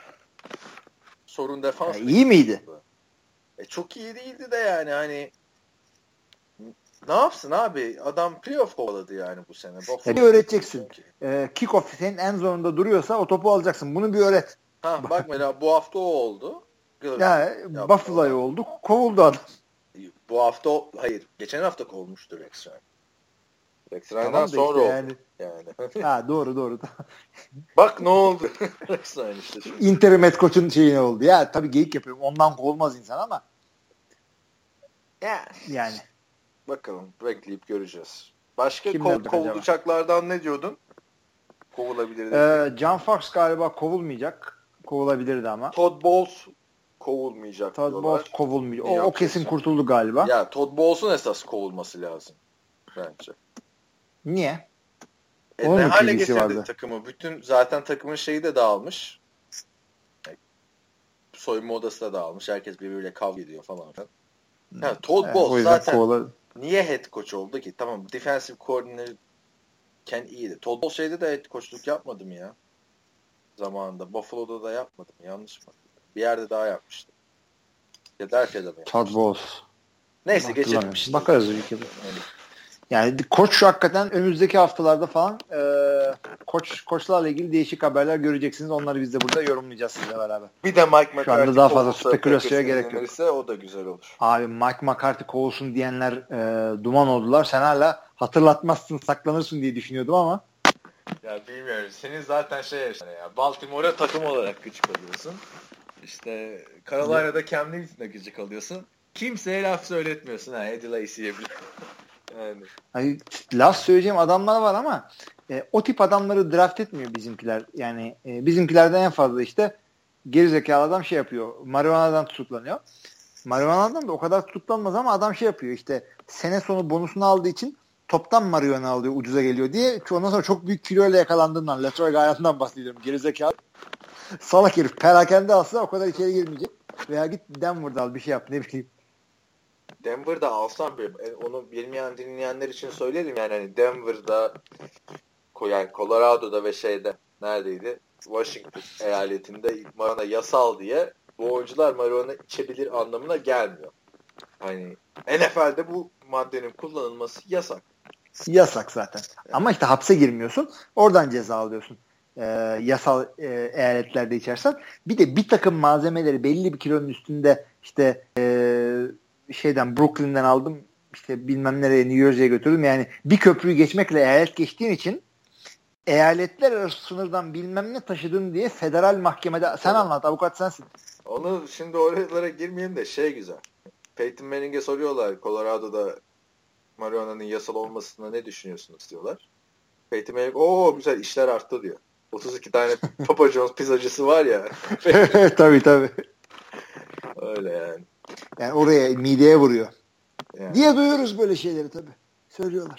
Sorun defans. Ya iyi miydi? E çok iyi değildi de yani hani Ne yapsın abi? Adam playoff kovaladı yani bu sene. Bir öğreteceksin. Ee, kickoff senin en zorunda duruyorsa o topu alacaksın. Bunu bir öğret. Ha, bak mesela bu hafta o oldu. Ya Buffalo'ya oldu. Kovuldu adam. Bu hafta hayır. Geçen hafta kovulmuştu Rex Ryan. Rex Ryan'dan tamam sonra işte oldu. Yani. yani. ha doğru doğru. Bak ne oldu? Rex Ryan işte. Şimdi. Interim head coach'un şeyi ne oldu? Ya tabii geyik yapıyorum. Ondan kovulmaz insan ama. Ya. Yani. Bakalım. Bekleyip göreceğiz. Başka kov, kovulacaklardan ne diyordun? Kovulabilir. Ee, John Fox galiba kovulmayacak. Kovulabilirdi ama. Todd Bowles kovulmayacak Todd diyorlar. Bowles kovulmayacak. O, o kesin kurtuldu galiba. Ya Todd Bowles'un esas kovulması lazım. Bence. Niye? E, ne hale getirdi vardı. takımı? Bütün zaten takımın şeyi de dağılmış. Soyunma odası da dağılmış. Herkes birbiriyle kavga ediyor falan. Yani Todd evet, Bowles zaten kovala... niye head coach oldu ki? Tamam defensive coordinator Ken iyiydi. Todd Bowles şeyde de head coachluk yapmadı mı ya? Zamanında. Buffalo'da da yapmadım. Yanlış mı? Bir yerde daha yapmıştı. Philadelphia'da mı? Todd Bowles. Neyse geçelim. Işte. Bakarız ülkede. Yani koç hakikaten önümüzdeki haftalarda falan e, koç koçlarla ilgili değişik haberler göreceksiniz. Onları biz de burada yorumlayacağız sizle beraber. Bir de Mike McCarthy. Şu anda daha fazla spekülasyona gerek yok. O da güzel olur. Abi Mike McCarthy kovulsun diyenler e, duman oldular. Sen hala hatırlatmazsın, saklanırsın diye düşünüyordum ama. Ya bilmiyorum. Senin zaten şey yaşanı ya. Baltimore'a takım olarak gıcık alıyorsun. İşte Carolina'da Cam Newton'a gıcık alıyorsun. Kimseye laf söyletmiyorsun ha. Eddie Lacy'ye bile. Yani. Hayır, laf söyleyeceğim adamlar var ama e, o tip adamları draft etmiyor bizimkiler. Yani e, bizimkilerden en fazla işte gerizekalı adam şey yapıyor. Marihuana'dan tutuklanıyor. Marihuana'dan da o kadar tutuklanmaz ama adam şey yapıyor işte sene sonu bonusunu aldığı için toptan marihuana alıyor ucuza geliyor diye. Ondan sonra çok büyük kiloyla yakalandığından Latroy hayatından bahsediyorum. Gerizekalı. Salak herif. Perakende alsa o kadar içeri girmeyecek. Veya git Denver'da al bir şey yap ne bileyim. Denver'da alsam bir, onu bilmeyen dinleyenler için söyleyelim yani hani Denver'da yani Colorado'da ve şeyde neredeydi? Washington eyaletinde marihuana yasal diye bu oyuncular marihuana içebilir anlamına gelmiyor. Hani N F L'de bu maddenin kullanılması yasak. Yasak zaten. Ama işte hapse girmiyorsun. Oradan ceza alıyorsun. Ee, yasal e, eyaletlerde içersen. Bir de bir takım malzemeleri belli bir kilonun üstünde işte e, şeyden Brooklyn'den aldım işte bilmem nereye New Jersey'ye götürdüm. Yani bir köprüyü geçmekle eyalet geçtiğin için eyaletler arası sınırdan bilmem ne taşıdın diye federal mahkemede sen anlat avukat sensin. Onu şimdi oralara girmeyeyim de şey güzel. Peyton Manning'e soruyorlar Colorado'da marihuana'nın yasal olmasına ne düşünüyorsunuz diyorlar. Peyton Manning ooo güzel işler arttı diyor. otuz iki tane Papa John's pizzacısı var ya. tabii tabii. Öyle yani. Yani oraya mideye vuruyor. Yani. Diye duyuyoruz böyle şeyleri tabii. Söylüyorlar.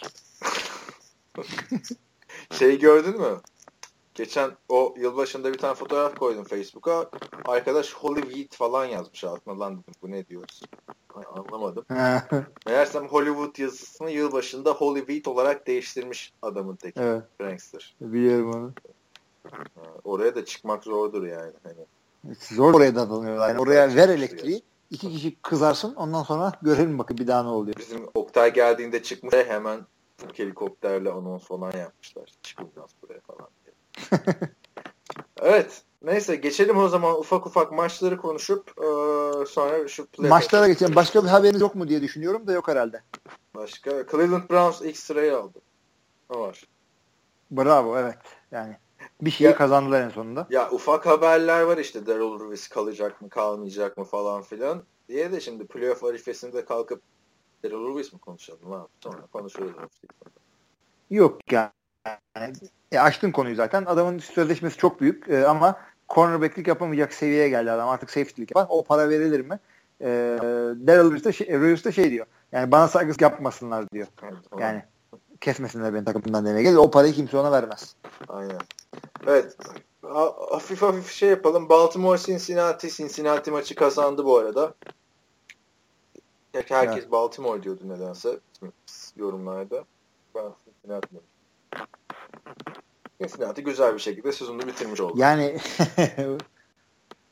Şeyi gördün mü? Geçen o yılbaşında bir tane fotoğraf koydum Facebook'a. Arkadaş Holy Wheat falan yazmış altına. Lan dedim bu ne diyorsun? Anlamadım. Meğersem Hollywood yazısını yılbaşında Holy Wheat olarak değiştirmiş adamın teki. Evet. Prankster. Biliyorum onu. Oraya da çıkmak zordur yani. Hani. Zor oraya da alınıyorlar. Yani oraya ver elektriği. İki kişi kızarsın. Ondan sonra görelim bakın bir daha ne oluyor. Bizim Oktay geldiğinde çıkmış hemen helikopterle anons falan yapmışlar. Çıkılmaz buraya falan diye. Evet. Neyse geçelim o zaman ufak ufak maçları konuşup e, sonra şu play maçlara geçelim. Başka bir haberiniz yok mu diye düşünüyorum da yok herhalde. Başka. Cleveland Browns ilk sırayı aldı. O var. Bravo evet. Yani bir şeyi ya, kazandılar en sonunda. Ya ufak haberler var işte Darrell Revis kalacak mı kalmayacak mı falan filan diye de şimdi playoff arifesinde kalkıp Darrell Revis mi konuşalım abi? Sonra konuşuruz. Yok yani. E, açtın konuyu zaten. Adamın sözleşmesi çok büyük e, ama cornerback'lik yapamayacak seviyeye geldi adam. Artık safety'lik yapar. O para verilir mi? E, Darrell Revis de, şey, Revis de şey diyor. Yani bana saygısızlık yapmasınlar diyor. Evet, yani kesmesinler beni takımdan demeye gelir. O parayı kimse ona vermez. Aynen. Evet. Hafif hafif şey yapalım. Baltimore Cincinnati. Cincinnati maçı kazandı bu arada. Herkes evet. Baltimore diyordu nedense yorumlarda. Ben Cincinnati diyorum. Cincinnati güzel bir şekilde sezonu bitirmiş oldu. Yani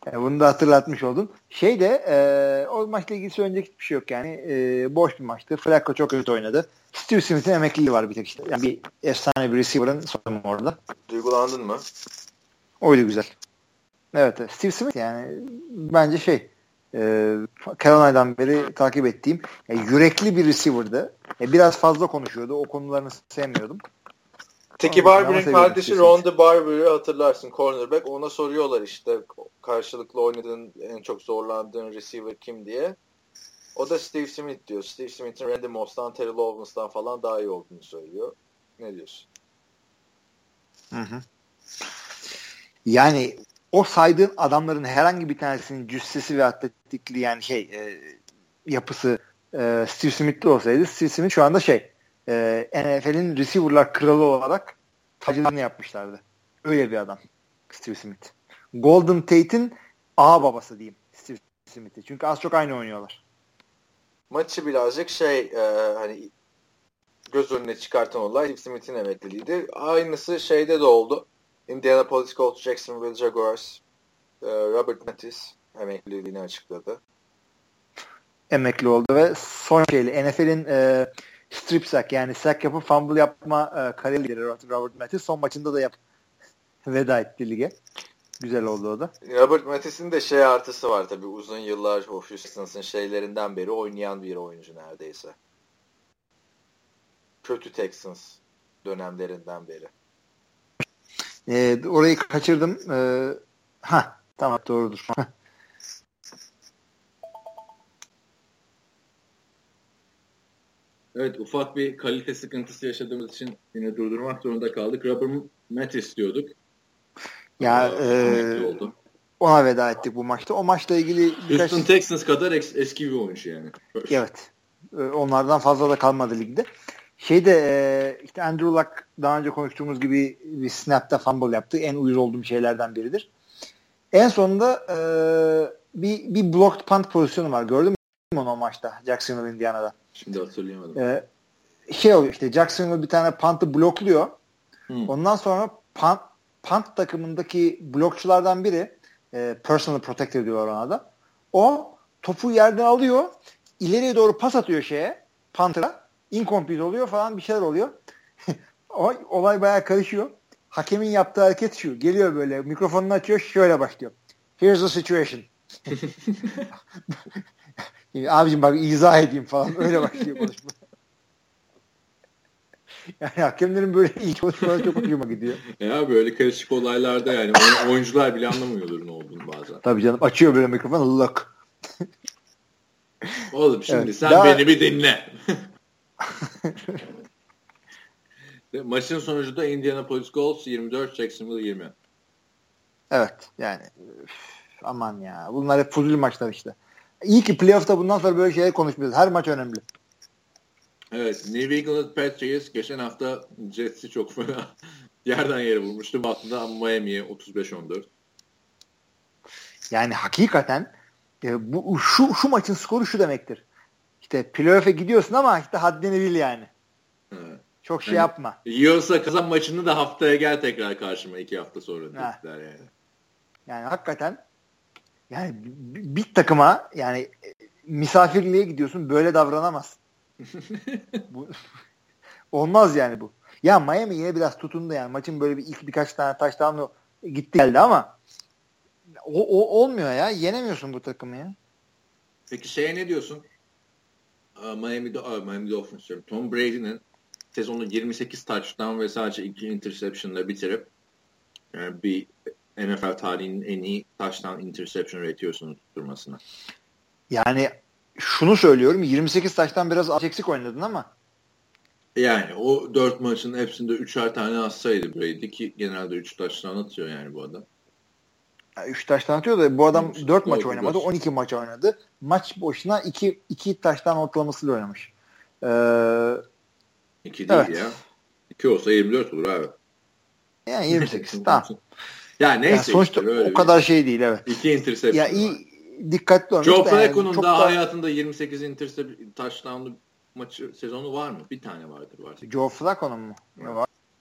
Yani bunu da hatırlatmış oldum. Şey de e, o maçla ilgili söyleyecek hiçbir şey yok yani. E, boş bir maçtı. Flacco çok kötü oynadı. Steve Smith'in emekliliği var bir tek işte. Yani bir efsane bir receiver'ın sorunu orada. Duygulandın mı? Oydu güzel. Evet. Steve Smith yani bence şey e, Carolina'dan beri takip ettiğim yani yürekli bir receiver'dı. E, biraz fazla konuşuyordu. O konularını sevmiyordum. Teki Barber'in kardeşi Ronda Barber'ı hatırlarsın, cornerback. Ona soruyorlar işte karşılıklı oynadığın, en çok zorlandığın receiver kim diye. O da Steve Smith diyor. Steve Smith'in Randy Moss'tan, Terry Lawrence'dan falan daha iyi olduğunu söylüyor. Ne diyorsun? Hı hı. Yani o saydığın adamların herhangi bir tanesinin cüssesi ve atletikliği yani şey e, yapısı e, Steve Smith'li olsaydı Steve Smith şu anda şey e, N F L'in receiver'lar kralı olarak tacını yapmışlardı. Öyle bir adam Steve Smith. Golden Tate'in ağa babası diyeyim Steve Smith'i. Çünkü az çok aynı oynuyorlar. Maçı birazcık şey e, hani göz önüne çıkartan olay Steve Smith'in emekliliğiydi. Aynısı şeyde de oldu. Indianapolis Colts, Jacksonville Jaguars, e, Robert Mathis emekliliğini açıkladı. Emekli oldu ve son şeyle N F L'in e, strip sack yani sack yapıp fumble yapma e, kariyeri Robert Mathis son maçında da yap veda etti lige. Güzel oldu o da. Robert Mathis'in de şey artısı var tabii, uzun yıllar Houston's'ın şeylerinden beri oynayan bir oyuncu neredeyse. Kötü Texans dönemlerinden beri. E, orayı kaçırdım. E, ha tamam doğrudur. Evet, ufak bir kalite sıkıntısı yaşadığımız için yine durdurmak zorunda kaldık. Robert Mathis diyorduk. Ya e, oldu. Ona veda ettik bu maçta. O maçla ilgili birkaç... Houston Texans kadar es- eski bir oyuncu yani. Evet. E, onlardan fazla da kalmadı ligde. Şeyde e, işte Andrew Luck daha önce konuştuğumuz gibi bir snap'ta fumble yaptı. En uyuz olduğum şeylerden biridir. En sonunda e, bir, bir blocked punt pozisyonu var. Gördün mü onu o maçta? Jacksonville, Indiana'da. Şimdi hatırlayamadım. E, şey oluyor işte Jacksonville bir tane punt'ı blokluyor. Hmm. Ondan sonra punt, punt takımındaki blokçulardan biri e, personal protector diyorlar ona da. O topu yerden alıyor. İleriye doğru pas atıyor şeye. Punter'a. Incomplete oluyor falan bir şeyler oluyor. o, olay bayağı karışıyor. Hakemin yaptığı hareket şu. Geliyor böyle mikrofonunu açıyor şöyle başlıyor. Here's the situation. Abicim bak izah edeyim falan. Öyle başlıyor konuşma. Yani hakemlerin böyle ilk konuşmaları çok hoşuma gidiyor. Ya böyle karışık olaylarda yani oyuncular bile anlamıyorlar ne olduğunu bazen. Tabii canım açıyor böyle mikrofonu look. Oğlum şimdi evet, sen daha... beni bir dinle. Maçın sonucu da Indianapolis Colts yirmi dört, Jacksonville yirmi. Evet yani üf, aman ya bunlar hep fuzul maçlar işte. İyi ki playoff'ta bundan sonra böyle şeyler konuşmuyoruz. Her maç önemli. Evet, New England Patriots geçen hafta Jets'i çok fena yerden yere vurmuştu. Baktığında Miami'ye otuz beş on dört. Yani hakikaten e, bu şu şu maçın skoru şu demektir. İşte playoff'e gidiyorsun ama işte haddini bil yani. Evet. Çok şey yani, yapma. Yiyorsa kazan maçını da haftaya gel tekrar karşıma iki hafta sonra dediler yani. Yani hakikaten yani bir takıma yani misafirliğe gidiyorsun böyle davranamazsın. bu, olmaz yani bu. Ya Miami yine biraz tutundu yani. Maçın böyle bir ilk birkaç tane taştanlı gitti geldi ama o, o olmuyor ya. Yenemiyorsun bu takımı ya. Peki şeye ne diyorsun? Miami'de Miami Dolphins diyorum. Tom Brady'nin sezonu yirmi sekiz touchdown ve sadece iki interception'la bitirip yani bir N F L tarihinin en iyi touchdown interception ratio'sunu tutturmasına. Yani şunu söylüyorum. yirmi sekiz taştan biraz az eksik oynadın ama. Yani o dört maçın hepsinde üçer tane atsaydı Brady ki genelde üç taştan atıyor yani bu adam. üç taştan atıyor da bu adam dört maç oynamadı. on iki maç oynadı. Maç boşuna iki iki taştan ortalamasıyla oynamış. Ee, iki değil evet. ya. iki olsa yirmi dört olur abi. Yani yirmi sekiz tamam. Ya neyse yani sonuçta işte, o kadar bir şey değil evet. İki interception ya iyi dikkatli olmuş. Joe Flacco'nun yani daha da... hayatında yirmi sekiz interception touchdown'lu maçı sezonu var mı? Bir tane vardır. vardır. Joe Flacco'nun mu? Ne var?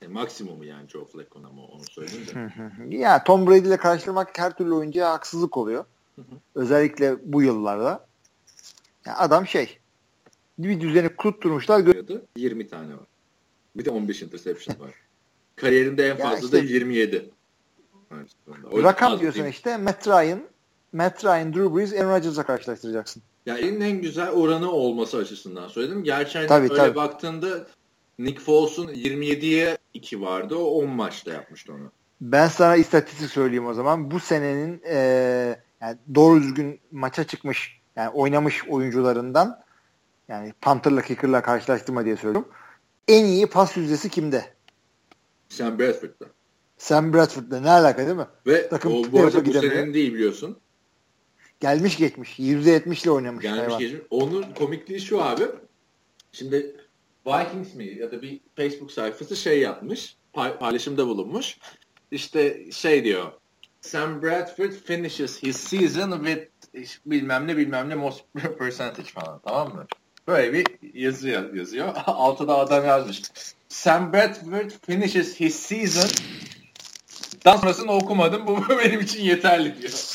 Yani maksimumu yani Joe Flacco'nun ama onu söyleyeyim de. Ya Tom Brady ile karşılamak her türlü oyuncuya haksızlık oluyor. Hı hı. Özellikle bu yıllarda. Yani adam şey bir düzeni kurutturmuşlar. yirmi tane var. Bir de on beş interception var. Kariyerinde en fazla işte, da yirmi yedi. Rakam diyorsun işte. Matt Ryan, Matt Ryan, Drew Brees, Aaron Rodgers'la karşılaştıracaksın. Ya yani en güzel oranı olması açısından söyledim. Gerçi hani tabii, öyle tabii. baktığında Nick Foles'un yirmi yediye iki vardı. O on maçta yapmıştı onu. Ben sana istatistik söyleyeyim o zaman. Bu senenin e, yani doğru düzgün maça çıkmış yani oynamış oyuncularından yani Panther'la Kicker'la karşılaştırma diye söylüyorum. En iyi pas yüzdesi kimde? Sam Bradford'da. Sam Bradford'da. Ne alaka değil mi? Ve Takım o, bu arada bu senenin değil biliyorsun. Gelmiş geçmiş. yüzde yetmiş ile oynamış. Gelmiş hayvan. geçmiş. Onun komikliği şu abi. Şimdi Vikings mi ya da bir Facebook sayfası şey yapmış. Paylaşımda bulunmuş. İşte şey diyor. Sam Bradford finishes his season with bilmem ne bilmem ne most percentage falan. Tamam mı? Böyle bir yazıyor yazıyor. Altıda adam yazmış. Sam Bradford finishes his season. Daha sonrasını okumadım. Bu benim için yeterli diyor.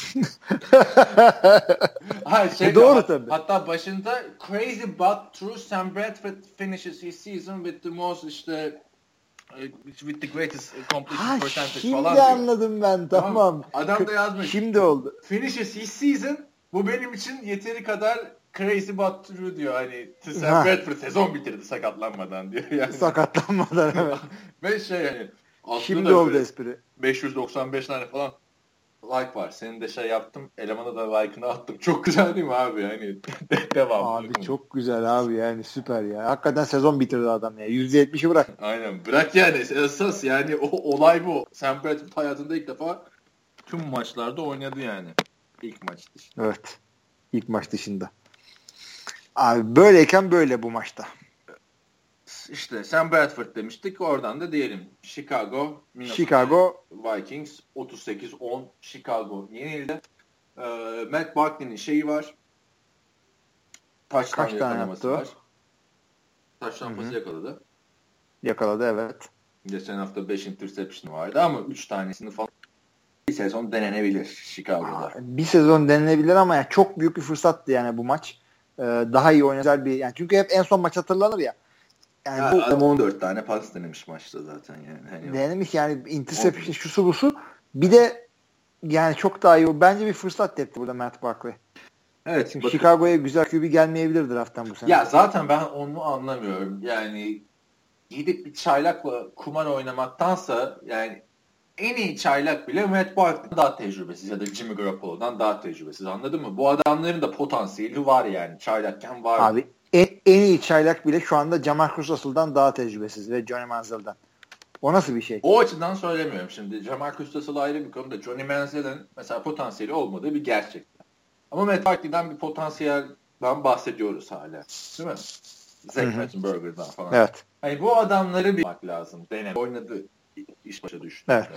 Hayır, şey doğru hat, tabii. Hatta başında crazy but true Sam Bradford finishes his season with the most işte with the greatest completion ha, percentage şimdi falan diyor. Şimdi anladım ben. Tamam. tamam. Adam da yazmış. Şimdi oldu. Finishes his season. Bu benim için yeteri kadar crazy but true diyor. Hani Sam Bradford sezon bitirdi sakatlanmadan diyor. Yani. Sakatlanmadan evet. Ve şey hani şimdi oldu espri. beş yüz doksan beş tane falan like var. Senin de şey yaptım. Elemana da like'ını attım. Çok güzel değil mi abi? Yani devam. Abi çok güzel abi yani süper ya. Hakikaten sezon bitirdi adam ya. yüzde yetmişi bırak. Aynen. Bırak yani. Esas yani o olay bu. Sam Bradford hayatında ilk defa tüm maçlarda oynadı yani. İlk maç dışında. Evet. İlk maç dışında. Abi böyleyken böyle bu maçta. İşte Sam Bradford demiştik. Oradan da diyelim. Chicago, Minnesota Chicago Vikings otuz sekiz on Chicago yenildi. Ee, Matt Barkley'nin şeyi var. Taştan yakalaması var. Taştan pası yakaladı. Yakaladı evet. Geçen hafta beş interception vardı ama üç tanesini falan bir sezon denenebilir Chicago'da. Aa, bir sezon denenebilir ama yani çok büyük bir fırsattı yani bu maç. Ee, daha iyi oynayacak bir yani çünkü hep en son maç hatırlanır ya. Yani ya bu adam on dört tane pas denemiş maçta zaten yani. Hani denemiş yani interception şusu busu. Bir de yani çok daha iyi. Bence bir fırsat tepti burada Matt Barkley. Evet. Çünkü Chicago'ya güzel Q B gelmeyebilir draft'tan bu sene. Ya zaten ben onu anlamıyorum. Yani gidip bir çaylakla kumar oynamaktansa yani en iyi çaylak bile Matt Barkley'den daha tecrübesiz ya da Jimmy Garoppolo'dan daha tecrübesiz. Anladın mı? Bu adamların da potansiyeli var yani. Çaylakken var. Abi en, en iyi çaylak bile şu anda Jamarcus Russell'dan daha tecrübesiz ve Johnny Manziel'den. O nasıl bir şey? O açıdan söylemiyorum şimdi. Jamarcus Russell ayrı bir konuda. Johnny Manziel'in mesela potansiyeli olmadığı bir gerçek. Ama Matt Barkley'den bir potansiyelden bahsediyoruz hala. Değil mi? Zach Mettenberger'dan falan. Evet. Hani bu adamları bir bakmak lazım. Deneme. Oynadı. İş başa düştü. Evet.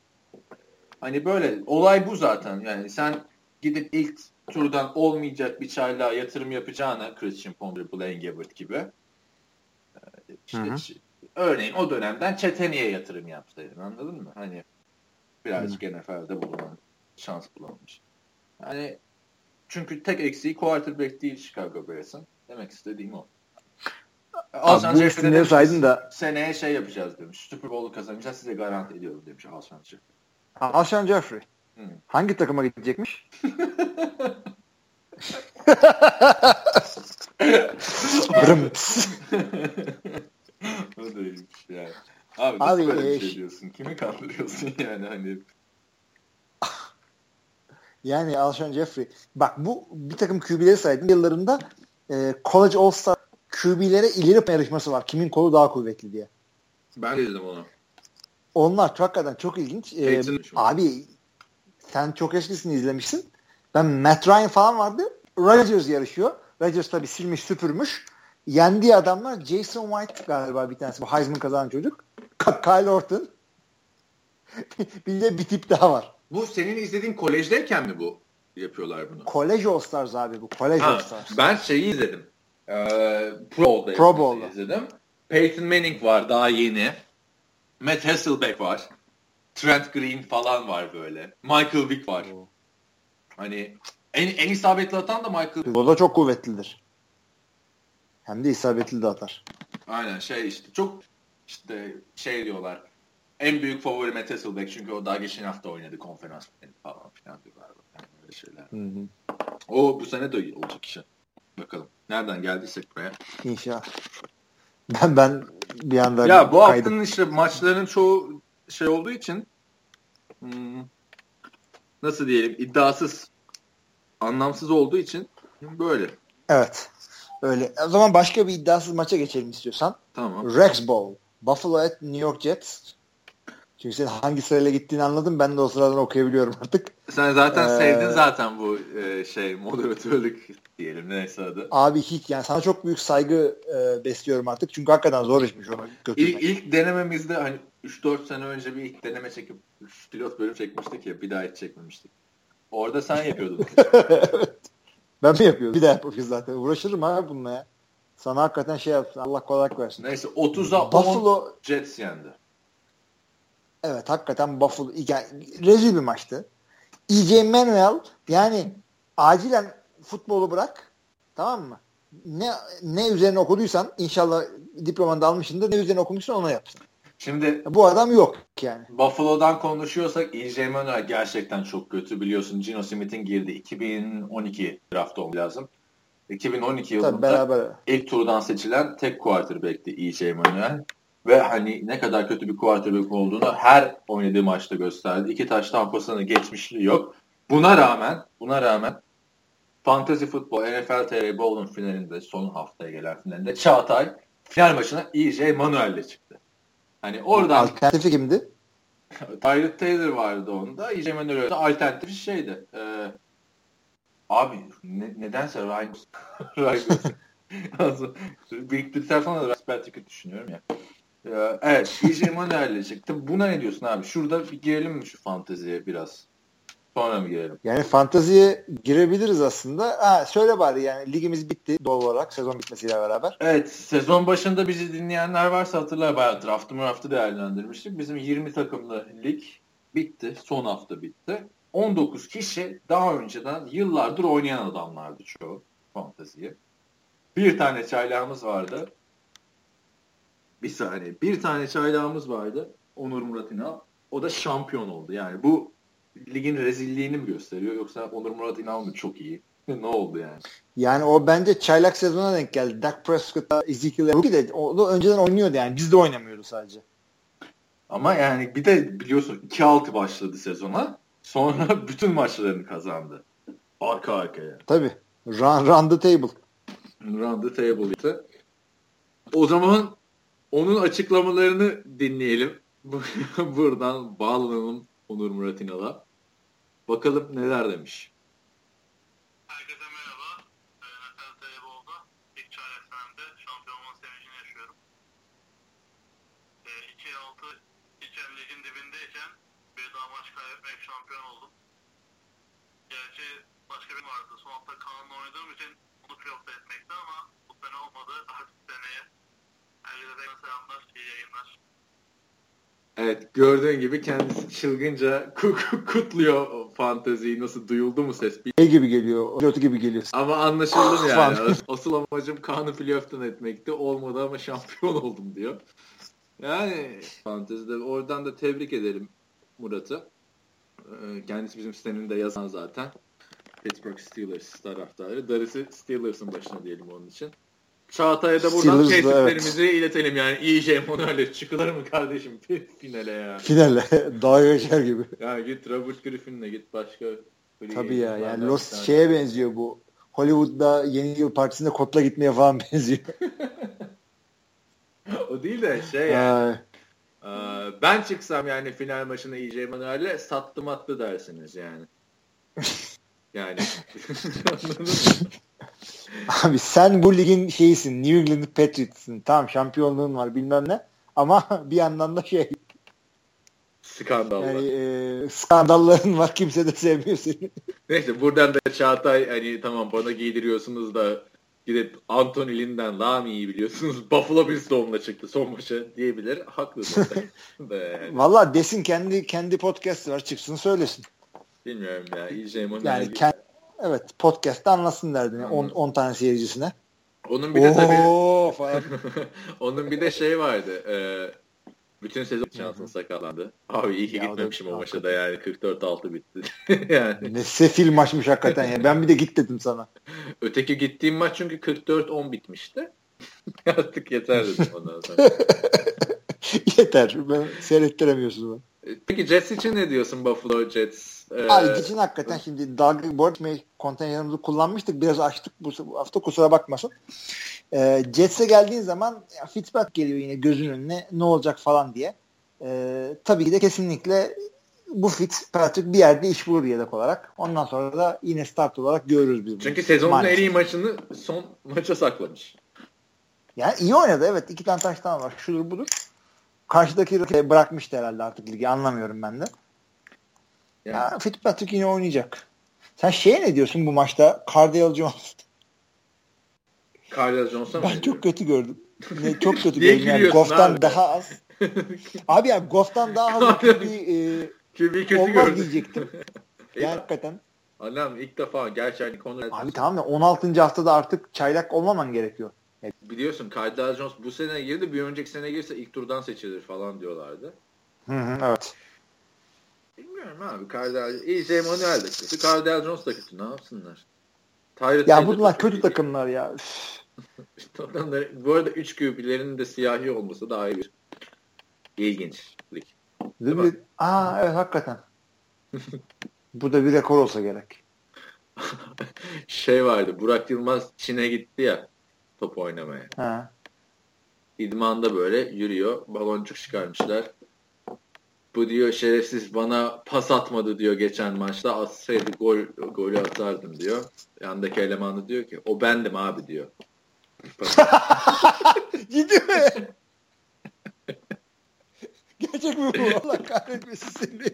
Hani böyle olay bu zaten. Yani sen gidip ilk turdan olmayacak bir çaylağa yatırım yapacağına Christian Ponder, Blaine Gabbert gibi işte hı hı. Örneğin o dönemden Çeteni'ye yatırım yapsaydın. Anladın mı? Hani birazcık N F L'de bulunan şans bulamamış. Yani çünkü tek eksiği quarterback değil Chicago Bears'ın. Demek istediğim o. Alshon Jeffrey demiş saydın da seneye şey yapacağız demiş. Super Bowl'u kazanacağız size garanti ediyorum demiş Alshon Jeffrey. Alshon Jeffrey. Hmm. Hangi takıma gidecekmiş? O da iyiymiş yani. Abi nasıl Abi, böyle bir şey diyorsun? Kimi kandırıyorsun yani hani? Yani Alshon Jeffrey. Bak bu bir takım Q B'leri saydım. Yıllarında e, College All-Star Q B'lere ileri yarışması var. Kimin kolu daha kuvvetli diye. Ben de dedim onu. Onlar çok hakikaten çok ilginç. Ee, abi sen çok eskisini izlemişsin. Ben Matt Ryan falan vardı. Rodgers yarışıyor. Rodgers tabii silmiş süpürmüş. Yendiği adamlar Jason White galiba bir tanesi. Bu Heisman kazanan çocuk. Kyle Orton. Bir de bir tip daha var. Bu senin izlediğin kolejdeyken mi bu yapıyorlar bunu? College All Stars abi bu. College All Stars. Ben şeyi izledim. Ee, Pro Bowl'da Pro Bowl'da izledim. Peyton Manning var daha yeni. Matt Hasselbeck var. Trent Green falan var böyle. Michael Vick var. Oh. Hani en, en isabetli atan da Michael. O da çok kuvvetlidir. Hem de isabetli de atar. Aynen şey işte çok işte şey diyorlar. En büyük favori Matt Hasselbeck çünkü o daha geçen hafta oynadı konferans falan filan diyorlar. Yani öyle şeyler. Hı hı. O bu sene de olacak işe. Bakalım. Nereden geldiysek buraya. İnşallah. Ben ben bir anda ya bu kaydım. Haftanın işte maçların çoğu şey olduğu için hmm, nasıl diyelim iddiasız, anlamsız olduğu için böyle. Evet. Öyle. O zaman başka bir iddiasız maça geçelim istiyorsan. Tamam. Rex Bowl. Buffalo at New York Jets. Çünkü sen hangi sırayla gittiğini anladım. Ben de o sıradan okuyabiliyorum artık. Sen zaten ee, sevdin zaten bu e, şey moderatörlük diyelim neyse adı. Abi hiç yani sana çok büyük saygı e, besliyorum artık. Çünkü hakikaten zor işmiş onu götürmek. İlk, ilk denememizde hani üç dört sene önce bir ilk deneme çekip üç pilot bölüm çekmiştik ya bir daha hiç çekmemiştik. Orada sen yapıyordun. Evet. Ben mi yapıyorum? Bir daha yapıyoruz zaten. Uğraşırım abi bununla ya. Sana hakikaten şey yapsın. Allah kolaylık versin. Neyse otuza on Jets yendi. Evet hakikaten Buffalo yani, rezil bir maçtı. E J Manuel yani acilen futbolu bırak tamam mı? Ne ne üzerine okuduysan inşallah diplomanı da almışsındır. Ne üzerine okumuşsan ona yapsın. Şimdi bu adam yok yani. Buffalo'dan konuşuyorsak E J Manuel gerçekten çok kötü biliyorsun. Geno Smith'in girdi iki bin on iki draft olması lazım. iki bin on iki yılında beraber ilk turdan seçilen tek quarterback'ti E J Manuel. Ve hani ne kadar kötü bir quarterback olduğunu her oynadığı maçta gösterdi. İki taş tampasını geçmişliği yok. Buna rağmen buna rağmen Fantasy Football N F L T R Bowl'un finalinde son haftaya gelen finalinde Çağatay final maçına E J Manuel'le çıktı. Hani oradan alternatifi kimdi? Tyrod Taylor vardı onda. E J Manuel'de alternatif şeydi. Ee, abi ne, nedense Ryan Ryan biriktirdikten sonra da Rasper Ticket düşünüyorum ya. Ee, evet E J Manuel'le çıktı. Buna ne diyorsun abi? Şurada bir girelim mi şu fanteziye biraz? Sonra mı girelim? Yani fanteziye girebiliriz aslında. Ha, söyle bari yani ligimiz bitti doğal olarak sezon bitmesiyle beraber. Evet sezon başında bizi dinleyenler varsa hatırlar bayağı draftı draftı değerlendirmiştik. Bizim yirmi takımlı lig bitti. Son hafta bitti. on dokuz kişi daha önceden yıllardır oynayan adamlardı çoğu fanteziyi. Bir tane çaylağımız vardı. Bir saniye. Bir tane çaylağımız vardı. Onur Murat İnal. O da şampiyon oldu. Yani bu ligin rezilliğini mi gösteriyor yoksa Onur Murat İnal mı çok iyi? Ne oldu yani? Yani o bence çaylak sezonuna denk geldi. Dak Prescott'a, Ezekiel Elliott de o da önceden oynuyordu yani. Biz de oynamıyoruz sadece. Ama yani bir de biliyorsun iki altı başladı sezona. Sonra bütün maçlarını kazandı. Arka arkaya. Tabii. Run, run the table. Run the table işte. O zaman onun açıklamalarını dinleyelim. Buradan bağlanalım Onur Murat İnal'a. Bakalım neler demiş. Herkese merhaba. N F L T V Bowl'da ilk çaylak senemde şampiyon olma sevincini yaşıyorum. iki altı iken ligin dibindeyken bir daha maç kaybetmeyip şampiyon oldum. Gerçi başka bir vardı. Son hafta Kaan'la oynadığım için onu playoff'ta etmekti ama bu sene olmadı. Artık seneye. Herkese selamlar. İyi yayınlar. Evet gördüğün gibi kendisi çılgınca kutluyor fanteziyi. Nasıl duyuldu mu ses? Ne gibi geliyor? Pilotu gibi geliyor. Ama anlaşıldı yani. Asıl amacım Kaan'ı playoff'tan etmekti. Olmadı ama şampiyon oldum diyor. Yani fantezide oradan da tebrik ederim Murat'ı. Kendisi bizim sitenin de yazan zaten. Pittsburgh Steelers taraftarı. Darısı Steelers'ın başına diyelim onun için. Çağatay'a da buradan teessüflerimizi evet. iletelim yani. İyi şey Manuel'le çıkılır mı kardeşim finale ya? Finale. Daha geçer gibi. Ya git Robert Griffin'le git başka. Tabii ya. Yani Los şeye benziyor bu. Hollywood'da yeni yıl partisinde kotla gitmeye falan benziyor. O değil de şey yani. e, ben çıksam yani final maçına E J Manuel'le sattım attı dersiniz yani. Yani. Anladın mı? Abi sen bu ligin şeyisin. New England Patriots'ın. Tamam şampiyonluğun var bilmem ne. Ama bir yandan da şey. Skandallar. Yani e, skandalların var. Kimse de sevmiyor seni. Neyse buradan da Çağatay hani tamam bana giydiriyorsunuz da gidip Anthony Lynn'den daha mı iyi biliyorsunuz? Buffalo Bills doğumla çıktı son maça diyebilir. Haklı zaten. yani. Valla desin kendi kendi podcast'ı var çıksın söylesin. Bilmiyorum ya. E J Manuel yani kendi, evet podcast'ta anlasın derdini on tane seyircisine. Onun bir de tabii falan. onun bir de şey vardı. E, bütün sezon şansın sakatlandı. Abi iyi ki ya gitmemişim da, o maça da yani kırk dört altı bitti. yani. Ne sefil maçmış hakikaten ya. Ben bir de git dedim sana. Öteki gittiğim maç çünkü kırk dört on bitmişti. Artık yeter dedim ondan sonra. Yeter. Ben seyrettiremiyorsunuz bana. Peki Jets için ne diyorsun Buffalo Jets? Ee... Abi için hakikaten şimdi dalga board kontenjanımızı kullanmıştık. Biraz açtık bu hafta kusura bakmasın. Ee, Jets'e geldiğin zaman ya Fitzpatrick geliyor yine gözün önüne ne olacak falan diye. Ee, tabii ki de kesinlikle bu Fitzpatrick bir yerde iş bulur yedek olarak. Ondan sonra da yine start olarak görürüz biz. Çünkü sezonun maalesef en iyi maçını son maça saklamış. Yani iyi oynadı evet. İki tane taştan var. Şudur budur. Karşıdaki bırakmıştı herhalde artık ligi. Anlamıyorum ben de. Yani. Ya Fitzpatrick yine oynayacak. Sen şeye ne diyorsun bu maçta? Cardale Jones. Cardale Jones'a mı? Ben çok kötü gördüm. Ne, çok kötü gördüm. Yani Goff'tan daha az. Abi ya Goff'tan daha az bir e, olmaz gördüm. Diyecektim. Yani hakikaten. Annem ilk defa gerçekten konu. Abi tamam da on altıncı haftada artık çaylak olmaman gerekiyor. Biliyorsun Cardale Jones bu sene girdi, bir önceki sene girse ilk turdan seçilir falan diyorlardı. Hı hı, evet. Bilmiyorum abi. Cardale, E J Manuel de kötü. Cardale Jones da kötü. Ne yapsınlar? Tyrant ya bunlar kötü iyi. Takımlar ya. Bu arada üç Q B'lerinin de siyahi olması daha iyi. İlginçlik. Değil mi? Aa evet hakikaten. Bu da bir rekor olsa gerek. Şey vardı. Burak Yılmaz Çin'e gitti ya top oynamaya. Ha. İdmanda böyle yürüyor. Baloncuk çıkarmışlar. Bu diyor şerefsiz bana pas atmadı diyor geçen maçta. Atsaydı gol golü atardım diyor. Yandaki eleman da diyor ki o bendim abi diyor. Ciddi mi? Gerçek mi bu? Allah kahretmesin seni.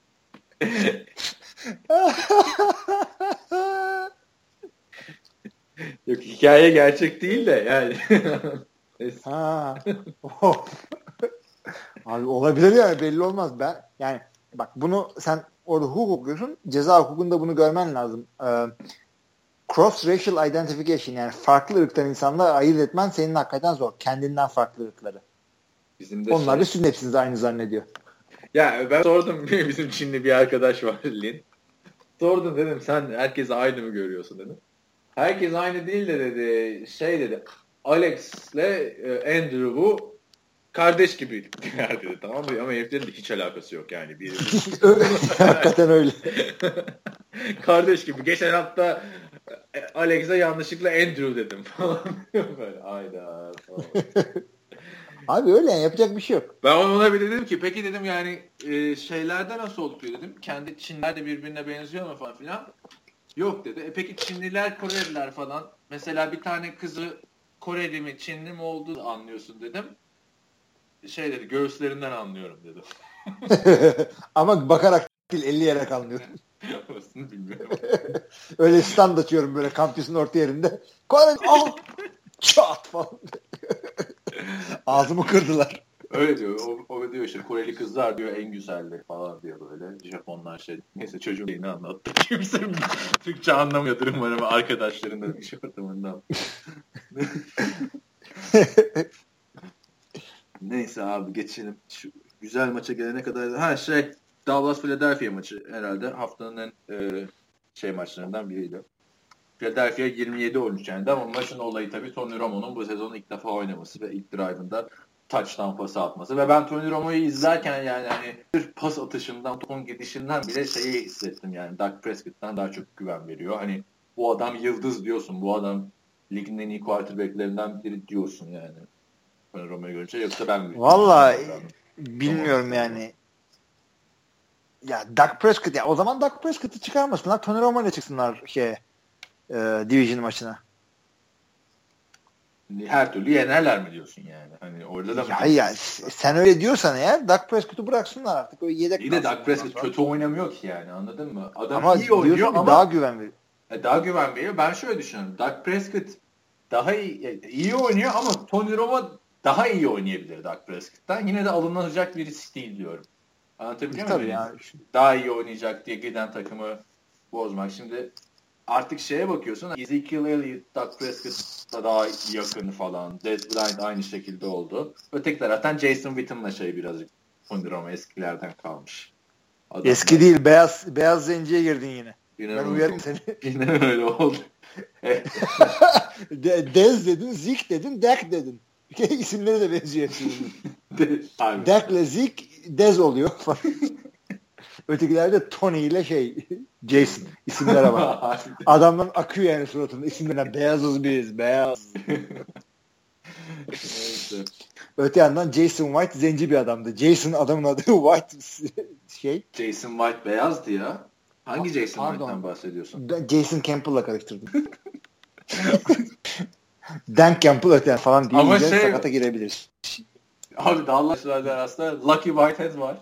Yok hikaye gerçek değil de yani. ha. Oh. Abi olabilir yani belli olmaz. Ben yani bak bunu sen orada hukuk okuyorsun. Ceza hukukunda bunu görmen lazım. Ee, cross racial identification yani farklı ırktan insanları ayırt etmen senin hakikaten zor. Kendinden farklı ırkları. Bizim de onlar şey... da sizin hepsiniz aynı zannediyor. Ya ben sordum bizim Çinli bir arkadaş var Lin. Sordum dedim sen herkesi aynı mı görüyorsun dedim. Herkes aynı değil de dedi şey dedi Alex'le Andrew'u kardeş gibi dedi tamam mı? Ama heriflerin de hiç alakası yok yani. Bir hakikaten öyle. Kardeş gibi. Geçen hafta Alex'e yanlışlıkla Andrew dedim falan. Böyle ayda falan. Abi öyle yani yapacak bir şey yok. Ben ona bir dedim ki peki dedim yani e, şeylerde nasıl oluyor dedim. Kendi Çinler de birbirine benziyor mu falan filan. Yok dedi. E peki Çinliler Koreliler falan. Mesela bir tane kızı Koreli mi Çinli mi olduğunu anlıyorsun dedim. Şey dedi göğüslerinden anlıyorum dedi. Ama bakarak değil elli yere kalmıyor. Orasını bilmiyorum. Öyle stand açıyorum böyle kampüsün orta yerinde. Koreli ah çat falan. Ağzımı kırdılar. Öyle diyor. O, o diyor işte Koreli kızlar diyor en güzelleri falan diyor böyle. Japonlar şey. Neyse çocuğun yeni anlattı. Kimse Türkçe anlamıyordur umarım arkadaşlarından bir şey ortamından. Neyse abi geçelim. Şu güzel maça gelene kadar ha şey Dallas Philadelphia maçı herhalde haftanın en e, şey maçlarından biriydi. Philadelphia yirmi yedi on üç yendi ama maçın olayı tabii Tony Romo'nun bu sezon ilk defa oynaması ve ilk drive'ında touchdown pası atması ve ben Tony Romo'yu izlerken yani hani bir pas atışından, topun gidişinden bile şeyi hissettim yani Dak Prescott'tan daha çok güven veriyor. Hani bu adam yıldız diyorsun, bu adam ligin en iyi quarterback'lerinden biri diyorsun yani. Tony Romo'yu görünce yoksa ben mi? Vallahi bilmiyorum yani. Ya Dak Prescott ya o zaman Dak Prescott'ı çıkarmasınlar. Tony Romo'yla çıksınlar şeye e, division maçına. Her türlü yenerler mi diyorsun yani? Hani orada da mı? Ya, ya sen öyle diyorsan eğer Dak Prescott'u bıraksınlar artık. O yedek. İyi de Dak Prescott kötü oynamıyor ki yani. Anladın mı? Adam ama iyi oynuyor ama daha güven veriyor. E, daha güven veriyor. Ben şöyle düşünüyorum. Dak Prescott daha iyi, iyi oynuyor ama Tony Romo daha iyi oynayabilir Dak Prescott'tan. Yine de alınacak bir risk değil diyorum. Anlatabiliyor muyum? Yani. Daha iyi oynayacak diye giden takımı bozmak. Şimdi artık şeye bakıyorsun. Ezekiel Elliott, Dak Prescott'a daha yakın falan. Dez Bryant aynı şekilde oldu. Öteki taraftan Jason Witten'la şey birazcık Tony Romo eskilerden kalmış. Adamlar. Eski değil. Beyaz beyaz zenciye girdin yine. Yine ben uyarım seni. Yine öyle oldu. De, Dez dedin, Zik dedin, Dak dedin. İsimleri de benziyor hepsinin. Dak'le Zik, Dez oluyor. Ötekilerde Tony ile şey Jason isimlere bak. Adamdan akıyor yani suratında. İsimlerden beyazız biz, beyaz. Evet. Öte yandan Jason White zenci bir adamdı. Jason adamın adı White şey. Jason White beyazdı ya. Hangi Jason Pardon. White'dan bahsediyorsun? Ben Jason Campbell'la karıştırdım. Dan Campbell öte falan değil. Ama şey, sakata girebiliriz. Abi Dallas'larda aslında Lucky Whitehead var.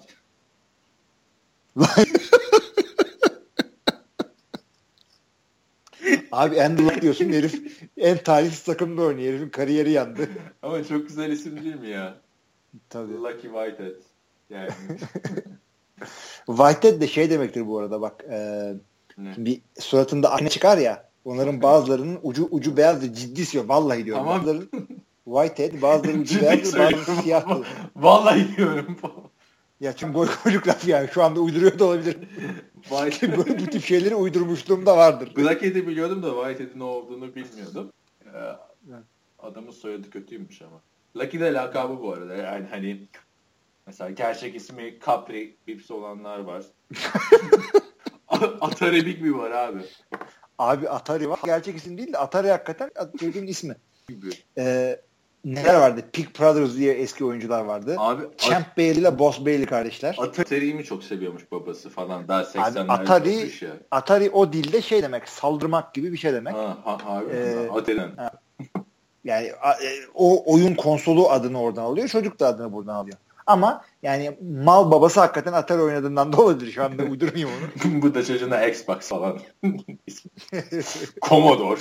Abi Andrew diyorsun herif en talihsiz takımda oynuyor. Herifin kariyeri yandı. Ama çok güzel isim değil mi ya? Tabii. Lucky Whitehead. Yani. Whitehead de şey demektir bu arada bak. E, bir suratında akne çıkar ya. Onların bazılarının ucu ucu beyazdır. Ciddi söylüyorum. Vallahi diyorum. Tamam. Bazıların Whitehead, bazılarının ucu beyazdır, bazıları siyahtır. Vallahi diyorum. Ya çünkü boy koyduk laf yani. Şu anda uyduruyor da olabilirim. Whitehead böyle bu tip şeyleri uydurmuşluğum da vardır. Blackhead'i biliyordum da Whitehead'in ne olduğunu bilmiyordum. Ee, adamın soyadı kötüymüş ama. Lucky de lakabı bu arada. Yani hani mesela gerçek ismi Capri, Bips olanlar var. Atari Big mi var abi? Abi Atari var. Gerçek isim değil de Atari hakikaten çocuğun ismi. Ee, neler vardı? Pick Brothers diye eski oyuncular vardı. Abi, Champ At- Bailey ile Boss Bailey kardeşler. Atari'yi mi çok seviyormuş babası falan. Daha seksenlerde Atari, Atari o dilde şey demek. Saldırmak gibi bir şey demek. Ha, ha, abi. Ee, Atari'den. Yani o oyun konsolu adını oradan alıyor. Çocuk da adını buradan alıyor. Ama yani mal babası hakikaten Atari oynadığından da olabilir. Şu anda uydurmayayım onu. Bu da çocuğuna Xbox falan. Commodore.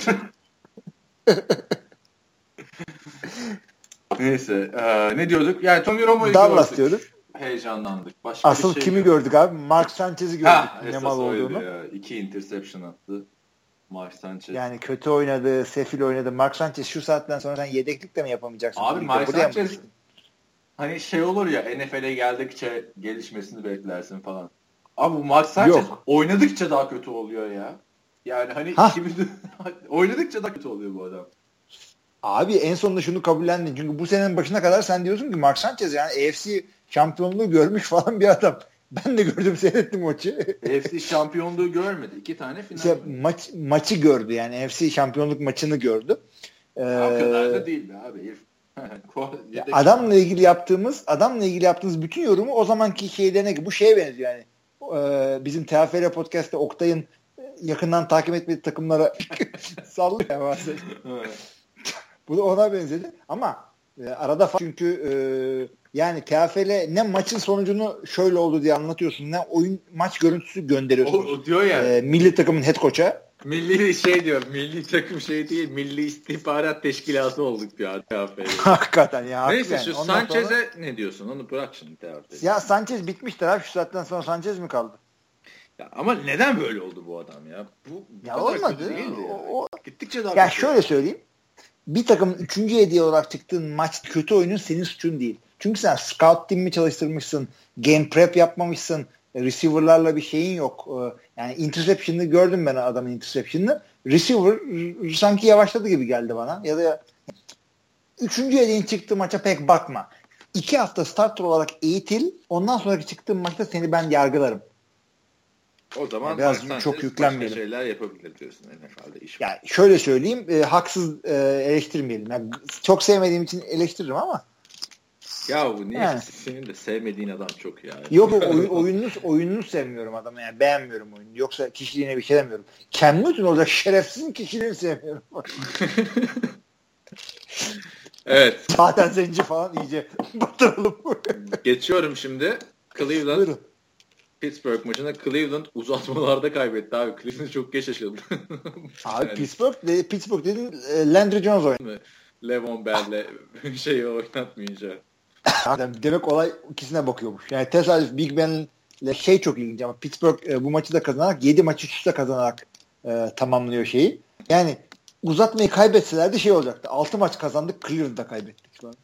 Neyse. E, ne diyorduk? Yani Tony Romo'yu Dallas diyorduk. Heyecanlandık. Başka Asıl bir şey kimi yok. gördük abi? Mark Sanchez'i gördük. Ha, ne mal olduğunu. Ya. İki interception attı. Mark Sanchez. Yani kötü oynadı, sefil oynadı. Mark Sanchez şu saatten sonra sen yedeklik de mi yapamayacaksın? Abi Mark Sanchez hani şey olur ya N F L'e geldikçe gelişmesini beklersin falan. Abi bu Mark Sanchez Yok. oynadıkça daha kötü oluyor ya. Yani hani kimi oynadıkça daha kötü oluyor bu adam. Abi en sonunda şunu kabullendin. Çünkü bu senenin başına kadar sen diyorsun ki Mark Sanchez yani A F C şampiyonluğu görmüş falan bir adam. Ben de gördüm, seyrettim maçı. A F C şampiyonluğu görmedi. İki tane final. İşte maç, maçı gördü yani. A F C şampiyonluk maçını gördü. Ee, o kadar da değil be abi. adamla ilgili yaptığımız adamla ilgili yaptığımız bütün yorumu o zamanki şeylerine bu şeye benziyor yani. Ee, bizim T F L Podcast'ta Oktay'ın yakından takip etmediği takımlara sallıyor bazen. Bu da ona benzedi. Ama e, arada çünkü e, yani T F L ne maçın sonucunu şöyle oldu diye anlatıyorsun, ne oyun maç görüntüsü gönderiyorsun. O, o diyor ya. E, milli takımın head coach'a. Milli şey diyor. Milli takım şey değil. Milli istihbarat teşkilatı olduk ya T F L. Hakikaten ya. Neyse yani. şu Ondan Sanchez'e sonra... ne diyorsun? Onu bırak şimdi T F L. Ya Sanchez bitmiştir abi. Şu saatten sonra Sanchez mi kaldı? Ya ama neden böyle oldu bu adam ya? Bu, bu ya olmadı. O, o... Gittikçe daha ya şöyle söyleyeyim. Bir takımın üçüncü hediye olarak çıktığın maç kötü oyunun senin suçun değil. Çünkü sen scout team'i çalıştırmışsın, game prep yapmamışsın, receiver'larla bir şeyin yok. Yani interception'ı gördüm ben, adamın interception'ını. Receiver sanki yavaşladı gibi geldi bana. Ya da üçüncü hediyenin çıktığı maça pek bakma. İki hafta starter olarak eğitil, ondan sonraki çıktığın maçta seni ben yargılarım. O zaman yani biraz çok yüklenmeyelim. Başka şeyler yapabilir diyorsun N F L'de iş. Yani şöyle söyleyeyim, e, haksız e, eleştirmeyelim. Yani çok sevmediğim için eleştiririm ama. Ya bu niye yani. Senin de sevmediğin adam çok ya. Yok oyun, oyununu, oyununu sevmiyorum adamı, yani beğenmiyorum oyunu. Yoksa kişiliğine bir şey demiyorum. Cam Newton olacak şerefsizin kişiliğini sevmiyorum. Evet. Zaten zenci falan iyice batıralım. Geçiyorum şimdi. Cleveland. Buyurun. Pittsburgh maçında Cleveland uzatmalarda kaybetti abi. Cleveland çok geç açıldı. Abi yani. Pittsburgh, Pittsburgh dedin Landry Jones oynadı. Levon Bell'le şeyi oynatmayınca. Demek olay ikisine bakıyormuş. Yani tesadüf Big Ben'le şey çok ilginç ama Pittsburgh e, bu maçı da kazanarak yedi maçı üst üste kazanarak e, tamamlıyor şeyi. Yani uzatmayı kaybetselerdi şey olacaktı. altı maç kazandık, Cleveland'da kaybettik falan.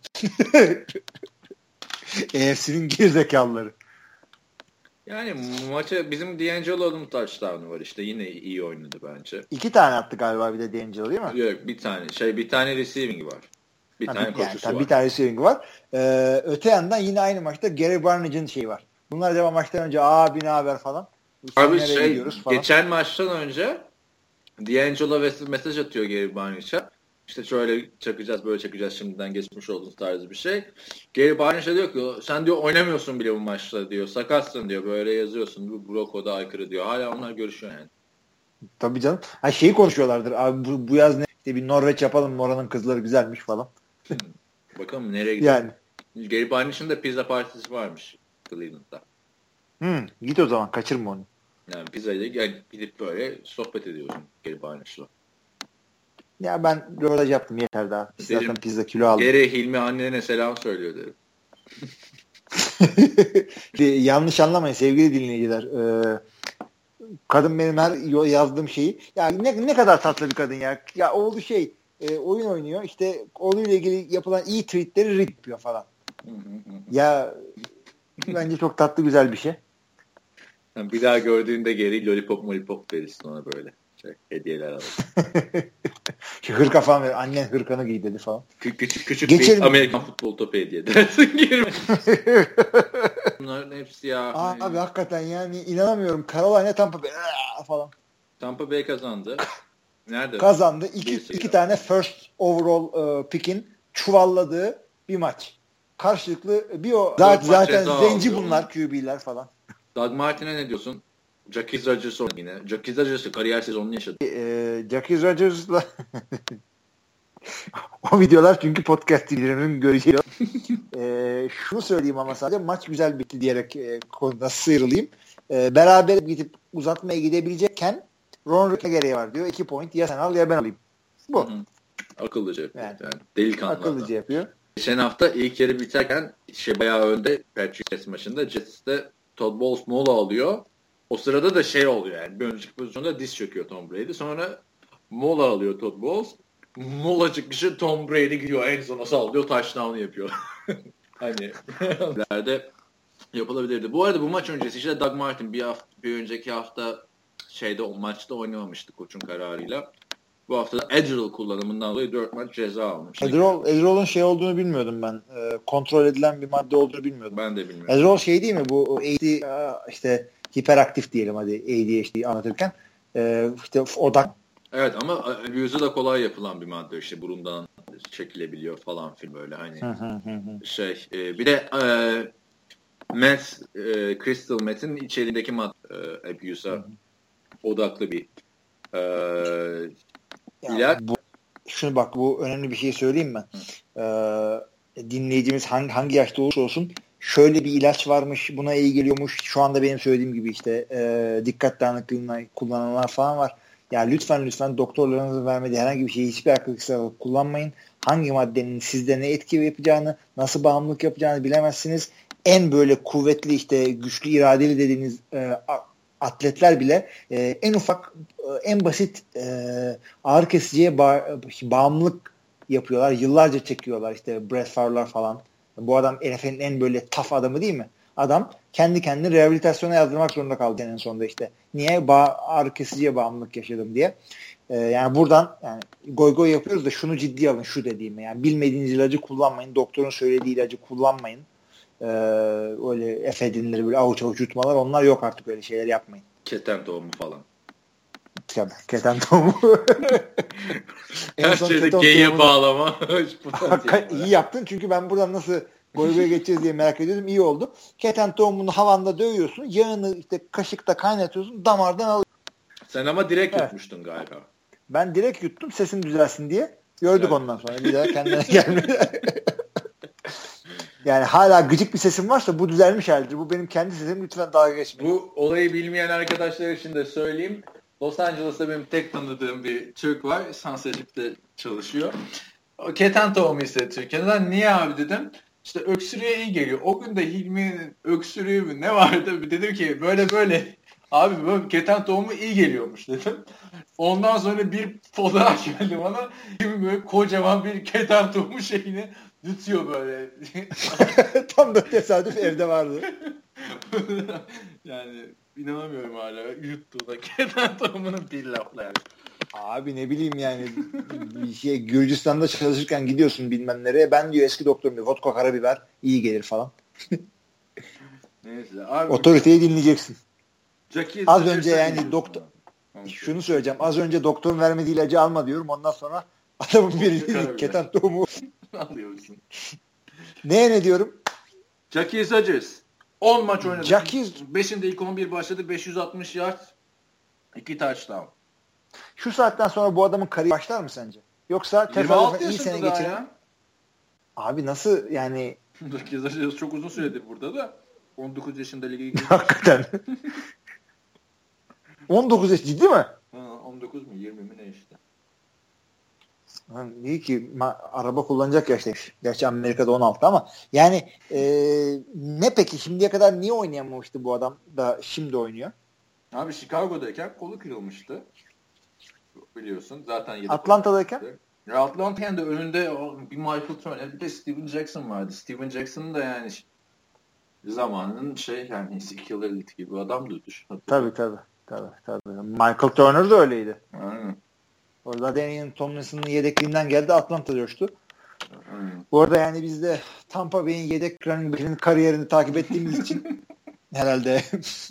E F C'nin gerizekalıları. Yani maça bizim D'Angelo'nun touchdown'u var işte. Yine iyi oynadı bence. İki tane attı galiba bir de D'Angelo değil mi? Yok bir tane. Şey bir tane receiving var. Bir ha, tane bir, koşusu yani, var. Bir tane receiving var. Ee, öte yandan yine aynı maçta Gary Barnage'ın şeyi var. Bunlar acaba maçtan önce abi ne haber falan. Abi şey falan. Geçen maçtan önce D'Angelo mesaj atıyor Gary Barnage'a. İşte şöyle çakacağız böyle çakacağız şimdiden geçmiş olduğunuz tarzı bir şey. Gary Barnage diyor ki sen diyor oynamıyorsun bile bu maçta diyor. Sakatsın diyor böyle yazıyorsun. Bu Broco'da aykırı diyor. Hala onlar görüşüyor yani. Tabii canım. Ha şeyi konuşuyorlardır. Abi bu, bu yaz ne? İşte bir Norveç yapalım. Oranın kızları güzelmiş falan. Bakalım nereye gidiyor. Yani. Gary Barnage'ın da pizza partisi varmış Cleveland'da. Hmm, git o zaman kaçırma onu. Yani pizzayla gel, gidip böyle sohbet ediyorsun Gary Barnage'la. Ya ben röportaj yaptım yeter daha. Zaten derim, pizza kilo aldım. Geri Hilmi annene selam söylüyor derim. Yanlış anlamayın sevgili dinleyiciler. Ee, kadın benim her yazdığım şeyi ya ne, ne kadar tatlı bir kadın ya. Ya oğlu şey e, oyun oynuyor. İşte oğluyla ilgili yapılan iyi tweetleri retweet yapıyor falan. Ya bence çok tatlı güzel bir şey. Yani bir daha gördüğünde geri lollipop molipop verirsin ona böyle. Şey, hediyeler alırsın. Şu hırka falan ver. Annen hırkanı giy dedi falan. Küçük küçük Geçelim. bir Amerikan futbol topu hediye edersin. Girme. Bunların hepsi ya. Aa, abi hakikaten yani inanamıyorum. Carolina Tampa Bay falan. Tampa Bay kazandı. Nerede? Kazandı. İki, iki tane first overall uh, pick'in çuvalladığı bir maç. Karşılıklı bir o zaten, zaten zenci bunlar Q B'ler falan. Doug Martin'e ne diyorsun? Jackie Rodgers yine. Jackie Rodgers kariyer sezonunu yaşadı. Ee, Jackie Rodgers'la o videolar çünkü podcast dinleyicilerinin göreceği. ee, şunu söyleyeyim ama sadece maç güzel bitti diyerek e, konuda sıyrılayım. Ee, beraber gidip uzatmaya gidebilecekken Ron Rivera gereği var diyor. İki point ya sen al ya ben alayım. Bu. Hı-hı. Akıllıca yapıyor. Yani, yani delikanlı. Akıllıca yapıyor. Geçen hafta ilk yarı biterken şey bayağı önde Patriots maçında Jets'te Todd Bowles mola alıyor. O sırada da şey oluyor yani bir önceki pozisyonda diz çöküyor Tom Brady. Sonra mola alıyor Todd Bowles. Mola çıkışı Tom Brady gidiyor en sona sallıyor touchdown'u yapıyor. Hani ileride yapılabilirdi. Bu arada bu maç öncesi işte Doug Martin bir hafta bir önceki hafta şeyde o maçta oynamamıştı koçun kararıyla. Bu hafta da Adderall kullanımından dolayı dört maç ceza almış. Adderall, Adderall'un şey olduğunu bilmiyordum ben. E, kontrol edilen bir madde olduğunu bilmiyordum. Ben de bilmiyorum. Adderall şey değil mi? Bu A D işte hiperaktif diyelim hadi A D H D anlatırken. E, işte odak. Evet ama abuse'u da kolay yapılan bir madde. İşte burundan çekilebiliyor falan film böyle hani. şey e, bir de e, meth, e, crystal meth'in içeriğindeki madde e, abuse'a odaklı bir e, yani bu, şunu bak bu önemli bir şey söyleyeyim ben. Ee, dinleyicimiz hangi, hangi yaşta olursa olsun şöyle bir ilaç varmış buna iyi geliyormuş. Şu anda benim söylediğim gibi işte e, dikkat dağınıklığına kullananlar falan var. Yani lütfen lütfen doktorlarınızın vermediği herhangi bir şeyi hiçbir arkadaşlarla kullanmayın. Hangi maddenin sizde ne etki yapacağını, nasıl bağımlılık yapacağını bilemezsiniz. En böyle kuvvetli işte güçlü iradeli dediğiniz e, atletler bile e, en ufak e, en basit e, ağrı kesiciye ba- bağımlılık yapıyorlar. Yıllarca çekiyorlar işte Brett Favre'lar falan. Bu adam N F L'in en böyle tough adamı değil mi? Adam kendi kendini rehabilitasyona yazdırmak zorunda kaldı en sonunda işte. Niye? Ba- ağrı kesiciye bağımlılık yaşadım diye. E, yani buradan yani goy goy yapıyoruz da şunu ciddiye alın şu dediğimi. Yani bilmediğiniz ilacı kullanmayın. Doktorun söylediği ilacı kullanmayın. Ee, öyle efedinleri böyle avuç avuç yutmalar onlar yok artık öyle şeyler yapmayın. Keten tohumu falan. Tabii keten tohumu. Her şeyde geyiğe bağlama. İyi yaptın çünkü ben buradan nasıl goy goya geçeceğiz diye merak ediyordum. İyi oldu. Keten tohumunu havanda dövüyorsun. Yağını işte kaşıkta kaynatıyorsun. Damardan alıyorsun. Sen ama direkt evet. Yutmuştun galiba. Ben direkt yuttum sesim düzelsin diye. Gördük evet. Ondan sonra. Bir daha kendine gelmedi. Yani hala gıcık bir sesim varsa bu düzelmiş haldir. Bu benim kendi sesim, lütfen dalga geçmeyin. Bu olayı bilmeyen arkadaşlar için de söyleyeyim. Los Angeles'ta benim tek tanıdığım bir Türk var. Sansetik'te çalışıyor. O keten tohumu istedi Türkiye'den. Niye abi dedim. İşte öksürüğe iyi geliyor. O gün de Hilmi'nin öksürüğü mü ne vardı? Dedim ki böyle böyle abi böyle keten tohumu iyi geliyormuş dedim. Ondan sonra bir fotoğraf geldi bana. Hilmi böyle kocaman bir keten tohumu şeyini yutuyor böyle. Tam da tesadüf evde vardı. Yani inanamıyorum hala yuttuğuna keten tohumunun bir lafla yani. Abi ne bileyim yani bir şey Gürcistan'da çalışırken gidiyorsun bilmem nereye. Ben diyor eski doktorum diyor vodka karabiber iyi gelir falan. Neyse abi. Otoriteyi dinleyeceksin. Jackie az önce yani doktor şunu söyleyeceğim. Az önce doktorun vermediği ilacı alma diyorum. Ondan sonra adamın bir keten tohumu alıyorsun. Neye ne diyorum? Jackie Hodges on maç oynadı. Jackie beşinde ilk on bir başladı. beş yüz altmış yard. iki touchdown. Şu saatten sonra bu adamın kariyeri başlar mı sence? Yoksa tesadüfen iyi sene geçiren. Ya. Abi nasıl yani? Jackie çok uzun süredir burada da. on dokuz yaşında lige girdi. Hakikaten. on dokuz yaş ciddi mi? Ha, on dokuz mu yirmi mi ne işte. Ha, iyi ki ma- araba kullanacak yaştaymış. Gerçi Amerika'da on altı ama yani e, ne peki şimdiye kadar niye oynayamamıştı bu adam da şimdi oynuyor? Abi Chicago'dayken kolu kırılmıştı. Biliyorsun zaten. Atlanta'dayken? Ya Atlanta'yken de önünde bir Michael Turner bir de Steven Jackson vardı. Steven Jackson da yani zamanının şey yani Ezekiel Elliott gibi adamdı düşün. Tabii tabii. Tabii tabii. Michael Turner da öyleydi. Aynen. Orada Daniel Tomlinson'ın yedekliğinden geldi Atlanta coştu. Aynen. Bu arada yani biz de Tampa Bay'in yedek running back'inin kariyerini takip ettiğimiz için herhalde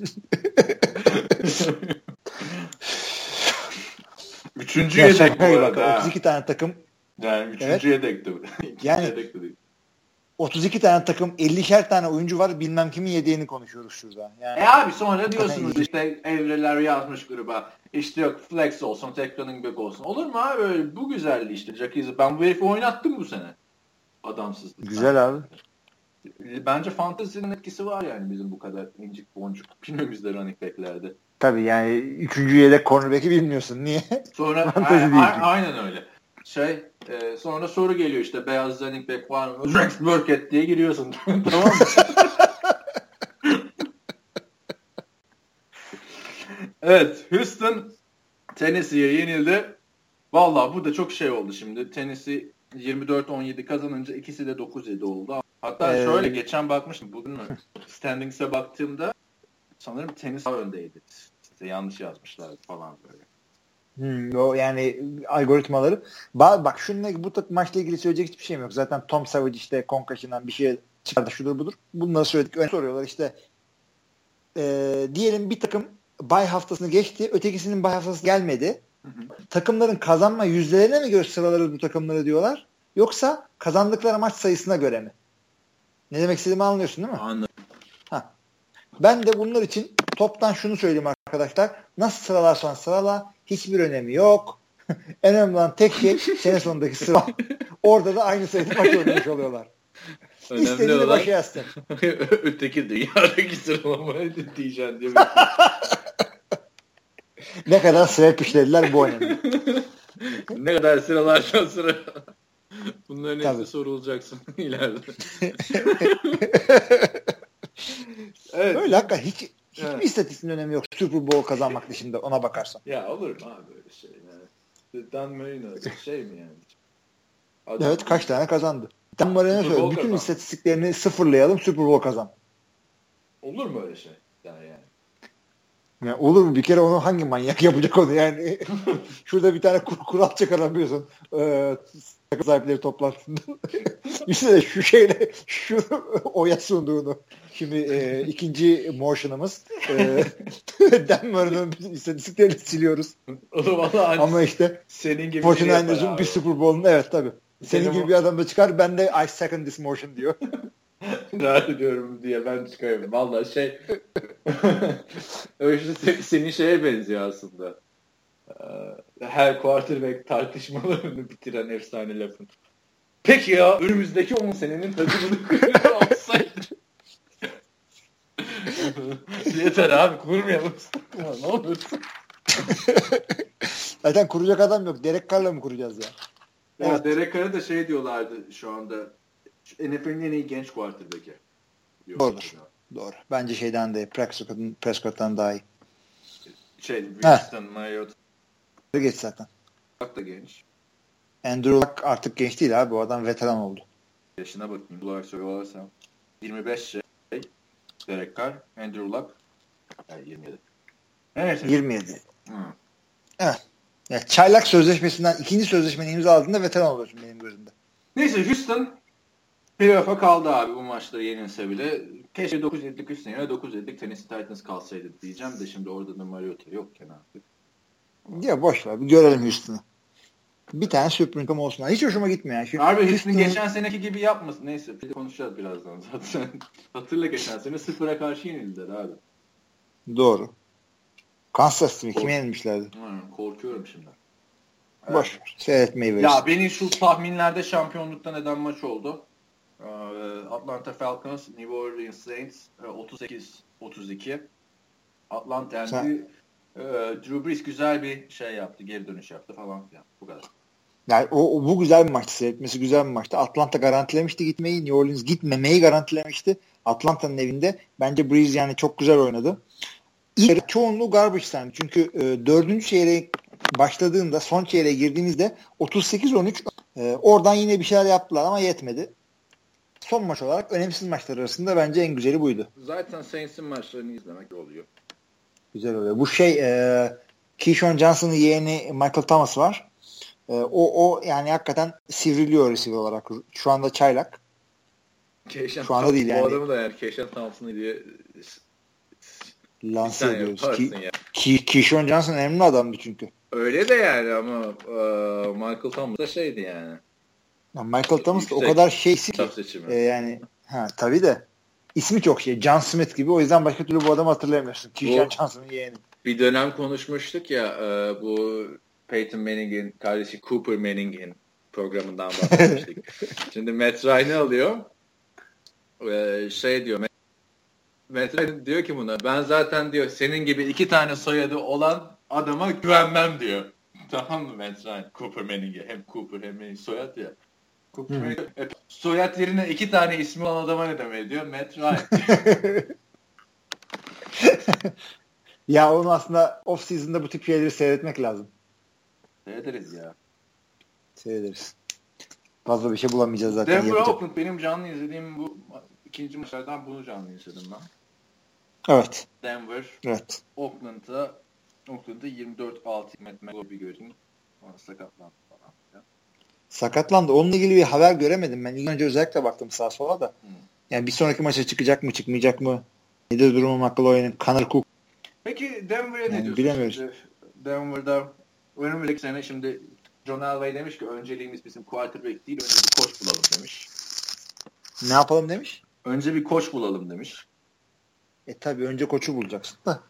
Üçüncü yedek bu arada. otuz iki tane takım. Yani üçüncü evet. yedekti. Yani yedekti değil. otuz iki tane takım, ellişer tane oyuncu var. Bilmem kimin yedeğini konuşuyoruz şurada. Yani, e abi sonra diyorsunuz işte evreler yazmış gruba. İşte yok flex olsun, tek running back olsun. Olur mu abi öyle? Bu güzeldi işte. Jackie'si. Ben bu herifi oynattım bu sene. Adamsızdı. Güzel abi. Bence fantezinin etkisi var yani bizim bu kadar incik boncuk filmimizde running back'lerde. Tabii yani üçüncü yedek cornerback'i bilmiyorsun. Niye? Sonra a- a- aynen öyle. Şey e, sonra soru geliyor işte beyaz running back var mı? Rex Burkhead diye giriyorsun. Tamam mı? Evet. Houston Tennessee'ye yenildi. Vallahi bu da çok şey oldu şimdi. Tennessee yirmi dört on yedi kazanınca ikisi de dokuz yedi oldu. Hatta ee... şöyle geçen bakmıştım. Bugün mü? Standings'e baktığımda sanırım Tennessee öndeydi. İşte yanlış yazmışlar falan böyle. Hmm, o yani algoritmaları. Ba- bak şununla bu maçla ilgili söyleyecek hiçbir şeyim yok. Zaten Tom Savage işte Concussion'dan bir şey çıkardı şudur budur. Bunları söyledik. Öyle soruyorlar işte e, diyelim bir takım bay haftasını geçti. Ötekisinin bay haftası gelmedi. Hı hı. Takımların kazanma yüzdelerine mi göre sıralarız bu takımları diyorlar? Yoksa kazandıkları maç sayısına göre mi? Ne demek istediğimi anlıyorsun değil mi? Anladım. Ha. Ben de bunlar için toptan şunu söyleyeyim arkadaşlar. Nasıl sıralarsan sırala hiçbir önemi yok. En önemli olan tek şey sene sonundaki sıra. Orada da aynı sayıda maç oynamış oluyorlar. Önemli İstediğini olan başa yazsın. öteki dünyadaki sıralamayı diyeceksin diye. Ne kadar swap işlediler bu önemli. Ne kadar sıralarsan sıra. Bunların hepsi sorulacaksın ileride. Evet. Öyle hakikaten hiç hiçbir evet. istatistiğin önemi yok. Super Bowl kazanmak dışında ona bakarsan. Ya olur mu abi böyle şey yani. Dan Marino şey mi yani? Adam evet kaç tane kazandı. Dan Marino söyledi. Bütün kazan. istatistiklerini sıfırlayalım Super Bowl kazan. Olur mu öyle şey? Yani yani. Yani olur mu? Bir kere onu hangi manyak yapacak onu yani? Şurada bir tane kur, kural çıkaramıyorsun. Ee, takım sahipleri toplantısında. İşte şu şeyle şu oya sunduğunu. Şimdi e, ikinci motion'ımız e, Dan Marino'nun istatistiklerini siliyoruz. O da vallahi ama işte senin gibi kırk dokuz'un bir Super Bowl'un evet tabii. Senin, senin gibi o... bir adam da çıkar ben de I second this motion diyor. Rahat ediyorum diye ben çıkıyorum. Vallahi şey öyle senin şeye benziyor aslında. Her quarterback tartışmalarını bitiren efsane lafın. Peki ya önümüzdeki on senenin tadını Yeter abi kurmayalım. Ne olursun. Zaten kuracak adam yok. Derek Carr'la mı kuracağız ya? Ya evet. Derek Carr'a da şey diyorlardı şu anda. N F L'in en iyi genç quarterback'i. Doğrudur. Doğru. Bence şeyden de Prescott'tan, Prescott'tan daha iyi. Şey, Winston, Mariota. Geç zaten. Luck da genç. Andrew Luck artık genç değil abi. O adam veteran oldu. Yaşına bakayım. Olarak söylüyorsam. yirmi beş şey. Derek Carr, Andrew Luck. Yani yirmi yedi. Evet. yirmi yedi. Hmm. Evet. Ya çaylak sözleşmesinden ikinci sözleşmeni imzaladığında veteran oluyorsun benim gözümde. Neyse Houston playoff'a kaldı abi bu maçları yenilse bile. Keşke dokuz yedilik üstüne ya dokuz yedilik Tennessee Titans kalsaydı diyeceğim de şimdi orada da Mariota yokken artık. Ya boş ver bir görelim Houston'ı. Bir tane sürprizim olsun. Hiç hoşuma gitmiyor. Yani. Şu abi Houston geçen seneki gibi yapmasın. Neyse bir de konuşacağız birazdan zaten. Hatırla geçen sene sıfıra karşı yenildiler abi. Doğru. Kansas City kime yenilmişlerdi? Hmm, korkuyorum şimdi. Boş ver. Seyretmeyi verirsin. Ya benim şu tahminlerde şampiyonlukta neden maç oldu? Atlanta Falcons, New Orleans Saints otuz sekiz otuz iki. Atlanta yani Sen... Drew Brees güzel bir şey yaptı. Geri dönüş yaptı falan filan. Bu kadar. Yani o, o bu güzel bir maçtı. Seyretmesi güzel bir maçtı. Atlanta garantilemişti gitmeyi. New Orleans gitmemeyi garantilemişti. Atlanta'nın evinde. Bence Brees yani çok güzel oynadı. İlk çoğunluğu garbage time. Çünkü e, dördüncü çeyreğe başladığında son çeyreğe girdiğimizde otuz sekiz on üç e, oradan yine bir şeyler yaptılar ama yetmedi. Son maç olarak önemsiz maçlar arasında bence en güzeli buydu. Zaten Saints'in maçlarını izlemek oluyor. Güzel oluyor. Bu şey e, Keyshawn Johnson'ın yeğeni Michael Thomas var. E, o o yani hakikaten sivriliyor receiver olarak. Şu anda çaylak. Keyshawn Şu anda değil yani. Bu adamı da yani Keyshawn Thompson'ı diye lanse ediyoruz. Ki, ki, Keyshawn Johnson önemli adamdı çünkü. Öyle de yani ama uh, Michael Thomas da şeydi yani. Ya Michael Thomas da o kadar şeysi ki. E, yani ha tabii de ismi çok şey. John Smith gibi. O yüzden başka türlü bu adamı hatırlayamıyorsun. Keyshawn Johnson'ın yeğeni. Bir dönem konuşmuştuk ya e, bu Peyton Manning'in kardeşi Cooper Manning'in programından bahsetmiştik. Şimdi Matt Ryan'ı alıyor. E, şey diyor Matt Ryan diyor ki buna ben zaten diyor senin gibi iki tane soyadı olan adama güvenmem diyor. Tamam mı Matt Ryan? Cooper Manning'e. Hem Cooper hem Manning soyad ya. Cooper Manning, e, soyad yerine iki tane ismi olan adama ne demek diyor? Matt Ryan. Ya onu aslında off season'da bu tip şeyleri seyretmek lazım. Seyrederiz ya. Seyrederiz. Fazla bir şey bulamayacağız zaten. Denver Oakland benim canlı izlediğim bu ikinci maçlardan bunu canlı izledim ben. Evet. Denver. Evet. Oakland'a Oakland'da yirmi dört altı Matt McGoby gördüm. Sakatlandı falan. Ya. Sakatlandı. Onunla ilgili bir haber göremedim. Ben ilk önce özellikle baktım sağa sola da. Hmm. Yani bir sonraki maça çıkacak mı çıkmayacak mı? Nedir durumu McElroy'un? Connor Cook. Peki Denver'e ne yani diyorsun? Bilemiyoruz. Şimdi Denver'da önümüzdeki sene şimdi John Elway demiş ki önceliğimiz bizim quarterback değil önce bir koç bulalım demiş. Ne yapalım demiş? Önce bir koç bulalım demiş. E tabi önce koçu bulacaksın da.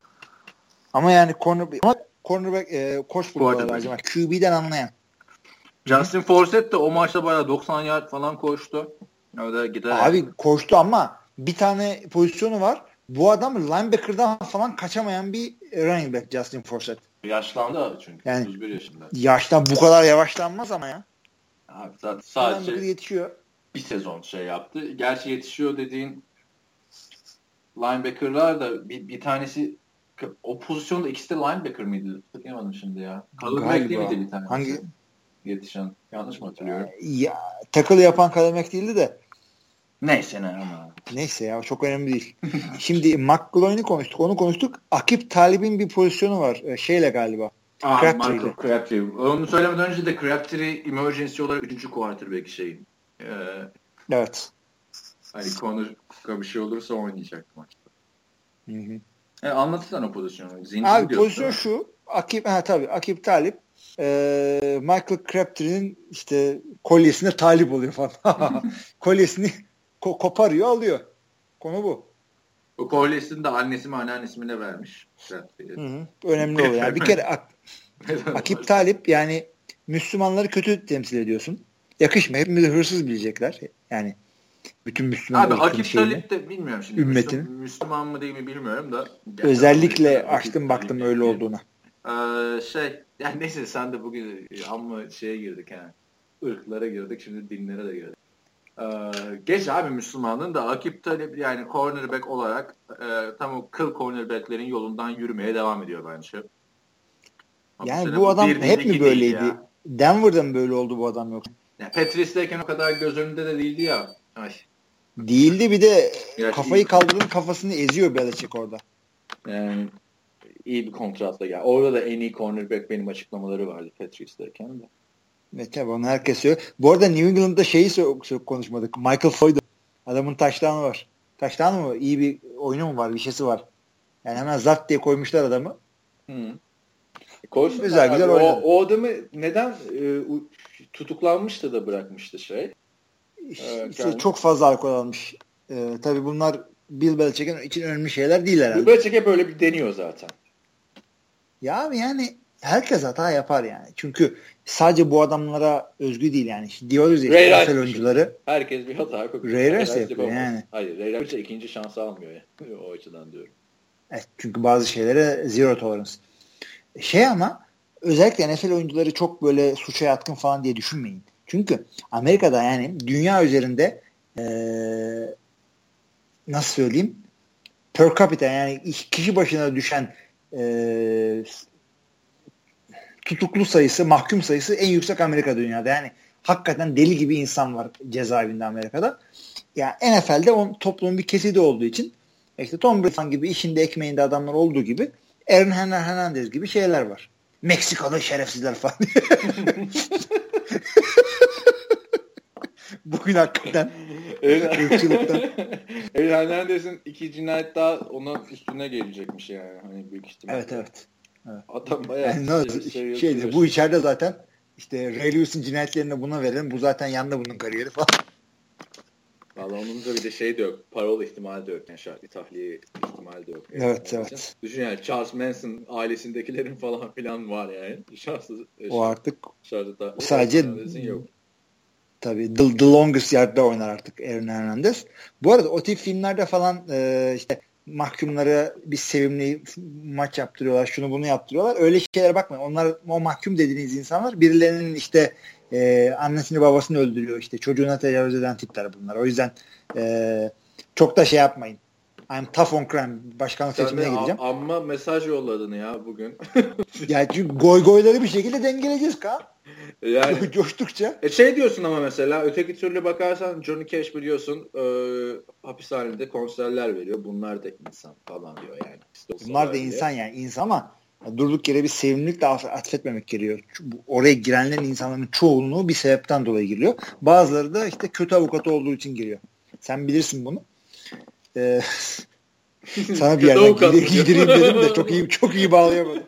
Ama yani cornerback, cornerback e, koç bulmalı lazım. Q B'den anlayan. Justin Forsett de o maçta bayağı doksan yard falan koştu. Öyle gider. Abi koştu ama bir tane pozisyonu var. Bu adam linebacker'dan falan kaçamayan bir running back Justin Forsett. Yaşlandı çünkü. Yani, otuz bir yaşında. Yaştan bu kadar yavaşlanmaz ama ya. Abi zaten sadece yetişiyor. Bir sezon şey yaptı. Gerçi yetişiyor dediğin linebacker'lar da bir, bir tanesi o pozisyonda ikisi de linebacker mıydı? Hatırlayamadım şimdi ya. Kalın Mack değil miydi bir tanesi? Hangi? Yetişen. Yanlış mı hatırlıyorum? Ya, tackle yapan Kalın Mack değildi de. Neyse ne ama. Neyse ya çok önemli değil. Şimdi McElroy'unu konuştuk. Onu konuştuk. Akip Talib'in bir pozisyonu var. Şeyle galiba. Aa, Crabtree'yle. Crabtree. Onu söylemeden önce de Crabtree emergency olarak üçüncü quarterback şeyin. Ee, evet. Hani Connor'a bir şey olursa oynayacak maçta. Hı hı. Yani anlatırsan o pozisyonu. Zincir abi pozisyon şu. Akip, ha tabii. Akip Talip e, Michael Crabtree'nin işte kolyesine talip oluyor falan. Kolyesini ko- koparıyor alıyor. Konu bu. O kolyesini de annesi mi anneannesi mi ne vermiş. Hı hı. Önemli oluyor. Yani bir kere Ak- Akip Talip yani Müslümanları kötü temsil ediyorsun. Yakışmıyor. Hepimizi hırsız bilecekler. Yani Bütün Müslüman abi Akif Talip de bilmiyorum şimdi. Ümmetini. Müslüman, Müslüman mı değil mi bilmiyorum da. Özellikle açtım baktım öyle olduğuna. Ee, şey yani neyse sen de bugün amma şeye girdik yani. Irklara girdik şimdi dinlere de girdik. Ee, geç abi Müslümanın da Akif Talip yani cornerback olarak e, tam o kıl cornerbacklerin yolundan yürümeye devam ediyor bence. Yani bu adam bir, hep mi böyleydi? Denver'da mı böyle oldu bu adam yoksa? Yani Patrice'deyken o kadar göz önünde de değildi ya. Ay. Değildi bir de Gerçi kafayı iyi. kaldırın kafasını eziyor Belichick orada. Yani iyi bir kontratla ya. Orada da en iyi cornerback benim açıklamaları vardı Patrice'deyken de. Evet tabii onu herkes söylüyor. Bu arada New England'da şeyi çok konuşmadık. Michael Floyd. Adamın touchdown'u var. Touchdown'u mu? İyi bir oyunu mu var? Bir şeysi var. Yani hemen zart diye koymuşlar adamı. Hı. Koysun güzel abi. güzel o, oynadı. o adamı neden e, tutuklanmıştı da bırakmıştı şey? İşte, işte çok fazla alkol almış. Ee, tabii bunlar Bill Belichick'in için önemli şeyler değil herhalde. Bill Belichick hep böyle bir deniyor zaten. Ya abi yani herkes hata yapar yani. Çünkü sadece bu adamlara özgü değil yani. İşte diyoruz ya Ray işte, oyuncuları. Herkes bir hata yapıyor. Ray Rice yapıyor yani. Hayır Ray Rice ikinci şansı almıyor yani. O açıdan diyorum. Evet, çünkü bazı şeylere zero tolerance. Şey ama özellikle N F L oyuncuları çok böyle suça yatkın falan diye düşünmeyin. Çünkü Amerika'da yani dünya üzerinde ee, nasıl söyleyeyim per capita yani kişi başına düşen ee, tutuklu sayısı, mahkum sayısı en yüksek Amerika dünyada. Yani hakikaten deli gibi insan var cezaevinde Amerika'da. Yani N F L'de on, toplumun bir kesidi olduğu için işte Tom Brady gibi işinde ekmeğinde adamlar olduğu gibi Aaron Hernandez gibi şeyler var. Meksikalı şerefsizler falan. Bugün hakikaten ırkçılıktan. Aaron Hernandez'in iki cinayet daha onun üstüne gelecekmiş yani. Hani büyük ihtimalle. Evet evet. Evet. Adam bayağı yani şey, şey, şeydi, bu içeride zaten işte Ray Lewis'in cinayetlerini buna verelim. Bu zaten yandı bunun kariyeri falan. Valla onun da bir de şey de yok. Parol ihtimali de yok. Yani şartlı tahliye ihtimali de yok. Yani. Evet yani evet. Düşün yani Charles Manson ailesindekilerin falan filan var yani. Şartsız. O artık şartlı sadece yok. Tabii the, the longest yard'da oynar artık Aaron Hernandez. Bu arada o tip filmlerde falan e, işte mahkumlara bir sevimli maç yaptırıyorlar, şunu bunu yaptırıyorlar. Öyle şeylere bakmayın. Onlar o mahkum dediğiniz insanlar birilerinin işte e, annesini babasını öldürüyor, işte çocuğuna tecavüz eden tipler bunlar. O yüzden e, çok da şey yapmayın. I'm tough on crime. Başkanlık Sen seçimine gideceğim. Amma mesaj yolladın ya bugün. Yani çünkü goy goyları bir şekilde dengeleyeceğiz Kaan. Yani coştukça. E şey diyorsun ama mesela öteki türlü bakarsan Johnny Cash biliyorsun e, hapishanede konserler veriyor. Bunlar da insan falan diyor yani. İşte bunlar da diye. insan yani. İnsan ama durduk yere bir sevimlilik de atfetmemek gerekiyor. Oraya girenlerin insanların çoğunluğu bir sebepten dolayı giriyor. Bazıları da işte kötü avukatı olduğu için giriyor. Sen bilirsin bunu. Ee, sana bir yerden gider, giydireyim dedim de çok iyi çok iyi bağlayamadım.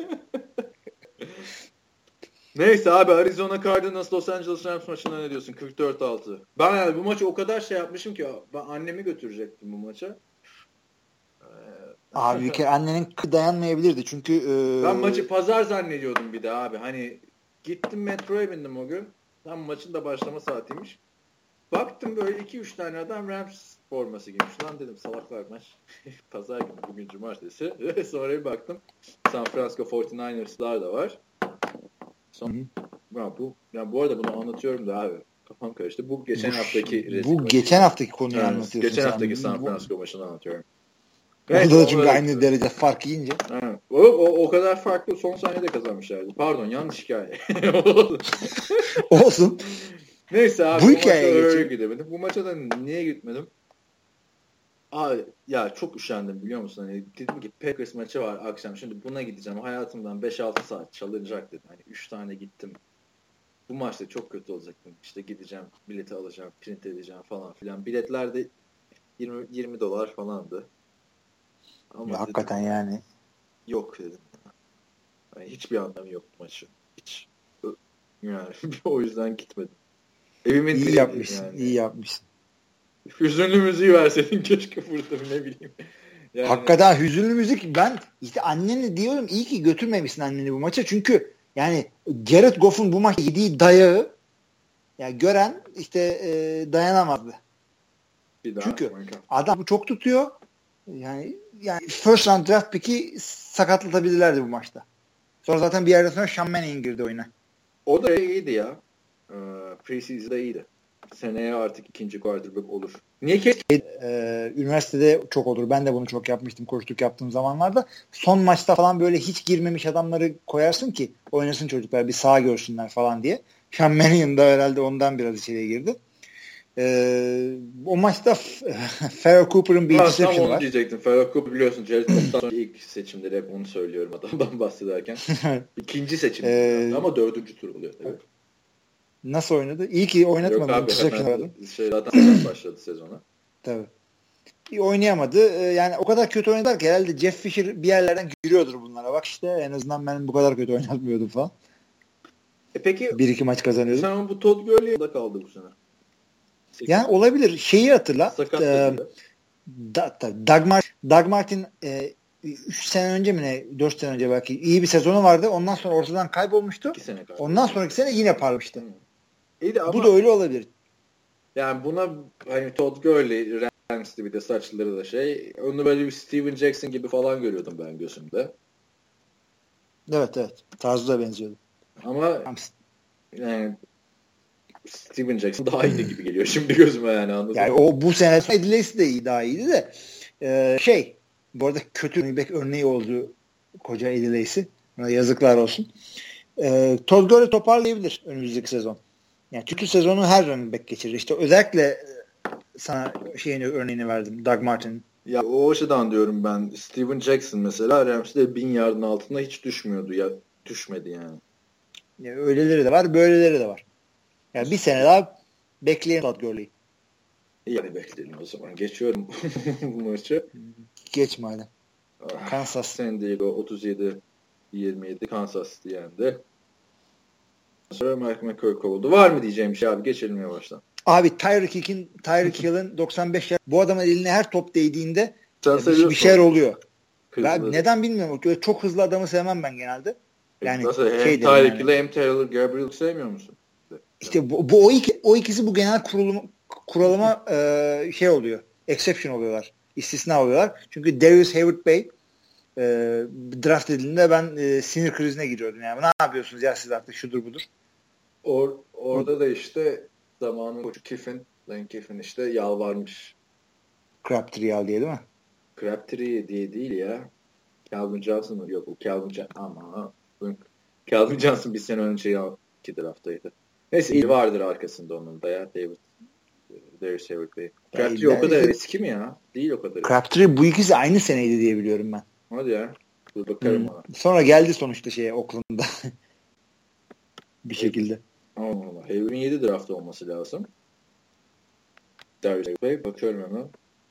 Neyse abi Arizona Cardinals Los Angeles Rams maçına ne diyorsun? kırk dört altı. Ben yani bu maçı o kadar şey yapmışım ki ben annemi götürecektim bu maça. Ee, abi bir kere annenin dayanmayabilirdi çünkü e... ben maçı pazar zannediyordum bir de abi. Hani gittim metroya bindim o gün. Tam maçın da başlama saatiymiş. Baktım böyle iki üç tane adam Rams forması giymiş. Lan dedim salaklar maç. Pazar günü bugün cumartesi. Sonra bir baktım San Francisco kırk dokuzlar da var. Son, ya bu ya bu arada bunu anlatıyorum da abi kafam karıştı. Bu geçen bu, haftaki bu geçen haftaki konuyu yani, anlatıyorsun. Geçen sen. haftaki San Francisco bu, maçını anlatıyorum. Orada da çünkü aynı derece fark yiyince. O, o, o kadar farklı son saniyede kazanmışlardı. Pardon yanlış hikaye. Olsun. Neyse abi bu, bu hikayeye öyle gidemedim. Bu maça da niye gitmedim? Abi ya çok üşendim biliyor musun? Hani dedim ki Packers maçı var akşam. Şimdi buna gideceğim. Hayatımdan beş altı saat çalınacak dedim. Hani üç tane gittim. Bu maçta çok kötü olacaktım. İşte gideceğim, bileti alacağım, print edeceğim falan filan. Biletler de yirmi yirmi dolar falandı. Ama ya hakikaten dedim, yani. Yok dedim. Yani hiçbir anlamı yok maçı. Hiç. Yani o yüzden gitmedim. Evimin iyi yapmışsın. Yani. İyi yapmışsın. Hüzünlü müziği verseydin keşke burada ne bileyim. Yani... Hakikaten hüzünlü müzik. Ben işte anneni diyorum iyi ki götürmemişsin anneni bu maça. Çünkü yani Jared Goff'un bu maçta yediği dayağı yani gören işte e, dayanamazdı. Bir daha Çünkü Amerika. Adam bu çok tutuyor. Yani yani first round draft pick'i sakatlatabilirlerdi bu maçta. Sonra zaten bir yerden sonra Sean Mannion girdi oyuna. O da iyiydi ya. Ee, Preseason'da iyiydi. Seneye artık ikinci quarterback olur. Niye ki? Ee, üniversitede çok olur. Ben de bunu çok yapmıştım koçluk yaptığım zamanlarda. Son maçta falan böyle hiç girmemiş adamları koyarsın ki oynasın çocuklar bir sağ görsünler falan diye. Sean Mannion da herhalde ondan biraz içeriye girdi. Ee, o maçta Farrah Cooper'ın bir interception var. Onu diyecektim. Farrah Cooper biliyorsun Jared Goff'tan sonra ilk seçimleri hep onu söylüyorum adamdan bahsederken. İkinci seçim ee, ama dördüncü tur oluyor tabii. Nasıl oynadı? İyi ki oynatmadı. Yok abi şey, zaten başladı sezona. Tabii. İyi oynayamadı. Yani o kadar kötü oynadılar ki herhalde Jeff Fisher bir yerlerden gülüyordur bunlara. Bak işte en azından ben bu kadar kötü oynatmıyordum falan. E peki bir iki maç kazanıyordum. Sen bu Todd Gurley'e kaldı bu sene. Yani olabilir. Şeyi hatırla. E, da, da, Doug, Martin, Doug Martin e, üç sene önce mi ne? dört sene önce belki iyi bir sezonu vardı. Ondan sonra ortadan kaybolmuştu. Ondan sonraki sene yine parlamıştı. Hmm. İyi ama, bu da öyle olabilir. Yani buna hani Todd Gurley, Rams'ti bir de saçları da şey. Onu böyle bir Steven Jackson gibi falan görüyordum ben gözümde. Evet evet. Tarzı da benziyordu. Ama yani Steven Jackson daha iyiydi gibi geliyor şimdi gözüme yani anladın. Yani o bu sene Edilesi de iyi, daha iyiydi de ee, şey bu arada kötü running back örneği oldu koca Edilesi. Yazıklar olsun. Ee, Todd Gurley toparlayabilir önümüzdeki sezon. Yani kötü sezonu her running back geçirir. İşte özellikle sana şeyini örneğini verdim. Doug Martin. Ya o açıdan diyorum ben. Steven Jackson mesela Rams'de bin yardın altında hiç düşmüyordu ya düşmedi yani. Ya öyleleri de var, böyleleri de var. Yani bir sene daha bekleyelim Todd Gurley'i. Yani bekleyelim o zaman. Geçiyorum bu maçı. Geç madem. Ah, Kansas. San Diego otuz yedi yirmi yedi Kansas yendi. Sonra Mike McCoy kovuldu. Var mı diyeceğim bir şey abi? Geçelim yavaştan. Abi Tyreek Hill'in Tyreek Hill'in doksan beş bu adamın eline her top değdiğinde bir, bir şeyler oluyor. Ben neden bilmiyorum. Çok hızlı adamı sevmem ben genelde. Yani nasıl? Hem şey Tyreek Hill'i yani. Hem Taylor Gabriel'i sevmiyor musun? İşte bu, bu o, iki, o ikisi bu genel kurulum, kuralıma e, şey oluyor. Exception oluyorlar. İstisna oluyorlar. Çünkü Darius Hayward Bey e, draft edildiğinde ben e, sinir krizine giriyordum. Yani ne yapıyorsunuz ya siz artık şudur budur. Or, orada o, da işte zamanın koçu Kiffin, Lane Kiffin işte yalvarmış. Crabtree diye değil mi? Crabtree diye değil ya. Calvin Johnson mı? Yok o Calvin Johnson. Ama Calvin Johnson bir sene önce ya iki draftaydı. Neyse iyi vardır arkasında onun da ya David. Darius Hayward Bey. Crabtree o kadar eski mi ya? Değil o kadar. Crabtree bu ikisi aynı seneydi diye biliyorum ben. Hadi ya. Dur bakarım ona. Hmm. Sonra geldi sonuçta şeye Oakland'da. bir şekilde. Allah Allah. Hayward'ın yedi draftı olması lazım. Darius Hayward Bey. Bakıyorum hemen.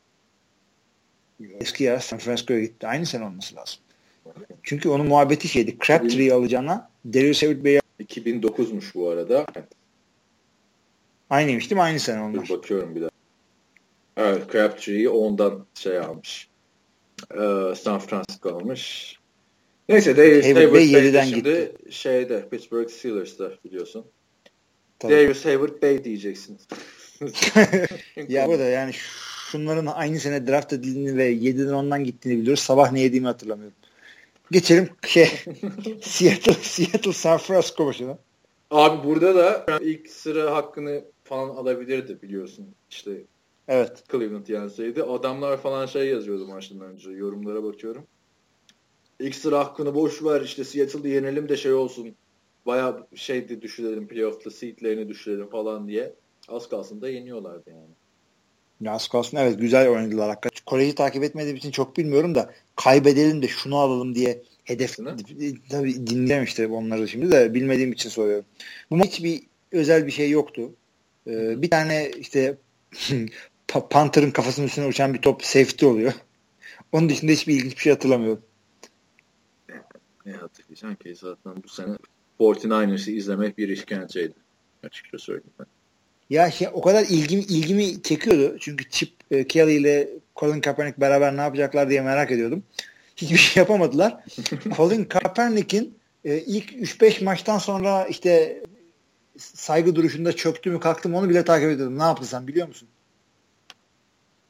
Eski ya San Francisco'ya gitti. Aynı sene olması lazım. Çünkü onun muhabbeti şeydi. Crabtree'yi alacağına Darius Hayward Bey'e iki bin dokuzmuş bu arada. Aynıymış değil mi? Aynı sene onlar. Dur bakıyorum bir daha. Evet, Crabtree'yi ondan şey almış. Ee, San Francisco almış. Neyse Darius Hayward Bey yeniden gitti. Şeyde Pittsburgh Steelers'da biliyorsun. Tabii. Darius Hayward Bey diyeceksin. Ya burada yani şunların aynı sene draft edildiğini ve yediden ondan gittiğini biliyoruz. Sabah ne yediğimi hatırlamıyorum. Geçelim şey Seattle, Seattle San Francisco başına. Abi burada da ilk sıra hakkını falan alabilirdi biliyorsun. İşte evet. Cleveland yenseydi. Adamlar falan şey yazıyordu maçtan önce. Yorumlara bakıyorum. İlk sıra hakkını boş ver işte Seattle'ı yenelim de şey olsun. Bayağı şeydi düşürelim playoff'ta seedlerini düşürelim falan diye. Az kalsın da yeniyorlardı yani. Ya az kalsın evet güzel oynadılar hakikaten. Koleji takip etmediğim için çok bilmiyorum da kaybedelim de şunu alalım diye hedef tabii dinleyeceğim işte onları şimdi de bilmediğim için soruyorum. Bu maç bir özel bir şey yoktu. Ee, bir tane işte Panther'ın kafasının üstüne uçan bir top safety oluyor. Onun dışında hiçbir ilginç bir şey hatırlamıyorum. Ne hatırlayacağım ki zaten bu sene kırk dokuzers'ı izlemek bir işkenceydi. Açıkça söyleyeyim ben. Ya şey o kadar ilgimi ilgimi çekiyordu. Çünkü Chip e, Kelly ile Colin Kaepernick beraber ne yapacaklar diye merak ediyordum. Hiçbir şey yapamadılar. Colin Kaepernick'in e, ilk üç beş maçtan sonra işte saygı duruşunda çöktü mü kalktı mı onu bile takip ediyordum. Ne yaptı sen biliyor musun?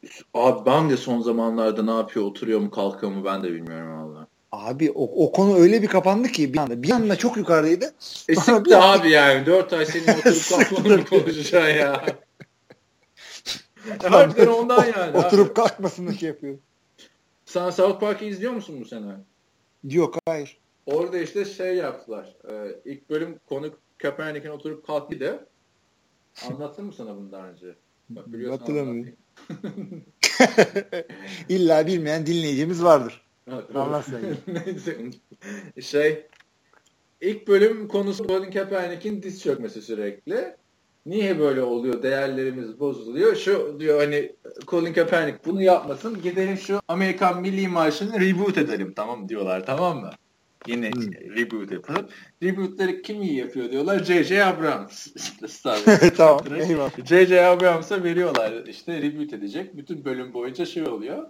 Abi ben de son zamanlarda ne yapıyor, oturuyor mu, kalkıyor mu ben de bilmiyorum valla. Abi o, o konu öyle bir kapandı ki bir anda. Bir anda çok yukarıdaydı. E sıktı abi yani. dört ay senin oturup kalkmanı mı konuşacaksın ya? Harbiden ondan yani. Oturup abi. kalkmasını şey yapıyor. Sen South Park'ı izliyor musun bu sene? Yok, hayır. Orada işte şey yaptılar. Ee, ilk bölüm konuk Kaepernick'in oturup kalktıydı. Anlattım mı sana bunu daha önce? Bak biliyorsun. Hatırlamıyorum. İlla bilmeyen dinleyicimiz vardır. Anlat sen. Neyse. Şey ilk bölüm konusu Colin Kaepernick'in diz çökmesi sürekli. Niye böyle oluyor? Değerlerimiz bozuluyor. Şu diyor hani Colin Kaepernick bunu yapmasın. Gidelim şu Amerikan Milli Marşı'nı reboot edelim, tamam diyorlar, tamam mı? Yine hmm. reboot yapalım. Rebootları kim iyi yapıyor diyorlar. J J. Abrams. Star Wars. Tamam. Eyvallah. J J. Abrams'a veriyorlar. İşte reboot edecek. Bütün bölüm boyunca şey oluyor.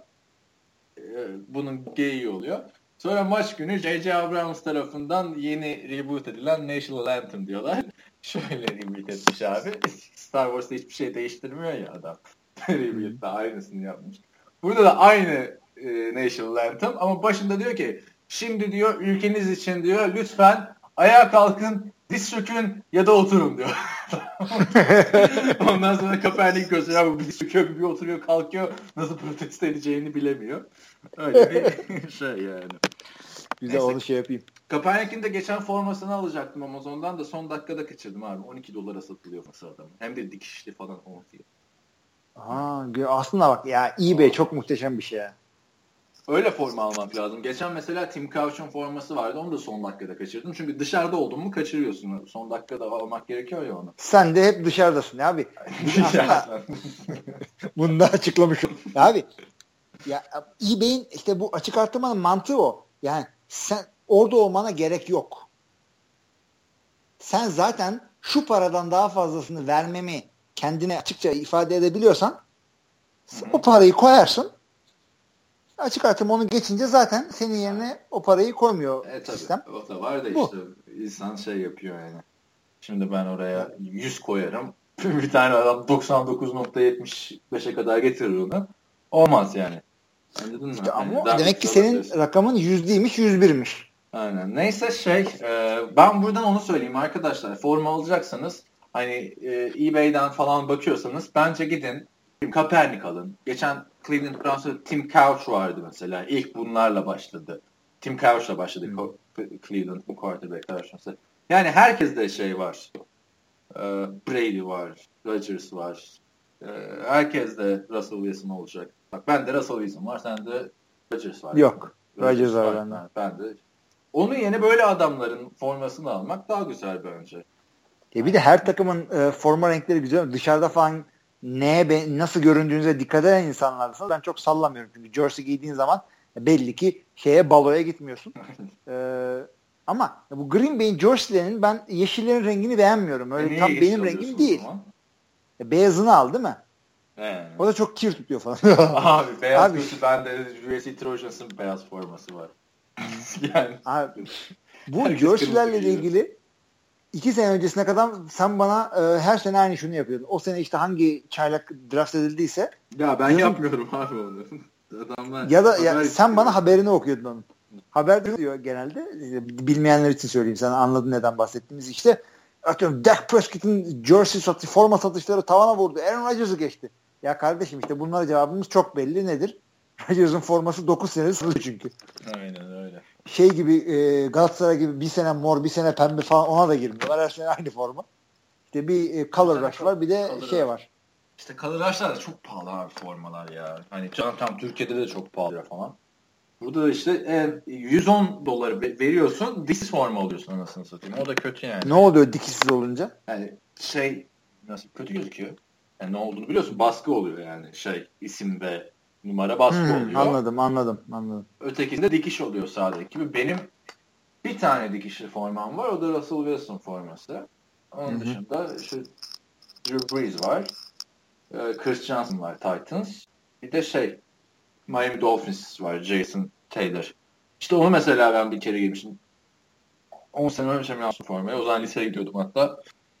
Bunun geyiği oluyor. Sonra maç günü J J. Abrams tarafından yeni reboot edilen National Anthem diyorlar. Şöyle reboot etmiş abi. Star Wars'ta hiçbir şey değiştirmiyor ya adam. Reboot'ta aynısını yapmış. Burada da aynı e, National Anthem ama başında diyor ki şimdi diyor ülkeniz için diyor lütfen ayağa kalkın, diz çökün ya da oturun diyor. Ondan sonra Kaepernick gösteriyor. Bir diz çöküyor, bir oturuyor, kalkıyor. Nasıl protesto edeceğini bilemiyor. Öyle bir şey yani. Güzel, onu şey yapayım. Kaepernick'in de geçen formasını alacaktım Amazon'dan da son dakikada kaçırdım abi. on iki dolara satılıyor mesela adamın. Hem de dikişli falan on fiyat. Ha, aslında bak ya eBay çok muhteşem bir şey ya. Öyle forma almak lazım. Geçen mesela Tim Couch'un forması vardı. Onu da son dakikada kaçırdım. Çünkü dışarıda oldun mu kaçırıyorsun. Son dakikada almak gerekiyor ya onu. Sen de hep dışarıdasın abi. Aslında bunu da açıklamışım. Abi ya eBay'in işte bu açık artırmanın mantığı o. Yani sen orada olmana gerek yok. Sen zaten şu paradan daha fazlasını vermemi kendine açıkça ifade edebiliyorsan Hı-hı. o parayı koyarsın. Açık artırma onu geçince zaten senin yerine o parayı koymuyor e, sistem. O da var da bu. işte insan şey yapıyor yani. Şimdi ben oraya yüz koyarım. Bir tane adam doksan dokuz nokta yetmiş beşe kadar getirir onu. Olmaz yani. Anladın mı? İşte ama yani demek ki senin olabilir. Rakamın yüzdeymiş, yüz birmiş. Aynen. Neyse şey e, ben buradan onu söyleyeyim arkadaşlar. Forma alacaksanız hani e, eBay'den falan bakıyorsanız bence gidin Kaepernick alın. Geçen Cleveland Browns'ta Tim Couch vardı mesela. İlk bunlarla başladı. Tim Couch'la başladı hmm. Cleveland bu quarterback tartışması. Yani herkeste şey var. E, Brady var. Rodgers var. E, herkes de Russell Wilson olacak. Bak ben de Russell Wilson var. Sen de Rodgers var. Yok. Rodgers var bende. Ben de. Onun yerine böyle adamların formasını almak daha güzel bence. E bir de her takımın e, forma renkleri güzel. Dışarıda falan neye be, nasıl göründüğünüze dikkat eden insanlarsınız. Ben çok sallamıyorum. Çünkü jersey giydiğin zaman belli ki şeye baloya gitmiyorsun. e, ama bu Green Bay'in jerseylerinin ben yeşillerin rengini beğenmiyorum. Öyle e tam benim rengim değil. E, beyazını al değil mi? He. O da çok kir tutuyor falan. Abi beyaz Abi, kötü. Bende U S C Trojans'ın beyaz forması var. Yani. Abi, bu jerseylerle ilgili iki sene öncesine kadar sen bana e, her sene aynı şunu yapıyordun. O sene işte hangi çaylak draft edildiyse. Ya ben yazın, yapmıyorum abi onu. Adamlar, ya da ya, sen bana haberini okuyordun onun. Haber diyor genelde. Bilmeyenler için söyleyeyim sana, anladın neden bahsettiğimiz. İşte atıyorum Dak Prescott'ın jersey satı, forma satışları tavana vurdu. Aaron Rodgers'ı geçti. Ya kardeşim işte bunlara cevabımız çok belli. Nedir? Rodgers'ın forması dokuz sene sürüyor çünkü. Aynen öyle. Şey gibi e, Galatasaray gibi bir sene mor bir sene pembe falan ona da girmiyorlar. Her sene aynı forma. İşte bir e, color rush var bir de color şey var. İşte color rush'lar da çok pahalı abi formalar ya. Hani canım tam Türkiye'de de çok pahalı falan. Burada da işte e, yüz on doları veriyorsun dikisiz forma alıyorsun anasını satayım. O da kötü yani. Ne oluyor dikisiz olunca? Yani şey nasıl kötü gözüküyor. Yani ne olduğunu biliyorsun, baskı oluyor yani şey isim ve numara baskı hmm, oluyor. Anladım anladım anladım. Ötekinde dikiş oluyor sadece gibi. Benim bir tane dikişli formam var. O da Russell Wilson forması. Onun Hı-hı. dışında şu Drew Brees var. Ee, Chris Johnson var Titans. Bir de şey Miami Dolphins var. Jason Taylor. İşte onu mesela ben bir kere giymiştim. on sene önce mi yaptım formayı. O zaman liseye gidiyordum hatta.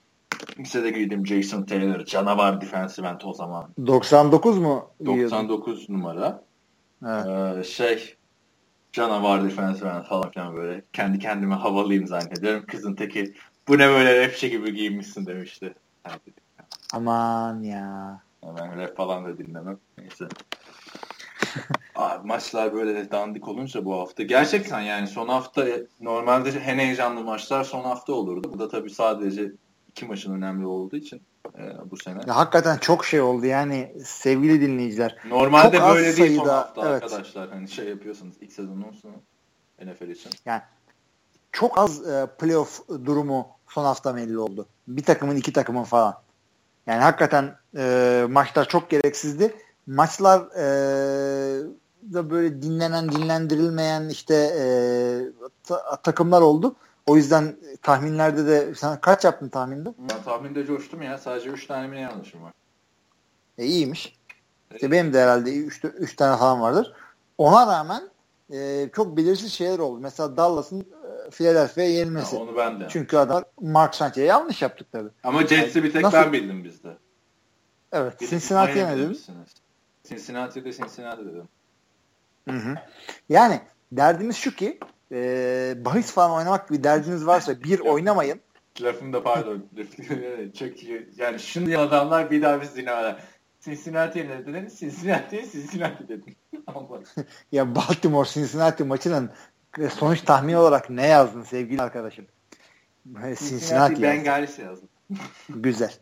lisede giydim Jason Taylor. Canavar defensive end o zaman. doksan dokuz mu? doksan dokuz numara. Evet. Ee, şey canavar defensive end falan filan böyle. Kendi kendime havalıyım zannediyorum. Kızın teki bu ne böyle rapçi gibi giyinmişsin demişti. Aman ya. Ben rap falan da dinlemem. Neyse. Abi, maçlar böyle dandik olunca bu hafta. Gerçekten yani son hafta normalde en heyecanlı maçlar son hafta olurdu. Bu da tabii sadece iki maçın önemli olduğu için e, bu sene. Ya, hakikaten çok şey oldu yani sevgili dinleyiciler. Normalde çok böyle değil son hafta evet. Arkadaşlar. Hani şey yapıyorsunuz ilk sezonun sonu N F L için. Yani çok az e, playoff durumu son hafta belli oldu. Bir takımın iki takımın falan. Yani hakikaten e, maçlar çok gereksizdi. Maçlar e, da böyle dinlenen, dinlendirilmeyen işte e, ta- takımlar oldu. O yüzden tahminlerde de sen kaç yaptın tahminde? Ben tahminde coştum ya. Sadece üç tane mi yanlışım var? E, iyiymiş. İşte benim de herhalde üç tane falan vardır. Ona rağmen e, çok belirsiz şeyler oldu. Mesela Dallas'ın e, Philadelphia'ya yenilmesi. Ya onu ben de. Çünkü adam Mark Sanchez'e yanlış yaptık tabii. Ama Jets'i bir tek nasıl? Ben bildim bizde. Evet. Bir Cincinnati'ye ne dedin? Cincinnati'de Cincinnati dedim. Hı hı. Yani derdimiz şu ki e, bahis falan oynamak gibi derdiniz varsa bir oynamayın. Lafımda pardon. Çok iyi. Yani şunu diyen adamlar bir daha biz dinlemeden. Cincinnati'ye ne dedin? Cincinnati'ye Cincinnati dedim. Ya Baltimore Cincinnati maçının sonuç tahmini olarak ne yazdın sevgili arkadaşım? Cincinnati, Cincinnati Bengals yazdım. Güzel.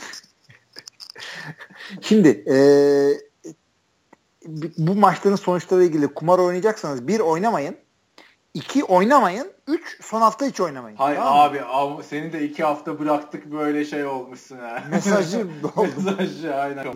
Şimdi e, bu maçların sonuçlarıyla ilgili kumar oynayacaksanız bir oynamayın. İki oynamayın. Üç son hafta hiç oynamayın. Hayır tamam abi, abi seni de iki hafta bıraktık böyle şey olmuşsun ha. Mesajı oldu. Mesajı aynen.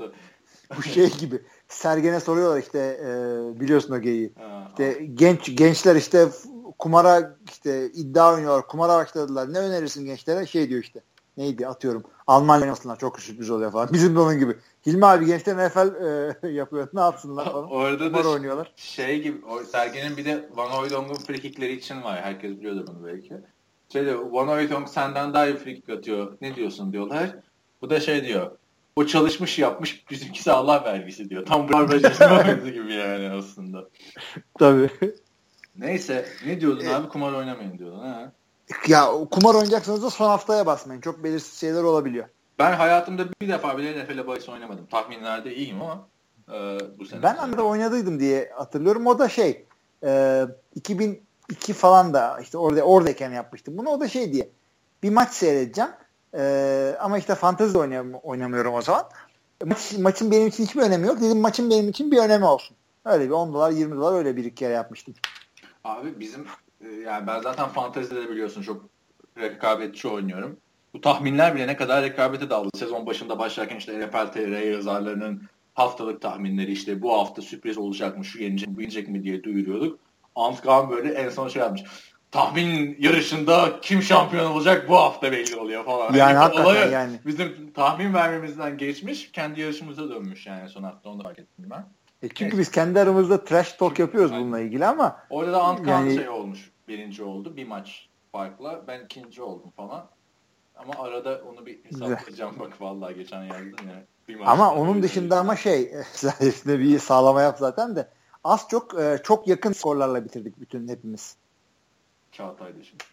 Bu şey gibi. Sergen'e soruyorlar işte e, biliyorsun o geyiği. İşte genç gençler işte kumara işte iddia oynuyorlar. Kumara başladılar. Ne önerirsin gençlere? Şey diyor işte. Neydi atıyorum. Almanya oynasınlar. Çok sürpriz oluyor falan. Bizim de onun gibi. Hilmi abi gençler N F L e, yapıyor. Ne yapsınlar falan. Orada kumar da oynuyorlar. Şey gibi. O, Sergen'in bir de Van Hooydonk'un free kickleri için var. Herkes biliyordur bunu belki. Şey diyor. Van Hooydonk senden daha iyi free kick atıyor. Ne diyorsun diyorlar. Bu da şey diyor. O çalışmış yapmış. Bizimkisi Allah vergisi diyor. Tam bu arbacısının gibi yani aslında. Tabii. Neyse. Ne diyordun abi? Kumar oynamayın diyordun. Ha? Ya kumar oynayacaksanız da son haftaya basmayın. Çok belirsiz şeyler olabiliyor. Ben hayatımda bir defa bile N F L'e bahis oynamadım. Tahminlerde iyiyim ama e, bu sene. Ben anda oynadıydım diye hatırlıyorum. O da şey e, iki bin iki falan da işte orada oradayken yapmıştım. Bunu o da şey diye. Bir maç seyredeceğim. E, ama işte fantezi de oynayam- oynamıyorum o zaman. Maç, maçın benim için hiçbir önemi yok. Dedim maçın benim için bir önemi olsun. Öyle bir on dolar yirmi dolar öyle bir iki kere yapmıştım. Abi bizim yani ben zaten fantezide biliyorsun çok rekabetçi oynuyorum. Bu tahminler bile ne kadar rekabete daldı. Sezon başında başlarken işte N F L T R yazarlarının haftalık tahminleri işte bu hafta sürpriz olacak mı, şu yenecek, bu yenecek mi diye duyuruyorduk. Antkan böyle en son şey yapmış. Tahmin yarışında kim şampiyon olacak bu hafta belli oluyor falan. Yani, yani hakikaten yani. Bizim tahmin vermemizden geçmiş, kendi yarışımıza dönmüş yani son hafta, onu da fark ettim ben. E çünkü evet. Biz kendi aramızda trash talk yapıyoruz bununla ilgili ama orada da Antkan yani... şey olmuş. Birinci oldu. Bir maç farkla. Ben ikinci oldum falan. Ama arada onu bir hesaplayacağım. Bak vallahi geçen yazdım ya. Bir ama onun dışında ama şey sayesinde bir sağlama yap zaten de az çok çok yakın skorlarla bitirdik bütün hepimiz. Çağatay dışında.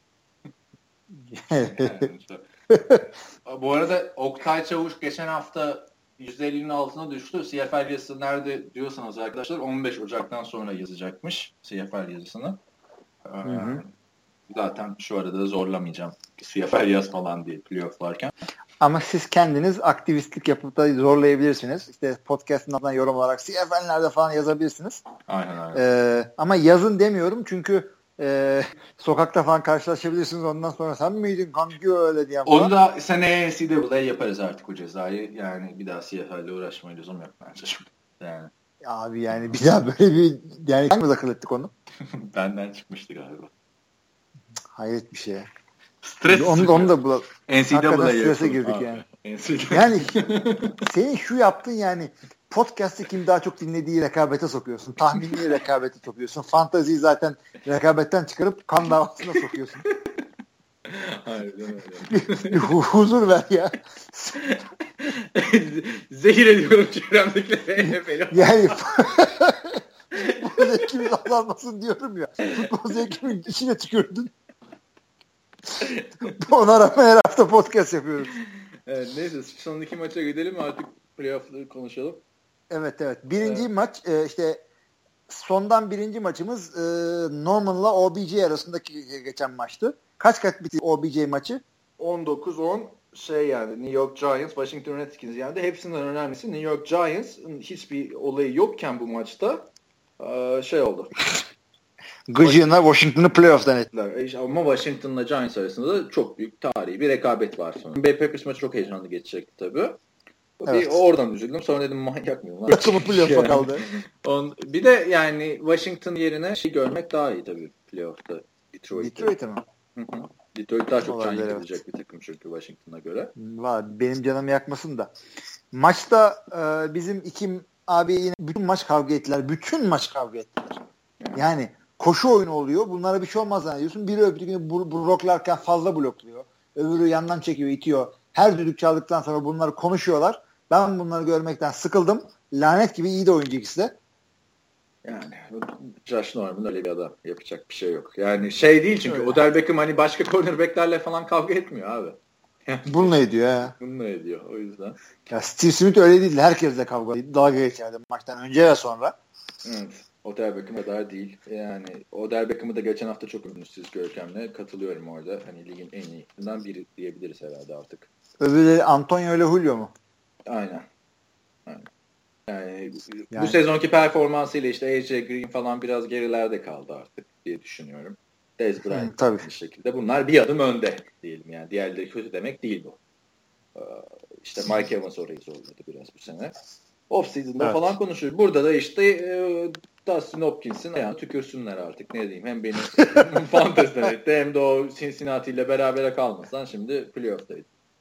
Bu arada Oktay Çavuş geçen hafta yüzde ellinin altına düştü. C F L yazısı nerede diyorsanız arkadaşlar on beş Ocak'tan sonra yazacakmış C F L yazısını. Hı hı. Zaten şu arada da zorlamayacağım. C F L yaz falan diye playoff varken. Ama siz kendiniz aktivistlik yapıp da zorlayabilirsiniz. İşte podcast'ın altına yorum olarak C F L'lerde falan yazabilirsiniz. Aynen aynen. Ee, ama yazın demiyorum çünkü e, sokakta falan karşılaşabilirsiniz. Ondan sonra sen miydin kanki öyle diyen falan. Onu da seneye N C A A yaparız artık o cezayı. Yani bir daha C F L'le uğraşmaya lüzum yok bence. Yani. Abi yani bir daha böyle bir yani hangi akıl ettik onu? Benden çıkmıştı galiba. Hayret bir şey. Stres. Onu, onu da bulalım. N C A A'ya strese girdik abi. Yani. Yani senin şu yaptın yani podcast'ı kim daha çok dinlediği rekabete sokuyorsun. Tahminliği rekabete sokuyorsun. Fantaziyi zaten rekabetten çıkarıp kan davasına sokuyorsun. Harbiden öyle. bir, bir huzur ver ya. Zehir ediyorum çevremdekileri N F L'e. Yani futbol zevkimiz azalmasın diyorum ya. Futbol zevkimin içine tükürdün. Ona rağmen her hafta podcast yapıyoruz. Evet, neyse son iki maça gidelim artık playoff'ları konuşalım. Evet evet. Birinci evet. maç e, işte sondan birinci maçımız e, Norman'la O B J arasındaki geçen maçtı. Kaç kaç bitti O B J maçı? on dokuz on şey yani New York Giants Washington Redskins yendi. Hepsinden önemlisi New York Giants'ın hiçbir olayı yokken bu maçta şey oldu. Gıcığına Washington'ı playoff'tan ettiler. Ama Washington'la Giants arasında da çok büyük tarihi bir rekabet var sonra. Bay Packers maçı çok heyecanlı geçecekti tabii. Evet. Bir oradan üzüldüm. Sonra dedim manyak mıyım? Takımı playoff'a kaldı. On, bir de yani Washington yerine şey görmek daha iyi tabii playoff'ta. Detroit'te. Detroit'e mi? Hı hı. Detroit daha çok can yakılacak evet. bir takım çünkü Washington'a göre. Var. Benim canımı yakmasın da. Maçta e, bizim iki abi yine bütün maç kavga ettiler. Bütün maç kavga ettiler. Yani, yani koşu oyunu oluyor. Bunlara bir şey olmaz zannediyorsun. Biri öbürünü bloklarken fazla blokluyor. Öbürü yandan çekiyor, itiyor. Her düdük çaldıktan sonra bunları konuşuyorlar. Ben bunları görmekten sıkıldım. Lanet gibi iyi de oyuncu ikisi de. Yani Josh Norman öyle bir adam. Yapacak bir şey yok. Yani şey değil çünkü öyle. Odell Beckham hani başka cornerback'lerle falan kavga etmiyor abi. Bununla ediyor ya. Bununla ediyor o yüzden. Ya Steve Smith öyle değildi. Herkesle kavga ediyordu. Dalga geçerdi maçtan önce ve sonra. Evet. Odell Beckham kadar değil. Yani Odell Beckham'ı da geçen hafta çok övmüşsünüz Görkem'le. Katılıyorum orada. Hani ligin en iyisinden biri diyebiliriz herhalde artık. Öbürleri Antonio ile Julio mu? Aynen. Aynen. Yani, yani bu sezonki performansıyla işte A J Green falan biraz gerilerde kaldı artık diye düşünüyorum. Dez Bryant tabii bir şekilde. Bunlar bir adım önde diyelim yani. Diğerleri kötü demek değil bu. Ee, işte Mike Evans orayı zorladı biraz bu sene. Off-season'da evet. falan konuşuyoruz. Burada da işte e, Dustin Hopkins'in ayağını tükürsünler artık. Ne diyeyim. Hem beni fantasy'den etti hem de o Cincinnati ile berabere kalmasan şimdi playoff'taydı.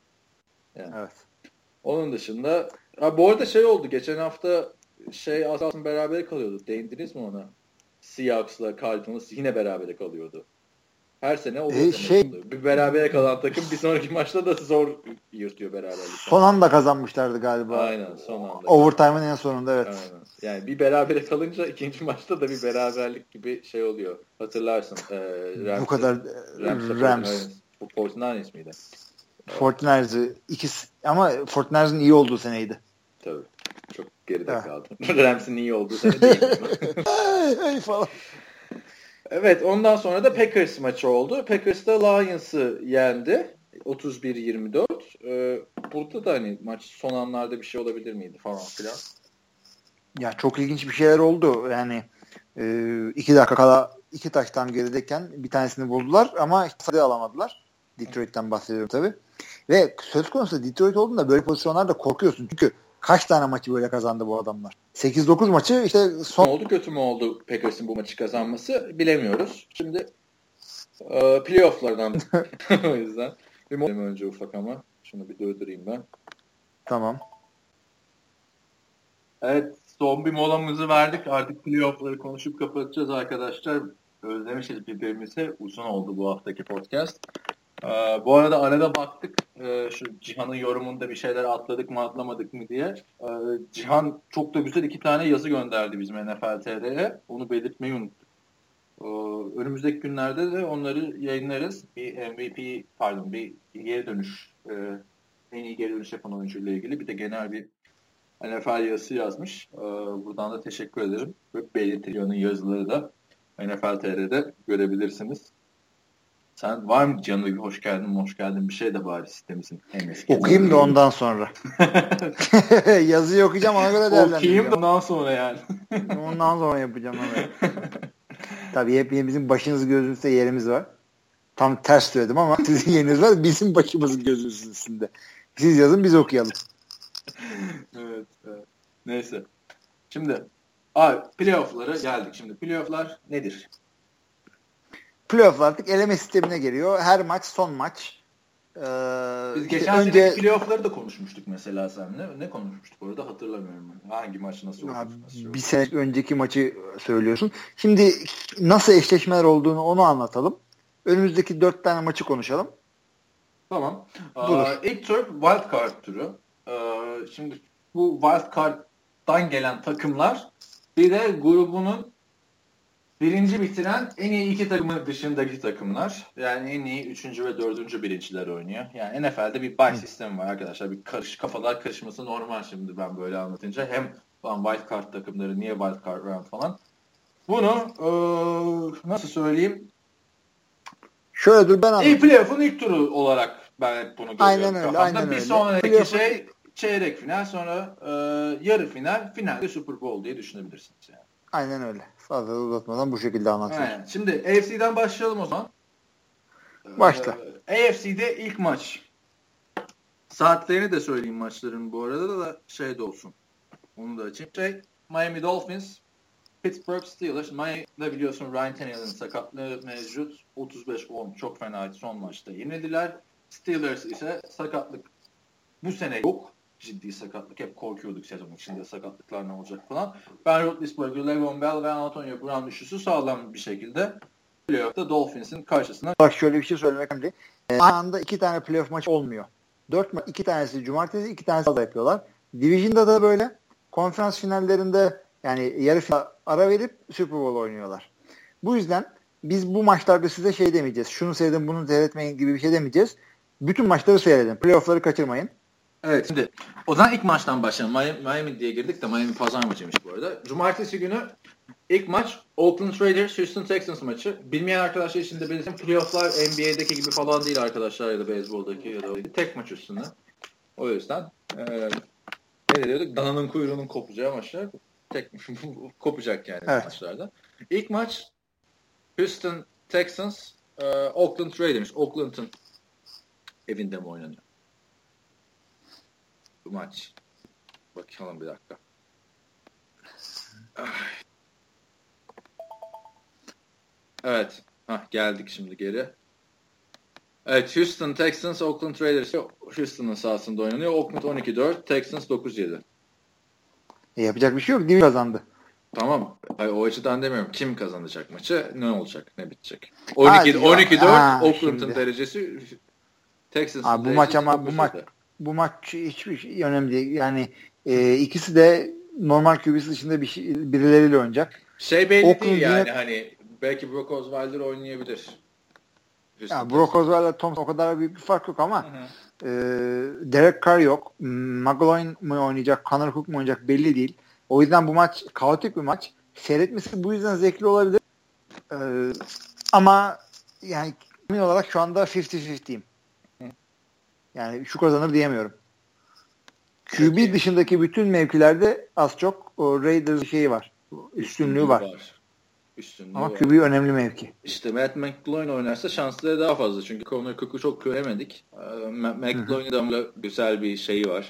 Yani. Evet. Onun dışında ha, bu arada şey oldu. Geçen hafta şey aslında beraber kalıyordu. Değindiniz mi ona? Seahawks'la Cardinals yine beraber kalıyordu. Her sene oluyor. E, şey, bir berabere kalan takım bir sonraki maçta da zor yırtıyor beraberlik. Son anda kazanmışlardı galiba. Aynen son anda. Overtime'ın en sonunda evet. Aynen. Yani bir berabere kalınca ikinci maçta da bir beraberlik gibi şey oluyor. Hatırlarsın. E, Rams, bu kadar Rams. Rams. Bu Fortnite ismiydi. Fortnine'ı ikisi ama Fortnine'ın iyi olduğu seneydi. Tabii. Çok geride evet. kaldım. Rams'in iyi olduğu sene değil. Ay falan. Evet, ondan sonra da Packers maçı oldu. Packers da Lions'ı yendi. otuz bir yirmi dört. Ee, burada da hani maç son anlarda bir şey olabilir miydi falan filan. Ya çok ilginç bir şeyler oldu. Yani e, iki dakika kala iki taştan gerideyken bir tanesini buldular ama sayı alamadılar. Detroit'ten bahsediyorum tabii. Ve söz konusu Detroit olduğunda böyle pozisyonlarda korkuyorsun. Çünkü kaç tane maçı böyle kazandı bu adamlar? sekiz dokuz maçı işte son... Oldu kötü mü oldu Packers'ın bu maçı kazanması bilemiyoruz. Şimdi e, playoff'lardan o yüzden. Bir mola önce ufak ama. Şunu bir durdurayım ben. Tamam. Evet, son bir molamızı verdik. Artık playoff'ları konuşup kapatacağız arkadaşlar. Özlemişiz birbirimizi. Uzun oldu bu haftaki podcast. Ee, bu arada arada baktık e, şu Cihan'ın yorumunda bir şeyler atladık mı atlamadık mı diye. Ee, Cihan çok da güzel iki tane yazı gönderdi bizim N F L T R'ye. Onu belirtmeyi unuttuk. Ee, önümüzdeki günlerde de onları yayınlarız. Bir M V P pardon bir geri dönüş e, en iyi geri dönüş yapan oyuncuyla ilgili bir de genel bir N F L yazısı yazmış. Ee, buradan da teşekkür ederim. Belirtiyor'un yazıları da N F L T R'de görebilirsiniz. Sen var mı canlı bir hoş geldin hoş geldin bir şey de bari sitemizin en eski. Okuyayım da ondan sonra. Yazıyı okuyacağım ona göre değerlendireceğim. Okuyayım da ondan sonra yani. Ondan sonra yapacağım. Evet. Tabii hep bizim başınız gözünüzde yerimiz var. Tam ters söyledim ama sizin yeriniz var bizim başımızın gözünüzün üstünde. Siz yazın biz okuyalım. evet, evet. Neyse. Şimdi abi playoff'lara geldik. Şimdi playoff'lar nedir? Playoff artık eleme sistemine geliyor. Her maç son maç. Ee, Biz geçen işte önce... sene playoff'ları da konuşmuştuk mesela seninle. Ne konuşmuştuk orada hatırlamıyorum. Hangi maç nasıl olmuş? Bir sene önceki maçı söylüyorsun. Şimdi nasıl eşleşmeler olduğunu onu anlatalım. önümüzdeki dört tane maçı konuşalım. Tamam. Ee, ilk tur wild card turu. Ee, şimdi bu wild card'dan gelen takımlar bir de grubunun birinci bitiren en iyi iki takımın dışındaki takımlar. Yani en iyi üçüncü ve dördüncü birinciler oynuyor. Yani N F L'de bir bye sistemi var arkadaşlar. Bir karış, kafalar karışması normal şimdi ben böyle anlatınca. Hem falan wild card takımları niye wild card round falan. Bunu ee, nasıl söyleyeyim? Şöyle dur ben anlatayım. İyi playoff'un ilk turu olarak ben hep bunu görüyorum. Aynen öyle. Kafamda. Aynen bir öyle. sonraki Playoff'un... şey çeyrek final, sonra e, yarı final, finalde Super Bowl diye düşünebilirsiniz yani. Aynen öyle. Fazla uzatmadan bu şekilde anlatayım. Aynen. Şimdi A F C'den başlayalım o zaman. Başla. Ee, A F C'de ilk maç. Saatlerini de söyleyeyim maçların bu arada da şey de olsun. Onu da açayım. Şey, Miami Dolphins, Pittsburgh Steelers. Miami'de biliyorsun Ryan Tannehill'in sakatlığı mevcut. otuz beş on çok fenaydı. Son maçta yenildiler. Steelers ise sakatlık bu sene yok. Ciddi sakatlık. Hep korkuyorduk sezon içinde sakatlıklar ne olacak falan. Ben Roethlisberger, Le'Veon Bell ve Antonio Brown üçlüsü sağlam bir şekilde playoff'ta Dolphins'in karşısına. Bak şöyle bir şey söylemek önemli. Ee, aynı anda iki tane playoff maçı olmuyor. Dört ma- iki tanesi cumartesi, iki tanesi da yapıyorlar. Division'da da böyle. Konferans finallerinde yani yarı final ara verip Super Bowl oynuyorlar. Bu yüzden biz bu maçlarda size şey demeyeceğiz. Şunu seyredin, bunu seyretmeyin gibi bir şey demeyeceğiz. Bütün maçları seyredin. Playoff'ları kaçırmayın. Evet, şimdi o zaman ilk maçtan başlayalım. Miami, Miami diye girdik de Miami pazar maçıymış bu arada. Cumartesi günü ilk maç Oakland Raiders Houston Texans maçı. Bilmeyen arkadaşlar için de belirteyim. Playoff'lar N B A'deki gibi falan değil arkadaşlar ya da beyzboldaki ya da tek maç üstünde. O yüzden e, ne diyorduk? Dananın kuyruğunun kopacağı maçlar tek kopacak yani evet. Maçlarda. İlk maç Houston Texans e, Oakland Raiders. Oakland'ın evinde mi oynanıyor? Bu maç. Bakalım bir dakika. Evet. Hah, geldik şimdi geri. Evet, Houston Texans Oakland Raiders Houston'ın sahasında oynanıyor. Oakland on iki dört, Texans dokuz yedi. E, yapacak bir şey yok. Divi kazandı. Tamam. Hayır, o açıdan demiyorum. Kim kazanacak maçı? Ne olacak? Ne bitecek? on iki on iki dört Oakland'ın derecesi Texans'ın derecesi. Bu maç ama bu maç bu maç hiçbir şey önemli değil. Yani e, ikisi de normal Q B'si dışında bir şey, birileriyle oynayacak. Şey belli Oakland değil yani yine... hani belki Brock Osweiler oynayabilir. Ya Brock Osweiler, Thompson o kadar büyük bir fark yok ama e, Derek Carr yok. McGloin mu oynayacak, Connor Cook mu oynayacak belli değil. O yüzden bu maç kaotik bir maç. Seyretmesi bu yüzden zevkli olabilir. E, ama yani emin olarak şu anda elli elli'yim. Yani şu kazanır diyemiyorum. Q B evet. Dışındaki bütün mevkilerde az çok o Raiders şeyi var. Üstünlüğü, Üstünlüğü var. var. Üstünlüğü ama Q B önemli mevki. İşte Matt McGloin oynarsa şansları daha fazla. Çünkü Connor Cook'u çok göremedik. McGloin'in de güzel bir şeyi var.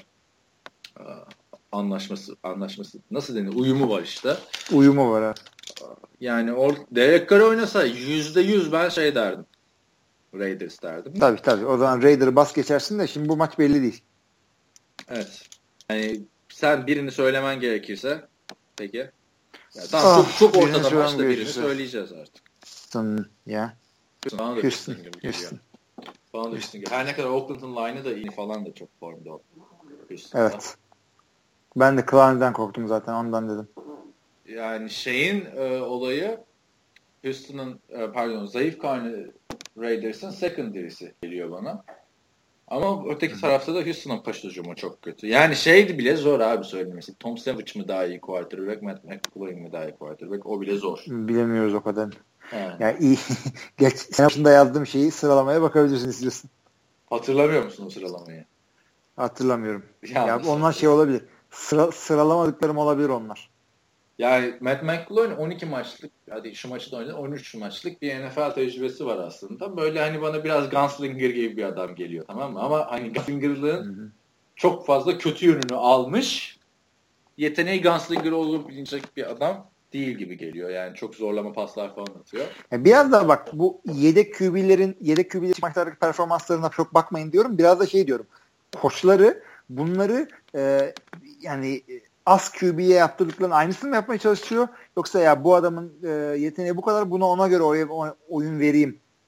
Anlaşması, anlaşması nasıl denir? Uyumu var işte. Uyumu var ha. Yani o Derek Carr oynasa yüzde yüz ben şey derdim. Raiders derdim. Tabii tabii. O zaman Raider'ı bas geçersin de şimdi bu maç belli değil. Evet. Yani sen birini söylemen gerekirse peki. Ya, tamam oh, çok çok ortada maçta birini gerekirse. Söyleyeceğiz artık. Houston ya. Bana da Houston gibi geliyor. Bana da Houston gibi. Her ne kadar Oakland'ın line'ı da iyi falan da çok formda. Evet. Ben de Clowney'den korktum zaten ondan dedim. Yani şeyin e, olayı Houston'ın e, pardon zayıf karnı Raiders'ın secondary'si geliyor bana. Ama öteki tarafta da Houston'ın paş hücumu çok kötü. Yani şeydi bile zor abi söylemesi. Tom Savage mi daha iyi quarterback, Matt McGloin mi daha iyi quarterback? O bile zor. Bilemiyoruz o kadar. Yani, yani iyi. Geç sene başında yazdığım şeyi sıralamaya bakabilirsin istiyorsun. Hatırlamıyor musun o sıralamayı? Hatırlamıyorum. Ya, ya onlar şey olabilir. Sıra, sıralamadıklarım olabilir onlar. Yani Matt McGloin on iki maçlık, hadi şu maçı da oynadı, on üç maçlık bir N F L tecrübesi var aslında. Böyle hani bana biraz Gunslinger gibi bir adam geliyor, tamam mı? Ama hani Gunslinger'lığın çok fazla kötü yönünü almış, yeteneği Gunslinger olabilecek bir adam değil gibi geliyor. Yani çok zorlama paslar falan atıyor. Yani biraz da bak bu yedek Q B'lerin yedek Q B'lerin maçlardaki performanslarına çok bakmayın diyorum. Biraz da şey diyorum. Koçları bunları e, yani az Q B'ye yaptırdıklarının aynısını mı yapmaya çalışıyor? Yoksa ya bu adamın e, yeteneği bu kadar buna ona göre oy, oyun vereyim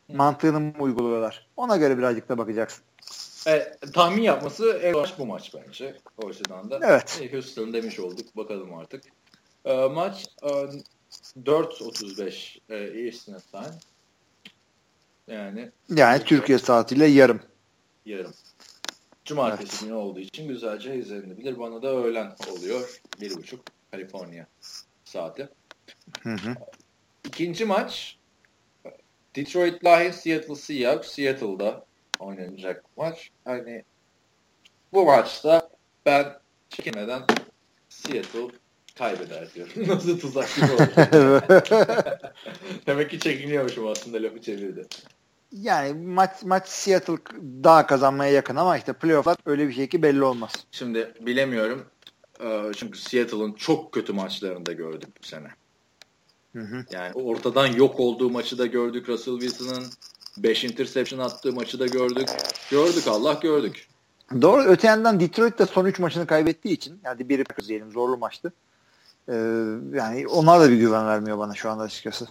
mantığını mı uyguluyorlar? Ona göre birazcık da bakacaksın. E, tahmin yapması en maç bu maç bence. O açıdan da. Evet. E, Houston demiş olduk. Bakalım artık. E, maç e, dört otuz beş e, Eastern Time. Yani Yani Türkiye saatiyle yarım. Yarım. Cumartesi Evet. günü olduğu için güzelce izlenebilir. Bana da öğlen oluyor. Bir buçuk Kaliforniya saati. Hı hı. İkinci maç Detroit Lions Seattle Seahawks. Seattle'da oynanacak maç. Hani bu maçta ben çekinmeden Seattle kaybeder diyorum. Nasıl tuzak gibi oldu. Demek ki çekiniyormuşum aslında, lafı çevirdi. Yani maç maç Seattle daha kazanmaya yakın ama işte playoff'lar öyle bir şey ki belli olmaz. Şimdi bilemiyorum. Çünkü Seattle'ın çok kötü maçlarını da gördük bu sene. Hı hı. Yani ortadan yok olduğu maçı da gördük. Russell Wilson'ın beş interception attığı maçı da gördük. Gördük, Allah gördük. Doğru. Öte yandan Detroit de son üç maçını kaybettiği için, yani biri diyelim zorlu maçtı. Ee, yani onlar da bir güven vermiyor bana şu anda açıkçası.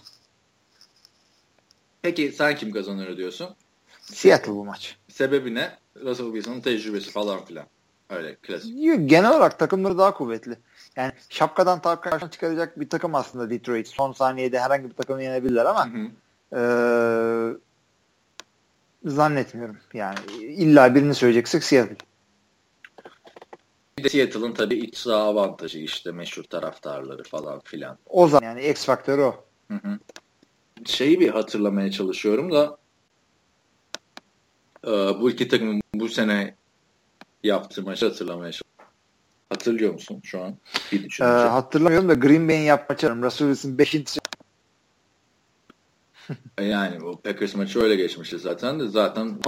Peki sen kim kazanır diyorsun? Seattle bu maç. Sebebi ne? Russell Wilson'ın tecrübesi falan filan. Öyle klasik. Genel olarak takımları daha kuvvetli. Yani şapkadan karşına çıkaracak bir takım aslında Detroit. Son saniyede herhangi bir takımı yenebilirler ama hı hı. E, zannetmiyorum. Yani illa birini söyleyeceksek Seattle. Bir de Seattle'ın tabii iç saha avantajı, işte meşhur taraftarları falan filan. O zaman yani X faktörü o. Hı hı. Şeyi bir hatırlamaya çalışıyorum da e, bu iki takımın bu sene yaptığı maçı hatırlamaya çalışıyorum. Hatırlıyor musun şu an? Bir düşününce. Ee, hatırlamıyorum da Green Bay'in yaptığı maçı hatırlıyorum. Russell Wilson beşinci Yani o Packers maçı öyle geçmişti zaten de zaten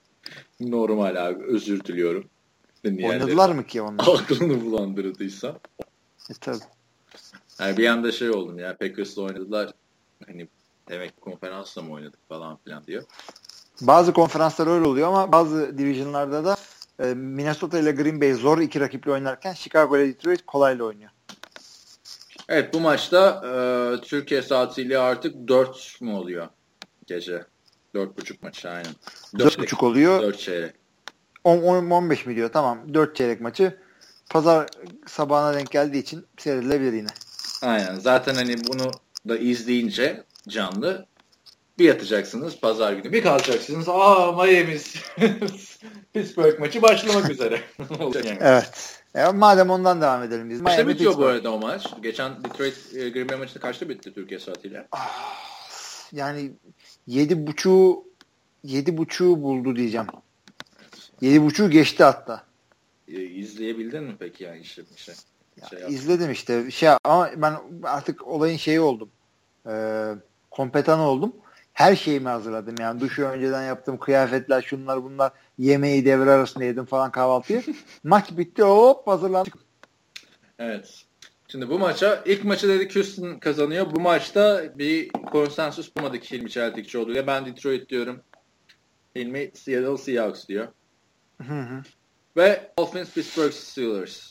normal abi, özür diliyorum. Oynadılar mı ki onlar? Aklını bulandırdıysam. E, tabii. Yani bir anda şey oldum ya, Packers'la oynadılar. Hani demek konferansla mı oynadık falan filan diyor. Bazı konferanslar öyle oluyor ama bazı divisionlarda da e, Minnesota ile Green Bay zor iki rakiple oynarken Chicago ile Detroit kolayla oynuyor. Evet, bu maçta e, Türkiye saatiyle artık dört mü oluyor gece? dört buçuk maçı aynen. dört buçuk oluyor. dört çeyrek. on on beş mi diyor? Tamam. dört çeyrek maçı. Pazar sabahına denk geldiği için seyredilebilir yine. Aynen. Zaten hani bunu da izleyince canlı bir yatacaksınız pazar günü. Bir kalkacaksınız. Aa, Miami Pittsburgh maçı başlamak üzere. Yani. Evet. E, madem ondan devam edelim biz. Kaçta bitiyor Pittsburgh bu arada o maç? Geçen Detroit e, Green Bay maçında kaçta bitti Türkiye saatiyle? Yani yedi buçuğu yedi buçuğu buldu diyeceğim. Yedi buçuğu geçti hatta. E, izleyebildin mi peki yani işte bir şey? Ya, şey izledim işte. Şey ama ben artık olayın şeyi oldum. Ee, kompetan oldum. Her şeyimi hazırladım. Yani duşu önceden yaptım. Kıyafetler, şunlar bunlar. Yemeği devre arasında yedim falan kahvaltıyı. Maç bitti. Hop hazırlandık. Evet. Şimdi bu maça, ilk maçı dedik Houston kazanıyor. Bu maçta bir konsensus bulmadık Hilmi Çeltikçioğlu'yla. Ben Detroit diyorum. Hilmi Seattle Seahawks diyor. Hı hı. Ve Dolphins Pittsburgh Steelers.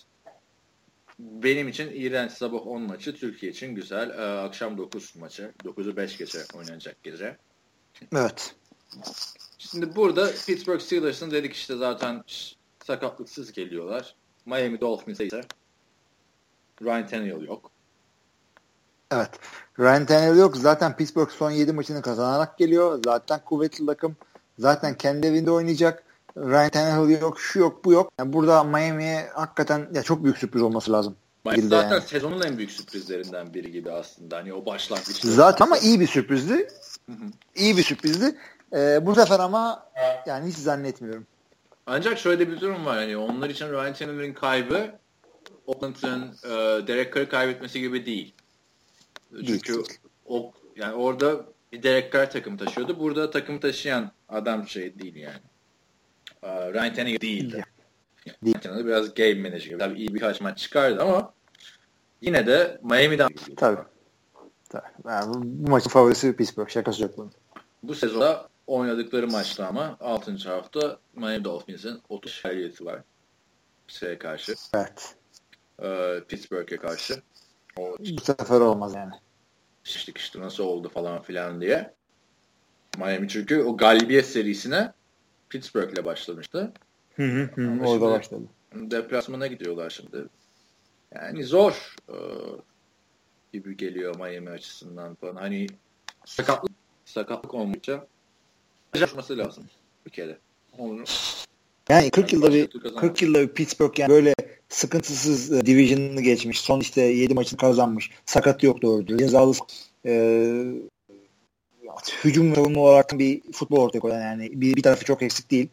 Benim için iğrenç sabah on maçı. Türkiye için güzel. Ee, akşam dokuz maçı. dokuzu beş geçe oynanacak gece. Evet. Şimdi burada Pittsburgh Steelers'ın dedik işte zaten sakatlıksız geliyorlar. Miami Dolphins'e ise Ryan Tannehill yok. Evet. Ryan Tannehill yok. Zaten Pittsburgh son yedi maçını kazanarak geliyor. Zaten kuvvetli takım. Zaten kendi evinde oynayacak. Ryan Tannehill yok. Şu yok, bu yok. Yani burada Miami'ye hakikaten ya çok büyük sürpriz olması lazım. Miami zaten yani. Sezonun en büyük sürprizlerinden biri gibi aslında. Hani o başlangıçta. Zaten ama iyi bir sürprizdi. Hı hı. İyi bir sürprizdi. Ee, bu sefer ama yani hiç zannetmiyorum. Ancak şöyle bir durum var. Hani onlar için Ryan Tannehill'in kaybı Oakland'ın e, Derek Carr'ı kaybetmesi gibi değil. Çünkü değil. o yani orada bir Derek Carr takım taşıyordu. Burada takım taşıyan adam şey değil yani. Uh, Ryan Tannehill değildi. Yani Ryan Tannehill biraz game manager gibi. Tabii iyi birkaç maç çıkardı ama yine de Miami'den tabii. Tabii. Yani bu maçın favorisi Pittsburgh. Şakası yok bunun. Bu sezonda oynadıkları maçta ama altıncı hafta Miami Dolphins'in otuz galibiyeti var. Şeye karşı. Evet. Ee, Pittsburgh'e karşı. O, bu sefer olmaz yani. İşte, işte nasıl oldu falan filan diye. Miami çünkü o galibiyet serisine Pittsburgh'le başlamıştı. Hı hı, hı, orada başladı. Deplasmana gidiyorlar şimdi. Yani zor e, gibi geliyor Miami açısından falan. Hani sakatlık sakatlık olmayınca yaşaması lazım bir kere. Onu yani kırk yılda bir kırk yılda bir Pittsburgh yani böyle sıkıntısız e, division'ını geçmiş. Son işte yedi maçını kazanmış. Sakat yok doğru düzgün. Cezalı e, hücum ve savunma olarak bir futbol ortaya koyan yani bir, bir tarafı çok eksik değil.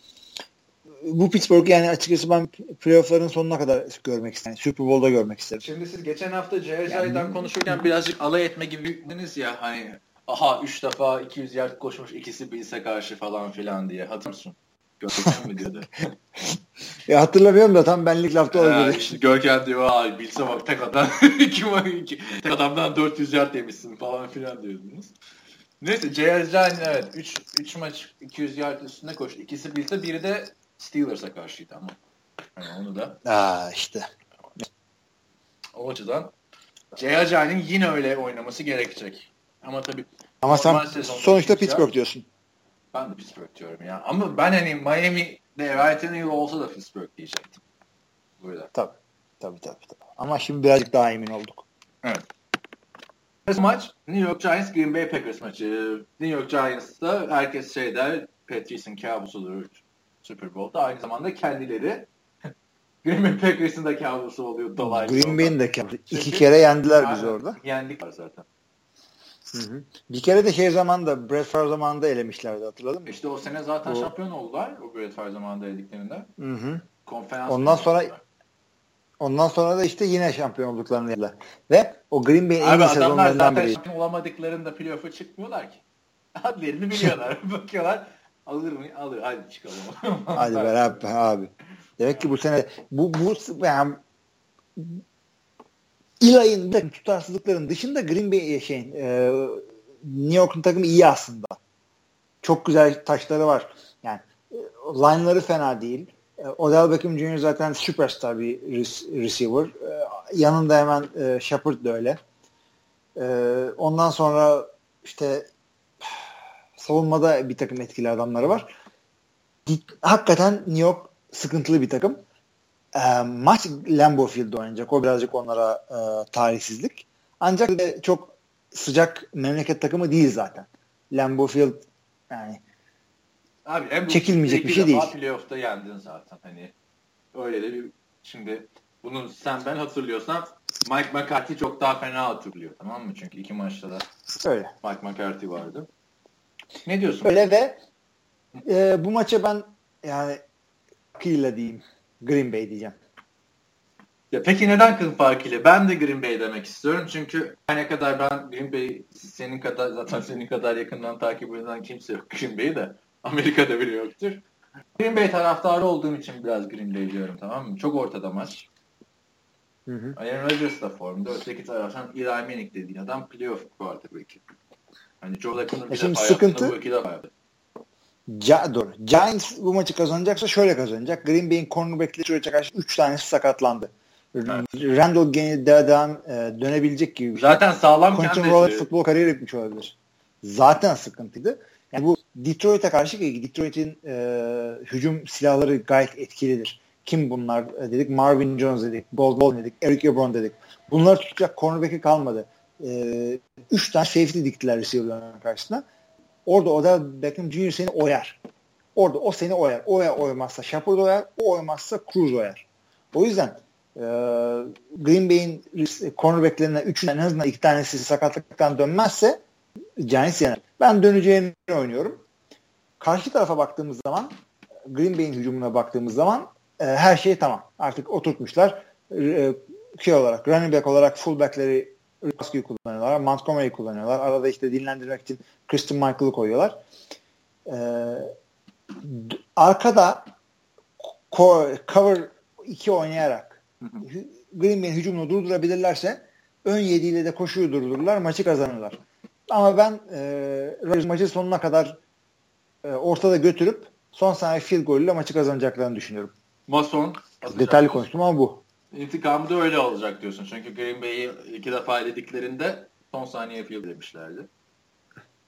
Bu Pittsburgh yani açıkçası ben playoff'ların sonuna kadar görmek isterim. Super Bowl'da görmek isterim. Şimdi siz geçen hafta C H I'den yani, konuşurken birazcık alay etme gibi dediniz ya hani aha üç defa iki yüz yard koşmuş ikisi Bills'e karşı falan filan diye. Hatırlıyor musun? Görkem mi diyordu? ya hatırlamıyorum da tam benlik lafta olabilir. İşte Görkem diyor aa Bills'e bak tek adam iki, iki, tek adamdan dört yüz yard demişsin falan filan diyordunuz. Neyse C H I evet üç maç iki yüz yard üstünde koştu. İkisi Bills'e biri de Steelers'a karşıydı ama. Yani onu da. Aa işte. O açıdan C H I'nin yine öyle oynaması gerekecek. Ama tabii ama sen sonuçta Pittsburgh ya, diyorsun. Ben de Pittsburgh diyorum ya. Ama ben hani Miami'de Ryan Hill olsa da Pittsburgh diyecektim. Burada. Tabii. Tabii tabii tabii. Ama şimdi birazcık daha emin olduk. Evet. Bu maç New York Giants Green Bay Packers maçı. New York Giants'ta herkes şey der Patriots'ın kabusudur Super Bowl'da. Aynı zamanda kendileri Green Bay Packers'ın da kabusu oluyor dolaylı. Green Bay'in de kabusu. İki kere yendiler bizi orada. Yendik zaten. Hı hı. Bir kere de şey zamanında Brett Favre zamanında elemişlerdi hatırladın mı? İşte o sene zaten o... şampiyon oldular o Brett Favre zamanında elediklerinde. Hı hı. Konferans ondan sonra oldular. Ondan sonra da işte yine şampiyon olduklarını yediler. Ve o Green Bay'in en iyi sezonlarından biri. Şampiyon olamadıklarında playoff'a çıkmıyorlar ki. Adlerini biliyorlar. Bakıyorlar. Alır mı? Alır. Hadi çıkalım. Hadi beraber abi. Demek ki bu sene bu bu yani İlay'ın da tutarsızlıkların dışında Green Bay şeyin e, New York'un takımı iyi aslında. Çok güzel taşları var. Yani e, line'ları fena değil. E, Odell Beckham Junior zaten süperstar bir res- receiver. E, yanında hemen e, Shepard da öyle. E, ondan sonra işte savunmada bir takım etkili adamları var. Hakikaten New York sıkıntılı bir takım. E, maç Lambeau Field'de oynayacak. O birazcık onlara e, tarihsizlik. Ancak de çok sıcak memleket takımı değil zaten. Lambeau Field yani abi, hem çekilmeyecek bir şey değil. Playoff'ta yendin zaten. Hani öyle de bir şimdi bunu sen ben hatırlıyorsam Mike McCarthy çok daha fena hatırlıyor. Tamam mı? Çünkü iki maçta da öyle. Mike McCarthy vardı. Ne diyorsun? Öyle ve e, bu maça ben yani kıyla diyeyim. Green Bay diyeceğim. Ya peki neden kıl farkıyla? Ben de Green Bay demek istiyorum. Çünkü ne kadar ben Green Bay senin kadar zaten senin kadar yakından takip eden kimse yok Green Bay'i de. Amerika'da bile yoktur. Green Bay taraftarı olduğum için biraz Green Bay diyorum, tamam mı? Çok ortada maç. Hı hı. Aaron Rodgers da formda. Öteki taraftan Eli Manning dediğin adam playoff quarterback'i. Hani Joe Lacon'un bile hayatında bu iki defa yaptı. Ca- doğru. Giants bu maçı kazanacaksa şöyle kazanacak. Green Bay'in cornerback'leri şuraya karşı üç tanesi sakatlandı. Evet. Randall Genndy'den e, dönebilecek gibi bir şey. Zaten sağlam Quentin Rollins futbol kariyeri etmiş olabilir. Zaten sıkıntıydı. Yani bu Detroit'e karşı ki Detroit'in e, hücum silahları gayet etkilidir. Kim bunlar dedik? Marvin Jones dedik. Gold Ball dedik. Eric Ebron dedik. Bunlar tutacak cornerback'i kalmadı. E, üç tane safety diktiler receiver'ların karşısına. Orada Odell Beckham Junior seni oyar. Orada o seni oyar. O oymazsa Shepard oyar. O oymazsa Cruz oyar. O yüzden e, Green Bay'in cornerback'lerinden üçünden en azından iki tanesi sakatlıktan dönmezse Giants yener. Ben döneceğini oynuyorum. Karşı tarafa baktığımız zaman Green Bay'in hücumuna baktığımız zaman e, her şey tamam. Artık oturtmuşlar. E, şey olarak, running back olarak fullback'leri Roscoe'yu kullanıyorlar. Montgomery'i kullanıyorlar. Arada işte dinlendirmek için Christian Michael'ı koyuyorlar. E, arkada cover iki oynayarak Green Bay'in hücumunu durdurabilirlerse ön yediyle de koşuyu durdururlar. Maçı kazanırlar. Ama ben e, maçı sonuna kadar e, ortada götürüp son saniye field golüyle maçı kazanacaklarını düşünüyorum. Mason. Detaylı konuştum ama bu. İntikamı da öyle olacak diyorsun. Çünkü Green Bay'i iki defa elediklerinde son saniye field demişlerdi.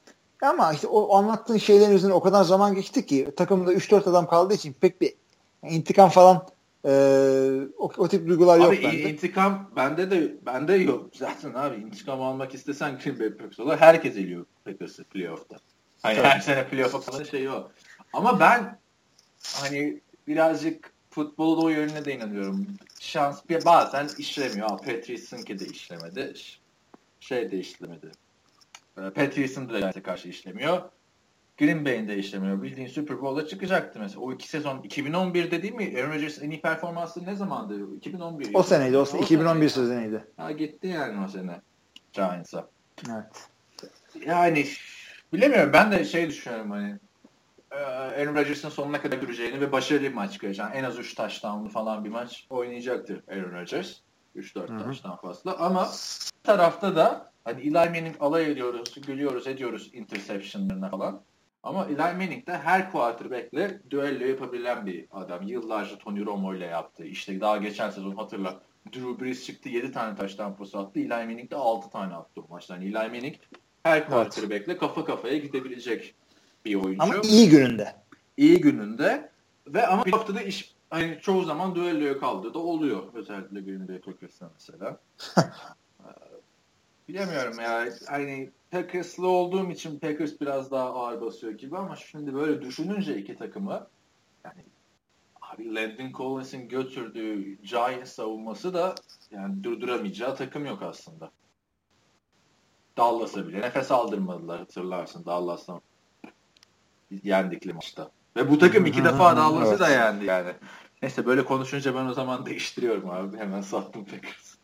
Ama işte o anlattığın şeylerin üzerine o kadar zaman geçti ki takımda üç dört adam kaldığı için pek bir intikam falan e, o, o tip duygular abi, yok bende. Abi intikam bende de bende yok. Zaten abi intikam almak istesen Green Bay Packers olur. Herkes eliyor Packers'ı playoff'ta. Hani her sene playoff'a kalan şey o. Ama ben hani birazcık futbolda o yönüne de inanıyorum. Şans bir bazen işlemiyor. Patrice'ınki de işlemedi. Şey de işlemedi. Patrice'ın da karşı işlemiyor. Green Bay'in de işlemiyor. Bildiğin Super Bowl'a çıkacaktı mesela. O iki sezon iki bin on birde değil mi? Aaron Rodgers'ın en iyi performansı ne zamandı? iki bin on bir. O seneydi. O, o iki bin on bir sezonuydu. Ha gitti yani o sene Giants'a. Evet. Yani bilemiyorum. Ben de şey düşünüyorum hani Aaron Rodgers'ın sonuna kadar göreceğini ve başarılı bir maç göreceğini. En az üç touchdown'lu falan bir maç oynayacaktır Aaron Rodgers. üç dört touchdown fazla. Ama tarafta da hani Eli Manning alay ediyoruz, gülüyoruz, ediyoruz interceptionlarına falan. Ama Eli Manning de her quarterback'le düello yapabilen bir adam. Yıllarca Tony Romo ile yaptı. İşte daha geçen sezon hatırla. Drew Brees çıktı yedi tane touchdown pası attı. Eli Manning de altı tane attı o maçta. Yani Eli Manning her quarterback'le evet. kafa kafaya gidebilecek bir oyuncu. Ama iyi gününde. İyi gününde. Ve ama bir haftada iş hani çoğu zaman düelloya kaldığı da oluyor. Özellikle Green Bay Packers'ta mesela. Bilemiyorum ya. Hani Packers'lı olduğum için Packers biraz daha ağır basıyor gibi ama şimdi böyle düşününce iki takımı yani abi Landon Collins'in götürdüğü Giants savunması da yani durduramayacağı takım yok aslında. Dallas'a bile nefes aldırmadılar hatırlarsın Dallas'tan yendikli maçta. Ve bu takım iki defa Dallas'ı evet. da yendi yani. Neyse böyle konuşunca ben o zaman değiştiriyorum abi. Hemen sattım Packers.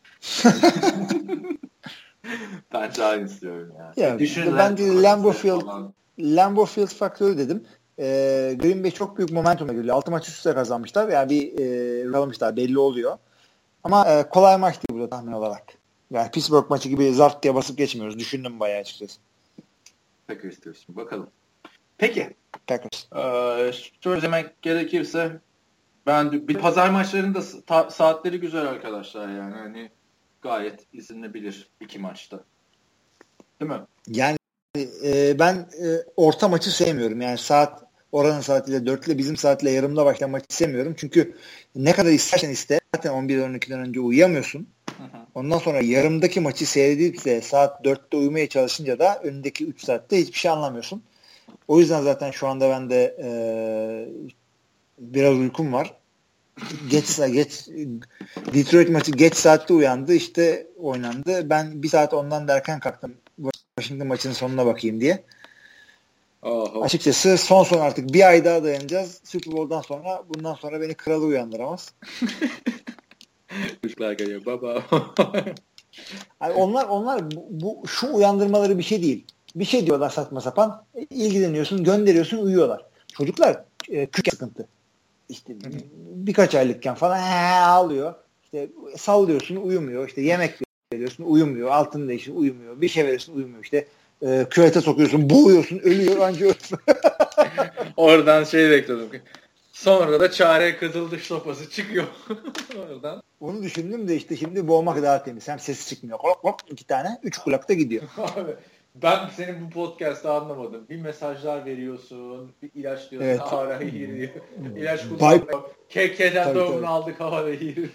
Ben Giants diyorum ya. ya Düşün ben de Lambeau Field Lambeau Field faktörü dedim. Ee, Green Bay çok büyük momentumla geliyor. altı maç üst üste kazanmışlar. Yani bir e, almışlar belli oluyor. Ama e, kolay maç değil burada tahmin olarak. Yani Pittsburgh maçı gibi zart diye basıp geçmiyoruz. Düşündüm bayağı açıkçası. Packers diyorsun. Bakalım. Peki. Packers. Ee, söylemek gerekirse ben bir pazar maçlarında ta- saatleri güzel arkadaşlar yani. Hani gayet izlenebilir iki maçta. Değil mi? Yani e, ben e, orta maçı sevmiyorum. Yani saat oranın saatiyle dörtle bizim saatle yarımda başlayan maçı sevmiyorum. Çünkü ne kadar istersen iste zaten on bir on ikiden önce uyuyamıyorsun. Hı hı. Ondan sonra yarımdaki maçı seyredip de saat dörtte uyumaya çalışınca da önündeki üç saatte hiçbir şey anlamıyorsun. O yüzden zaten şu anda ben de e, biraz uykum var. Geç geç Detroit maçı geç saatte uyandı işte oynandı. Ben bir saat ondan da erken kalktım. Washington maçının sonuna bakayım diye. Oho. Açıkçası son son artık bir ay daha dayanacağız. Super Bowl'dan sonra bundan sonra beni kralı uyandıramaz. Kuşlar geliyor baba. Yani onlar onlar bu, bu şu uyandırmaları bir şey değil. Bir şey diyorlar saçma sapan. İlgileniyorsun, gönderiyorsun, uyuyorlar. Çocuklar e, küçük sıkıntı. İşte birkaç aylıkken falan he, ağlıyor. İşte sallıyorsun, uyumuyor. İşte yemek veriyorsun, uyumuyor. Altını değiştir, uyumuyor. Bir şey veriyorsun, uyumuyor. İşte e, küvete sokuyorsun, boğuyorsun, ölüyor, anca ölüyorsun. Oradan şey bekledim. Sonra da çare kızıldış sopası çıkıyor. Oradan. Onu düşündüm de işte şimdi boğmak daha temiz. Hem sesi çıkmıyor. Hop hop iki tane. Üç kulakta gidiyor. Abi ben senin bu podcast'ı anlamadım. Bir mesajlar veriyorsun. Bir ilaç diyorsun. Evet. Havara yiyir. İlaç kullanmıyor. Kekeden tavuğunu aldık havara yiyir.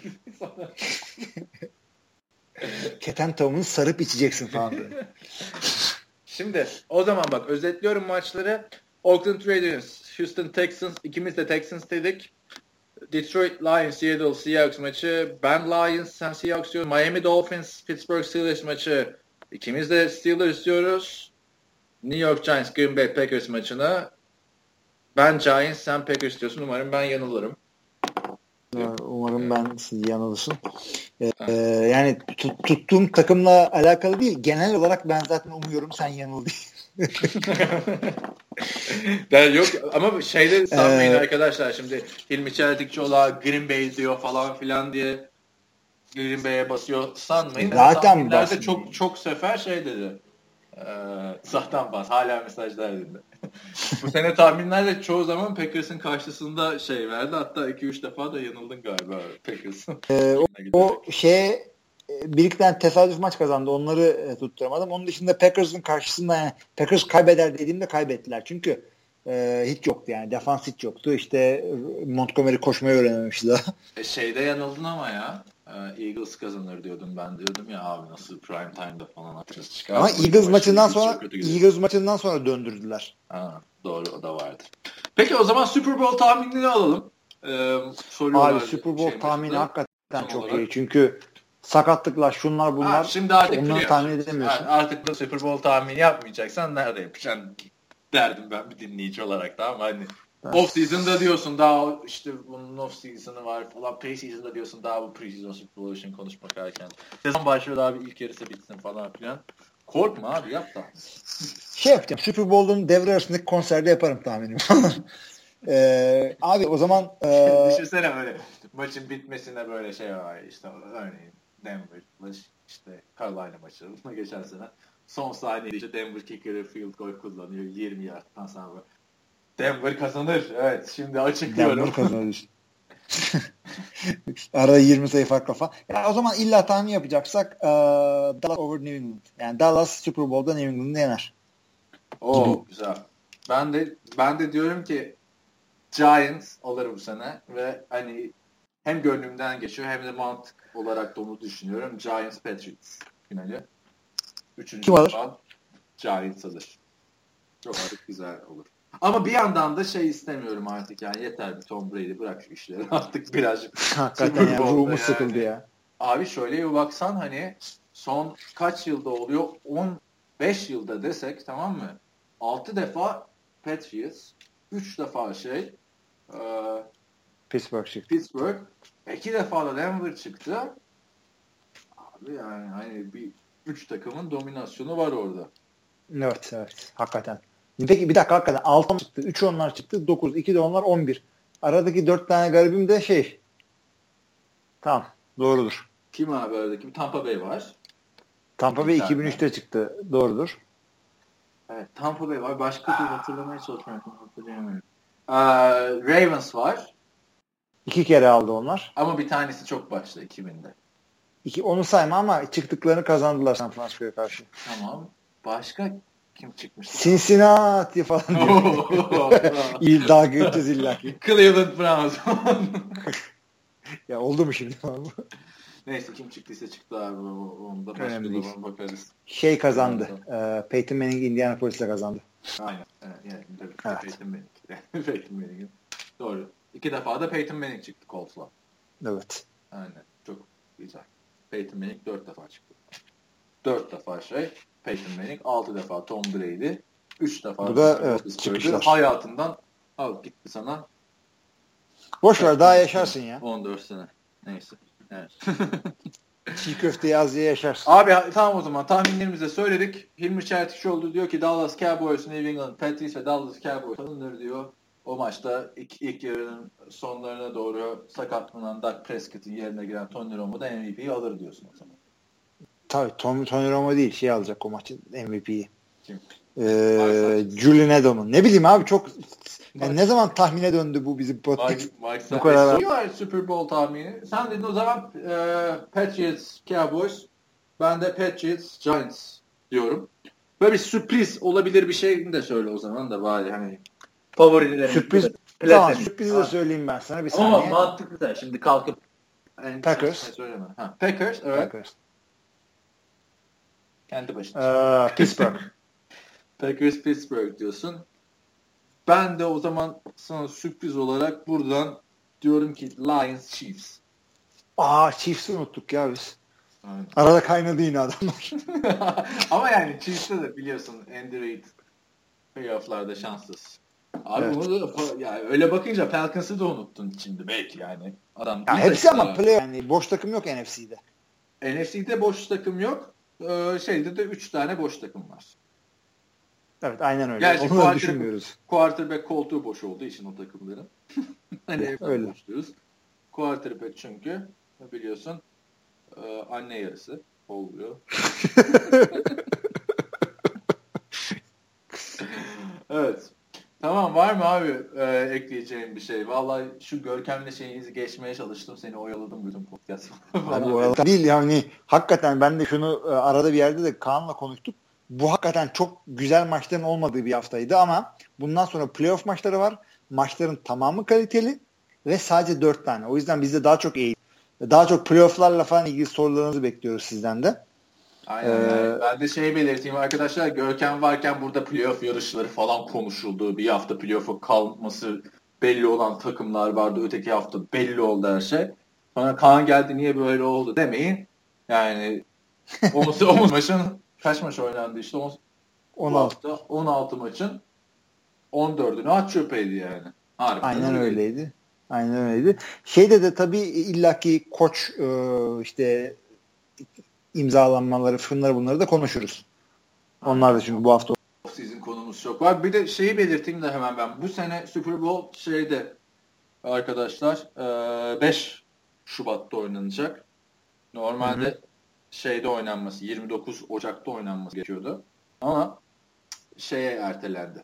Keten tavuğunu sarıp içeceksin falan böyle. Şimdi o zaman bak özetliyorum maçları. Oakland Raiders, Houston Texans. İkimiz de Texans dedik. Detroit Lions, Seattle Seahawks maçı. Ben Lions, sen Seahawks diyorum. Miami Dolphins, Pittsburgh Steelers maçı. İkimiz de Steelers diyoruz. New York Giants, Green Bay Packers maçına. Ben Giants, sen Packers diyorsun. Umarım ben yanılırım. Umarım ben siz yanılırsın. Ee, yani tut, tuttuğum takımla alakalı değil. Genel olarak ben zaten umuyorum sen yanıldın. Ben yok ama şeyde sanmayın ee, arkadaşlar şimdi Hilmi Çeltikçioğlu Green Bay diyor falan filan diye Green Bay'e basıyor sanmayın. Zaten bas. Çok çok sefer şey dedi. Ee, zaten bas. Hala mesajlar dedi. Bu sene tahminlerde çoğu zaman Packers'ın karşısında şey verdi. Hatta iki üç defa da yanıldın galiba Packers'ın. Ee, o, o şey bir iki tane tesadüf maç kazandı. Onları e, tutturamadım. Onun dışında Packers'ın karşısında yani Packers kaybeder dediğimde kaybettiler. Çünkü e, hiç yoktu yani. Defans hiç yoktu. İşte Montgomery koşmayı öğrenememişti daha. E şeyde yanıldın ama ya. Eagles kazanır diyordum ben diyordum ya abi nasıl prime time'da falan atırız çıkar. Ama Eagles maçından sonra Eagles maçından sonra döndürdüler. Ha, doğru o da vardı. Peki o zaman Super Bowl tahminini alalım. Ee, abi Super Bowl şey tahmini maçında. Hakikaten çok olarak. iyi. Çünkü sakatlıklar şunlar bunlar. Ha, şimdi artık onları tahmin edemiyorsun. Artık da Super Bowl tahmini yapmayacaksan nerede yapacaksın derdim ben bir dinleyici olarak da ama hani off season'da diyorsun daha işte bunun off season'ı var falan pre season'da diyorsun daha bu pre season Super Bowl için konuşmak erken. Sezon başlıyor daha bir ilk yarısı bitsin falan filan. Korkma abi yap da. Şey yapacağım Super Bowl'un devre arasındaki konserde yaparım tahminim. ee, abi o zaman e... düşünsene böyle maçın bitmesine böyle şey var işte örneğin Denver işte Carolina maçı geçen sene son saniyede işte Denver kicker'ı field goal kullanıyor yirmi yardtan sonra Denver kazanır. Evet. Şimdi açıklıyorum. Denver kazanır. Arada yirmi sayı farkla falan. Ya o zaman illa tahmin yapacaksak uh, Dallas over New England. Yani Dallas Super Bowl'da New England'ı yener. Oo güzel. Ben de ben de diyorum ki Giants alır bu sene ve hani hem gönlümden geçiyor hem de mantık olarak da onu düşünüyorum. Giants Patriots finali. Üçüncü kim alır? Falan, Giants alır. Çok artık güzel olur. Ama bir yandan da şey istemiyorum artık yani yeter bir Tom Brady bırak şu işleri artık birazcık. Hakikaten ya ruhumu yani. Sıkıldı ya. Abi şöyle bir baksan hani son kaç yılda oluyor? on beş yılda desek tamam mı? altı defa Patriots, üç defa şey e, Pittsburgh çıktı. Pittsburgh, iki defa da Denver çıktı. Abi yani hani bir üç takımın dominasyonu var orada. Evet evet hakikaten. Peki bir dakika hakikaten altı çıktı. üç onlar çıktı. dokuz. iki de onlar on bir. Aradaki dört tane garibim de şey. Tamam. Doğrudur. Kim abi aradaki? Tampa Bay var. Tampa Bay iki bin üçte çıktı. Doğrudur. Evet. Tampa Bay var. Başka bir hatırlamaya çalışıyorum. Hatırlayamıyorum. Ee, Ravens var. İki kere aldı onlar. Ama bir tanesi çok başta iki binde. İki, onu sayma ama çıktıklarını kazandılar San Francisco'ya karşı. Tamam. Başka kim çıkmıştı? Cincinnati falan diyor. İyi dalga geçeceğiz illa ki. Cleveland Browns. Ya oldu mu şimdi falan bu? Neyse kim çıktıysa çıktı abi. Onu da başka zaman bakarız. Şey kazandı. E, Peyton Manning Indianapolis'le kazandı. Aynen. Evet, yani, tabii, evet. Peyton Manning. Peyton Manning'in. Doğru. İki defa da Peyton Manning çıktı Colts'la. Evet. Aynen. Çok güzel. Peyton Manning dört defa çıktı. Dört defa şey. Peyton Manning altı defa Tom Brady. Üç defa. Bu da evet, çıkmışlar. Hayatından al gitti sana. Boş ver daha yaşarsın ya. on dört sene. Neyse. Evet. Çiğ köfteyi az diye yaşarsın. Abi tamam o zaman tahminlerimizi de söyledik. Hilmi Çeltikçioğlu diyor ki Dallas Cowboys, New England Patriots ve Dallas Cowboys alınır diyor. O maçta ilk, ilk yarının sonlarına doğru sakatlanan Dak Prescott'ın yerine giren Tony Romo da M V P'yi alır diyorsun o zaman. Tabii Tony, Tony Romo değil şey alacak o maçın M V P'yi. Kim? Ee, Julian Edelman. Ne bileyim abi çok yani ne zaman tahmine döndü bu bizim podcast? Bu kadar. Var Super Bowl tahmini. Sen dedin o zaman e, Patriots Cowboys. Ben de Patriots Giants diyorum. Böyle bir sürpriz olabilir bir şey de söyle o zaman da bari hani favorilerim. Sürpriz. Tamam sürprizi de söyleyeyim ben sana bir saniye. Ama mantıklı da şimdi kalkıp yani Packers. Söyleme. Ha, Packers evet. Packers. Kendi başına. Ee, Pittsburgh. Packers Pittsburgh diyorsun. Ben de o zaman sana sürpriz olarak buradan diyorum ki Lions Chiefs. Aa Chiefs'i unuttuk ya biz. Aynen. Arada kaynadı yine adamlar. Ama yani Chiefs'te de biliyorsun Andy Reid playoff'larda şanssız. Abi evet. Onu da yani öyle bakınca Falcons'ı da unuttun şimdi belki yani. Adam ya hepsi ama play yani boş takım yok N F C'de. N F C'de boş takım yok. Ee, şeyde de üç tane boş takım var. Evet aynen öyle. Gerçi onu da düşünmüyoruz. Quarterback koltuğu boş olduğu için o takımların. Hani öyle. Boşluyoruz. Quarterback çünkü biliyorsun e, anne yarısı oluyor. Evet. Tamam, var mı abi e, ekleyeceğim bir şey? Vallahi şu Görkem'le şeyinizi geçmeye çalıştım. Seni oyaladım bütün podcast. Abi oyaladım değil yani. Hakikaten ben de şunu e, arada bir yerde de Kaan'la konuştuk. Bu hakikaten çok güzel maçların olmadığı bir haftaydı ama bundan sonra playoff maçları var. Maçların tamamı kaliteli ve sadece dört tane. O yüzden biz de daha çok iyi. Daha çok playoff'larla falan ilgili sorularınızı bekliyoruz sizden de. Aynen. Ee, yani. Ben de şey belirteyim arkadaşlar. Görkem varken burada playoff yarışları falan konuşuldu. Bir hafta playoff'a kalması belli olan takımlar vardı. Öteki hafta belli oldu her şey. Sonra Kaan geldi niye böyle oldu demeyin. Yani on maçın kaç maç oynandı işte? on altı. on altı maçın on dördünü at çöpeydi yani. Harbiden Aynen öyleydi. öyleydi. Aynen öyleydi. Şeyde de tabii illaki koç e, işte imzalanmaları, şunları bunları da konuşuruz. Onlar da çünkü bu hafta sizin konumuz çok var. Bir de şeyi belirteyim de hemen ben. Bu sene Super Bowl şeyde arkadaşlar beş Şubat'ta oynanacak. Normalde hı hı. şeyde oynanması yirmi dokuz Ocak'ta oynanması gerekiyordu. Ama şeye ertelendi.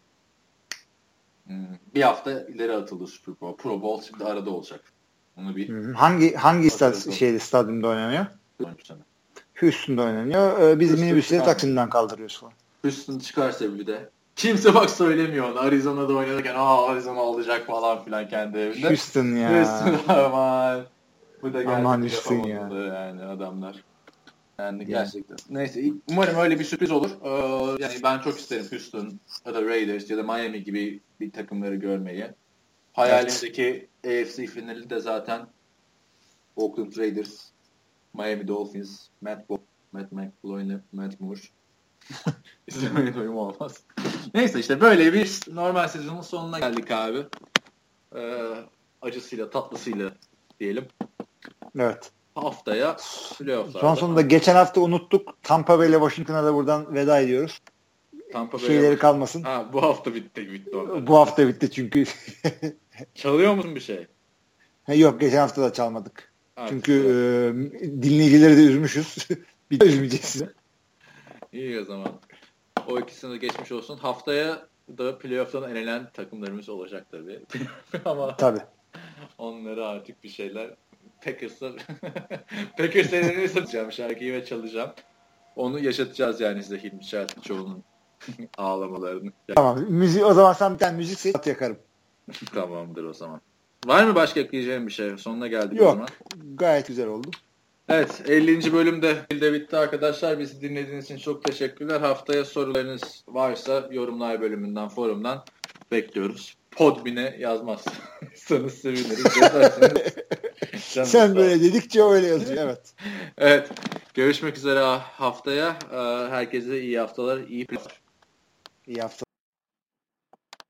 Bir hafta ileri atıldı Super Bowl. Pro Bowl şimdi arada olacak. Onu bir hı hı. Hangi hangi stad şeyde stadyumda oynanıyor? Houston'da oynanıyor. Ee, biz minibüsleri Taksim'den kaldırıyoruz falan. Houston çıkarsa bir de. Kimse bak söylemiyor onu. Arizona'da oynarken aa Arizona alacak falan filan kendi evinde. Houston ya. Houston aman. Bu da aman Houston ya. Yani adamlar. Yani gerçekten. Neyse umarım öyle bir sürpriz olur. Ee, yani ben çok isterim Houston ya da Raiders ya da Miami gibi bir takımları görmeyi. Hayalimdeki evet. A F C finali de zaten Oakland Raiders, Miami Dolphins, Matt Bo Matt McBloin, Matt Moore. İzlemeye doyum olmaz. Neyse işte böyle bir normal sezonun sonuna geldik abi. Ee, acısıyla tatlısıyla diyelim. Evet. Haftaya playoff'larda. Son sonunda geçen hafta unuttuk. Tampa Bay ile Washington'a da buradan veda ediyoruz. Tampa Şeyleri Bay kalmasın. Ha, bu hafta bitti. bitti ondan. Bu hafta bitti çünkü. Çalıyor musun bir şey? Yok geçen hafta da çalmadık. Artık çünkü e, dinleyicileri de üzmüşüz. Bir de üzmeyeceğiz size. İyi o zaman. O ikisini de geçmiş olsun. Haftaya da playoff'tan elenen takımlarımız olacak tabii. Ama tabii. Onları artık bir şeyler Packers'a Packers'a elini satacağım şarkıyı ve çalacağım. Onu yaşatacağız yani size Hilmi Çeltikçioğlu'nun ağlamalarını. Tamam. Müzik, o zaman sen bir tane müzik seyret yakarım. Tamamdır o zaman. Var mı başka ekleyeceğim bir şey? Sonuna geldik Yok, o zaman. Yok. Gayet güzel oldu. Evet. ellinci bölümde de bitti arkadaşlar. Bizi dinlediğiniz için çok teşekkürler. Haftaya sorularınız varsa yorumlar bölümünden, forumdan bekliyoruz. Podbin'e yazmazsanız seviniriz. Sen böyle dedikçe öyle yazıyor. Evet. Evet. Görüşmek üzere haftaya. Herkese iyi haftalar, iyi planlar. İyi haftalar.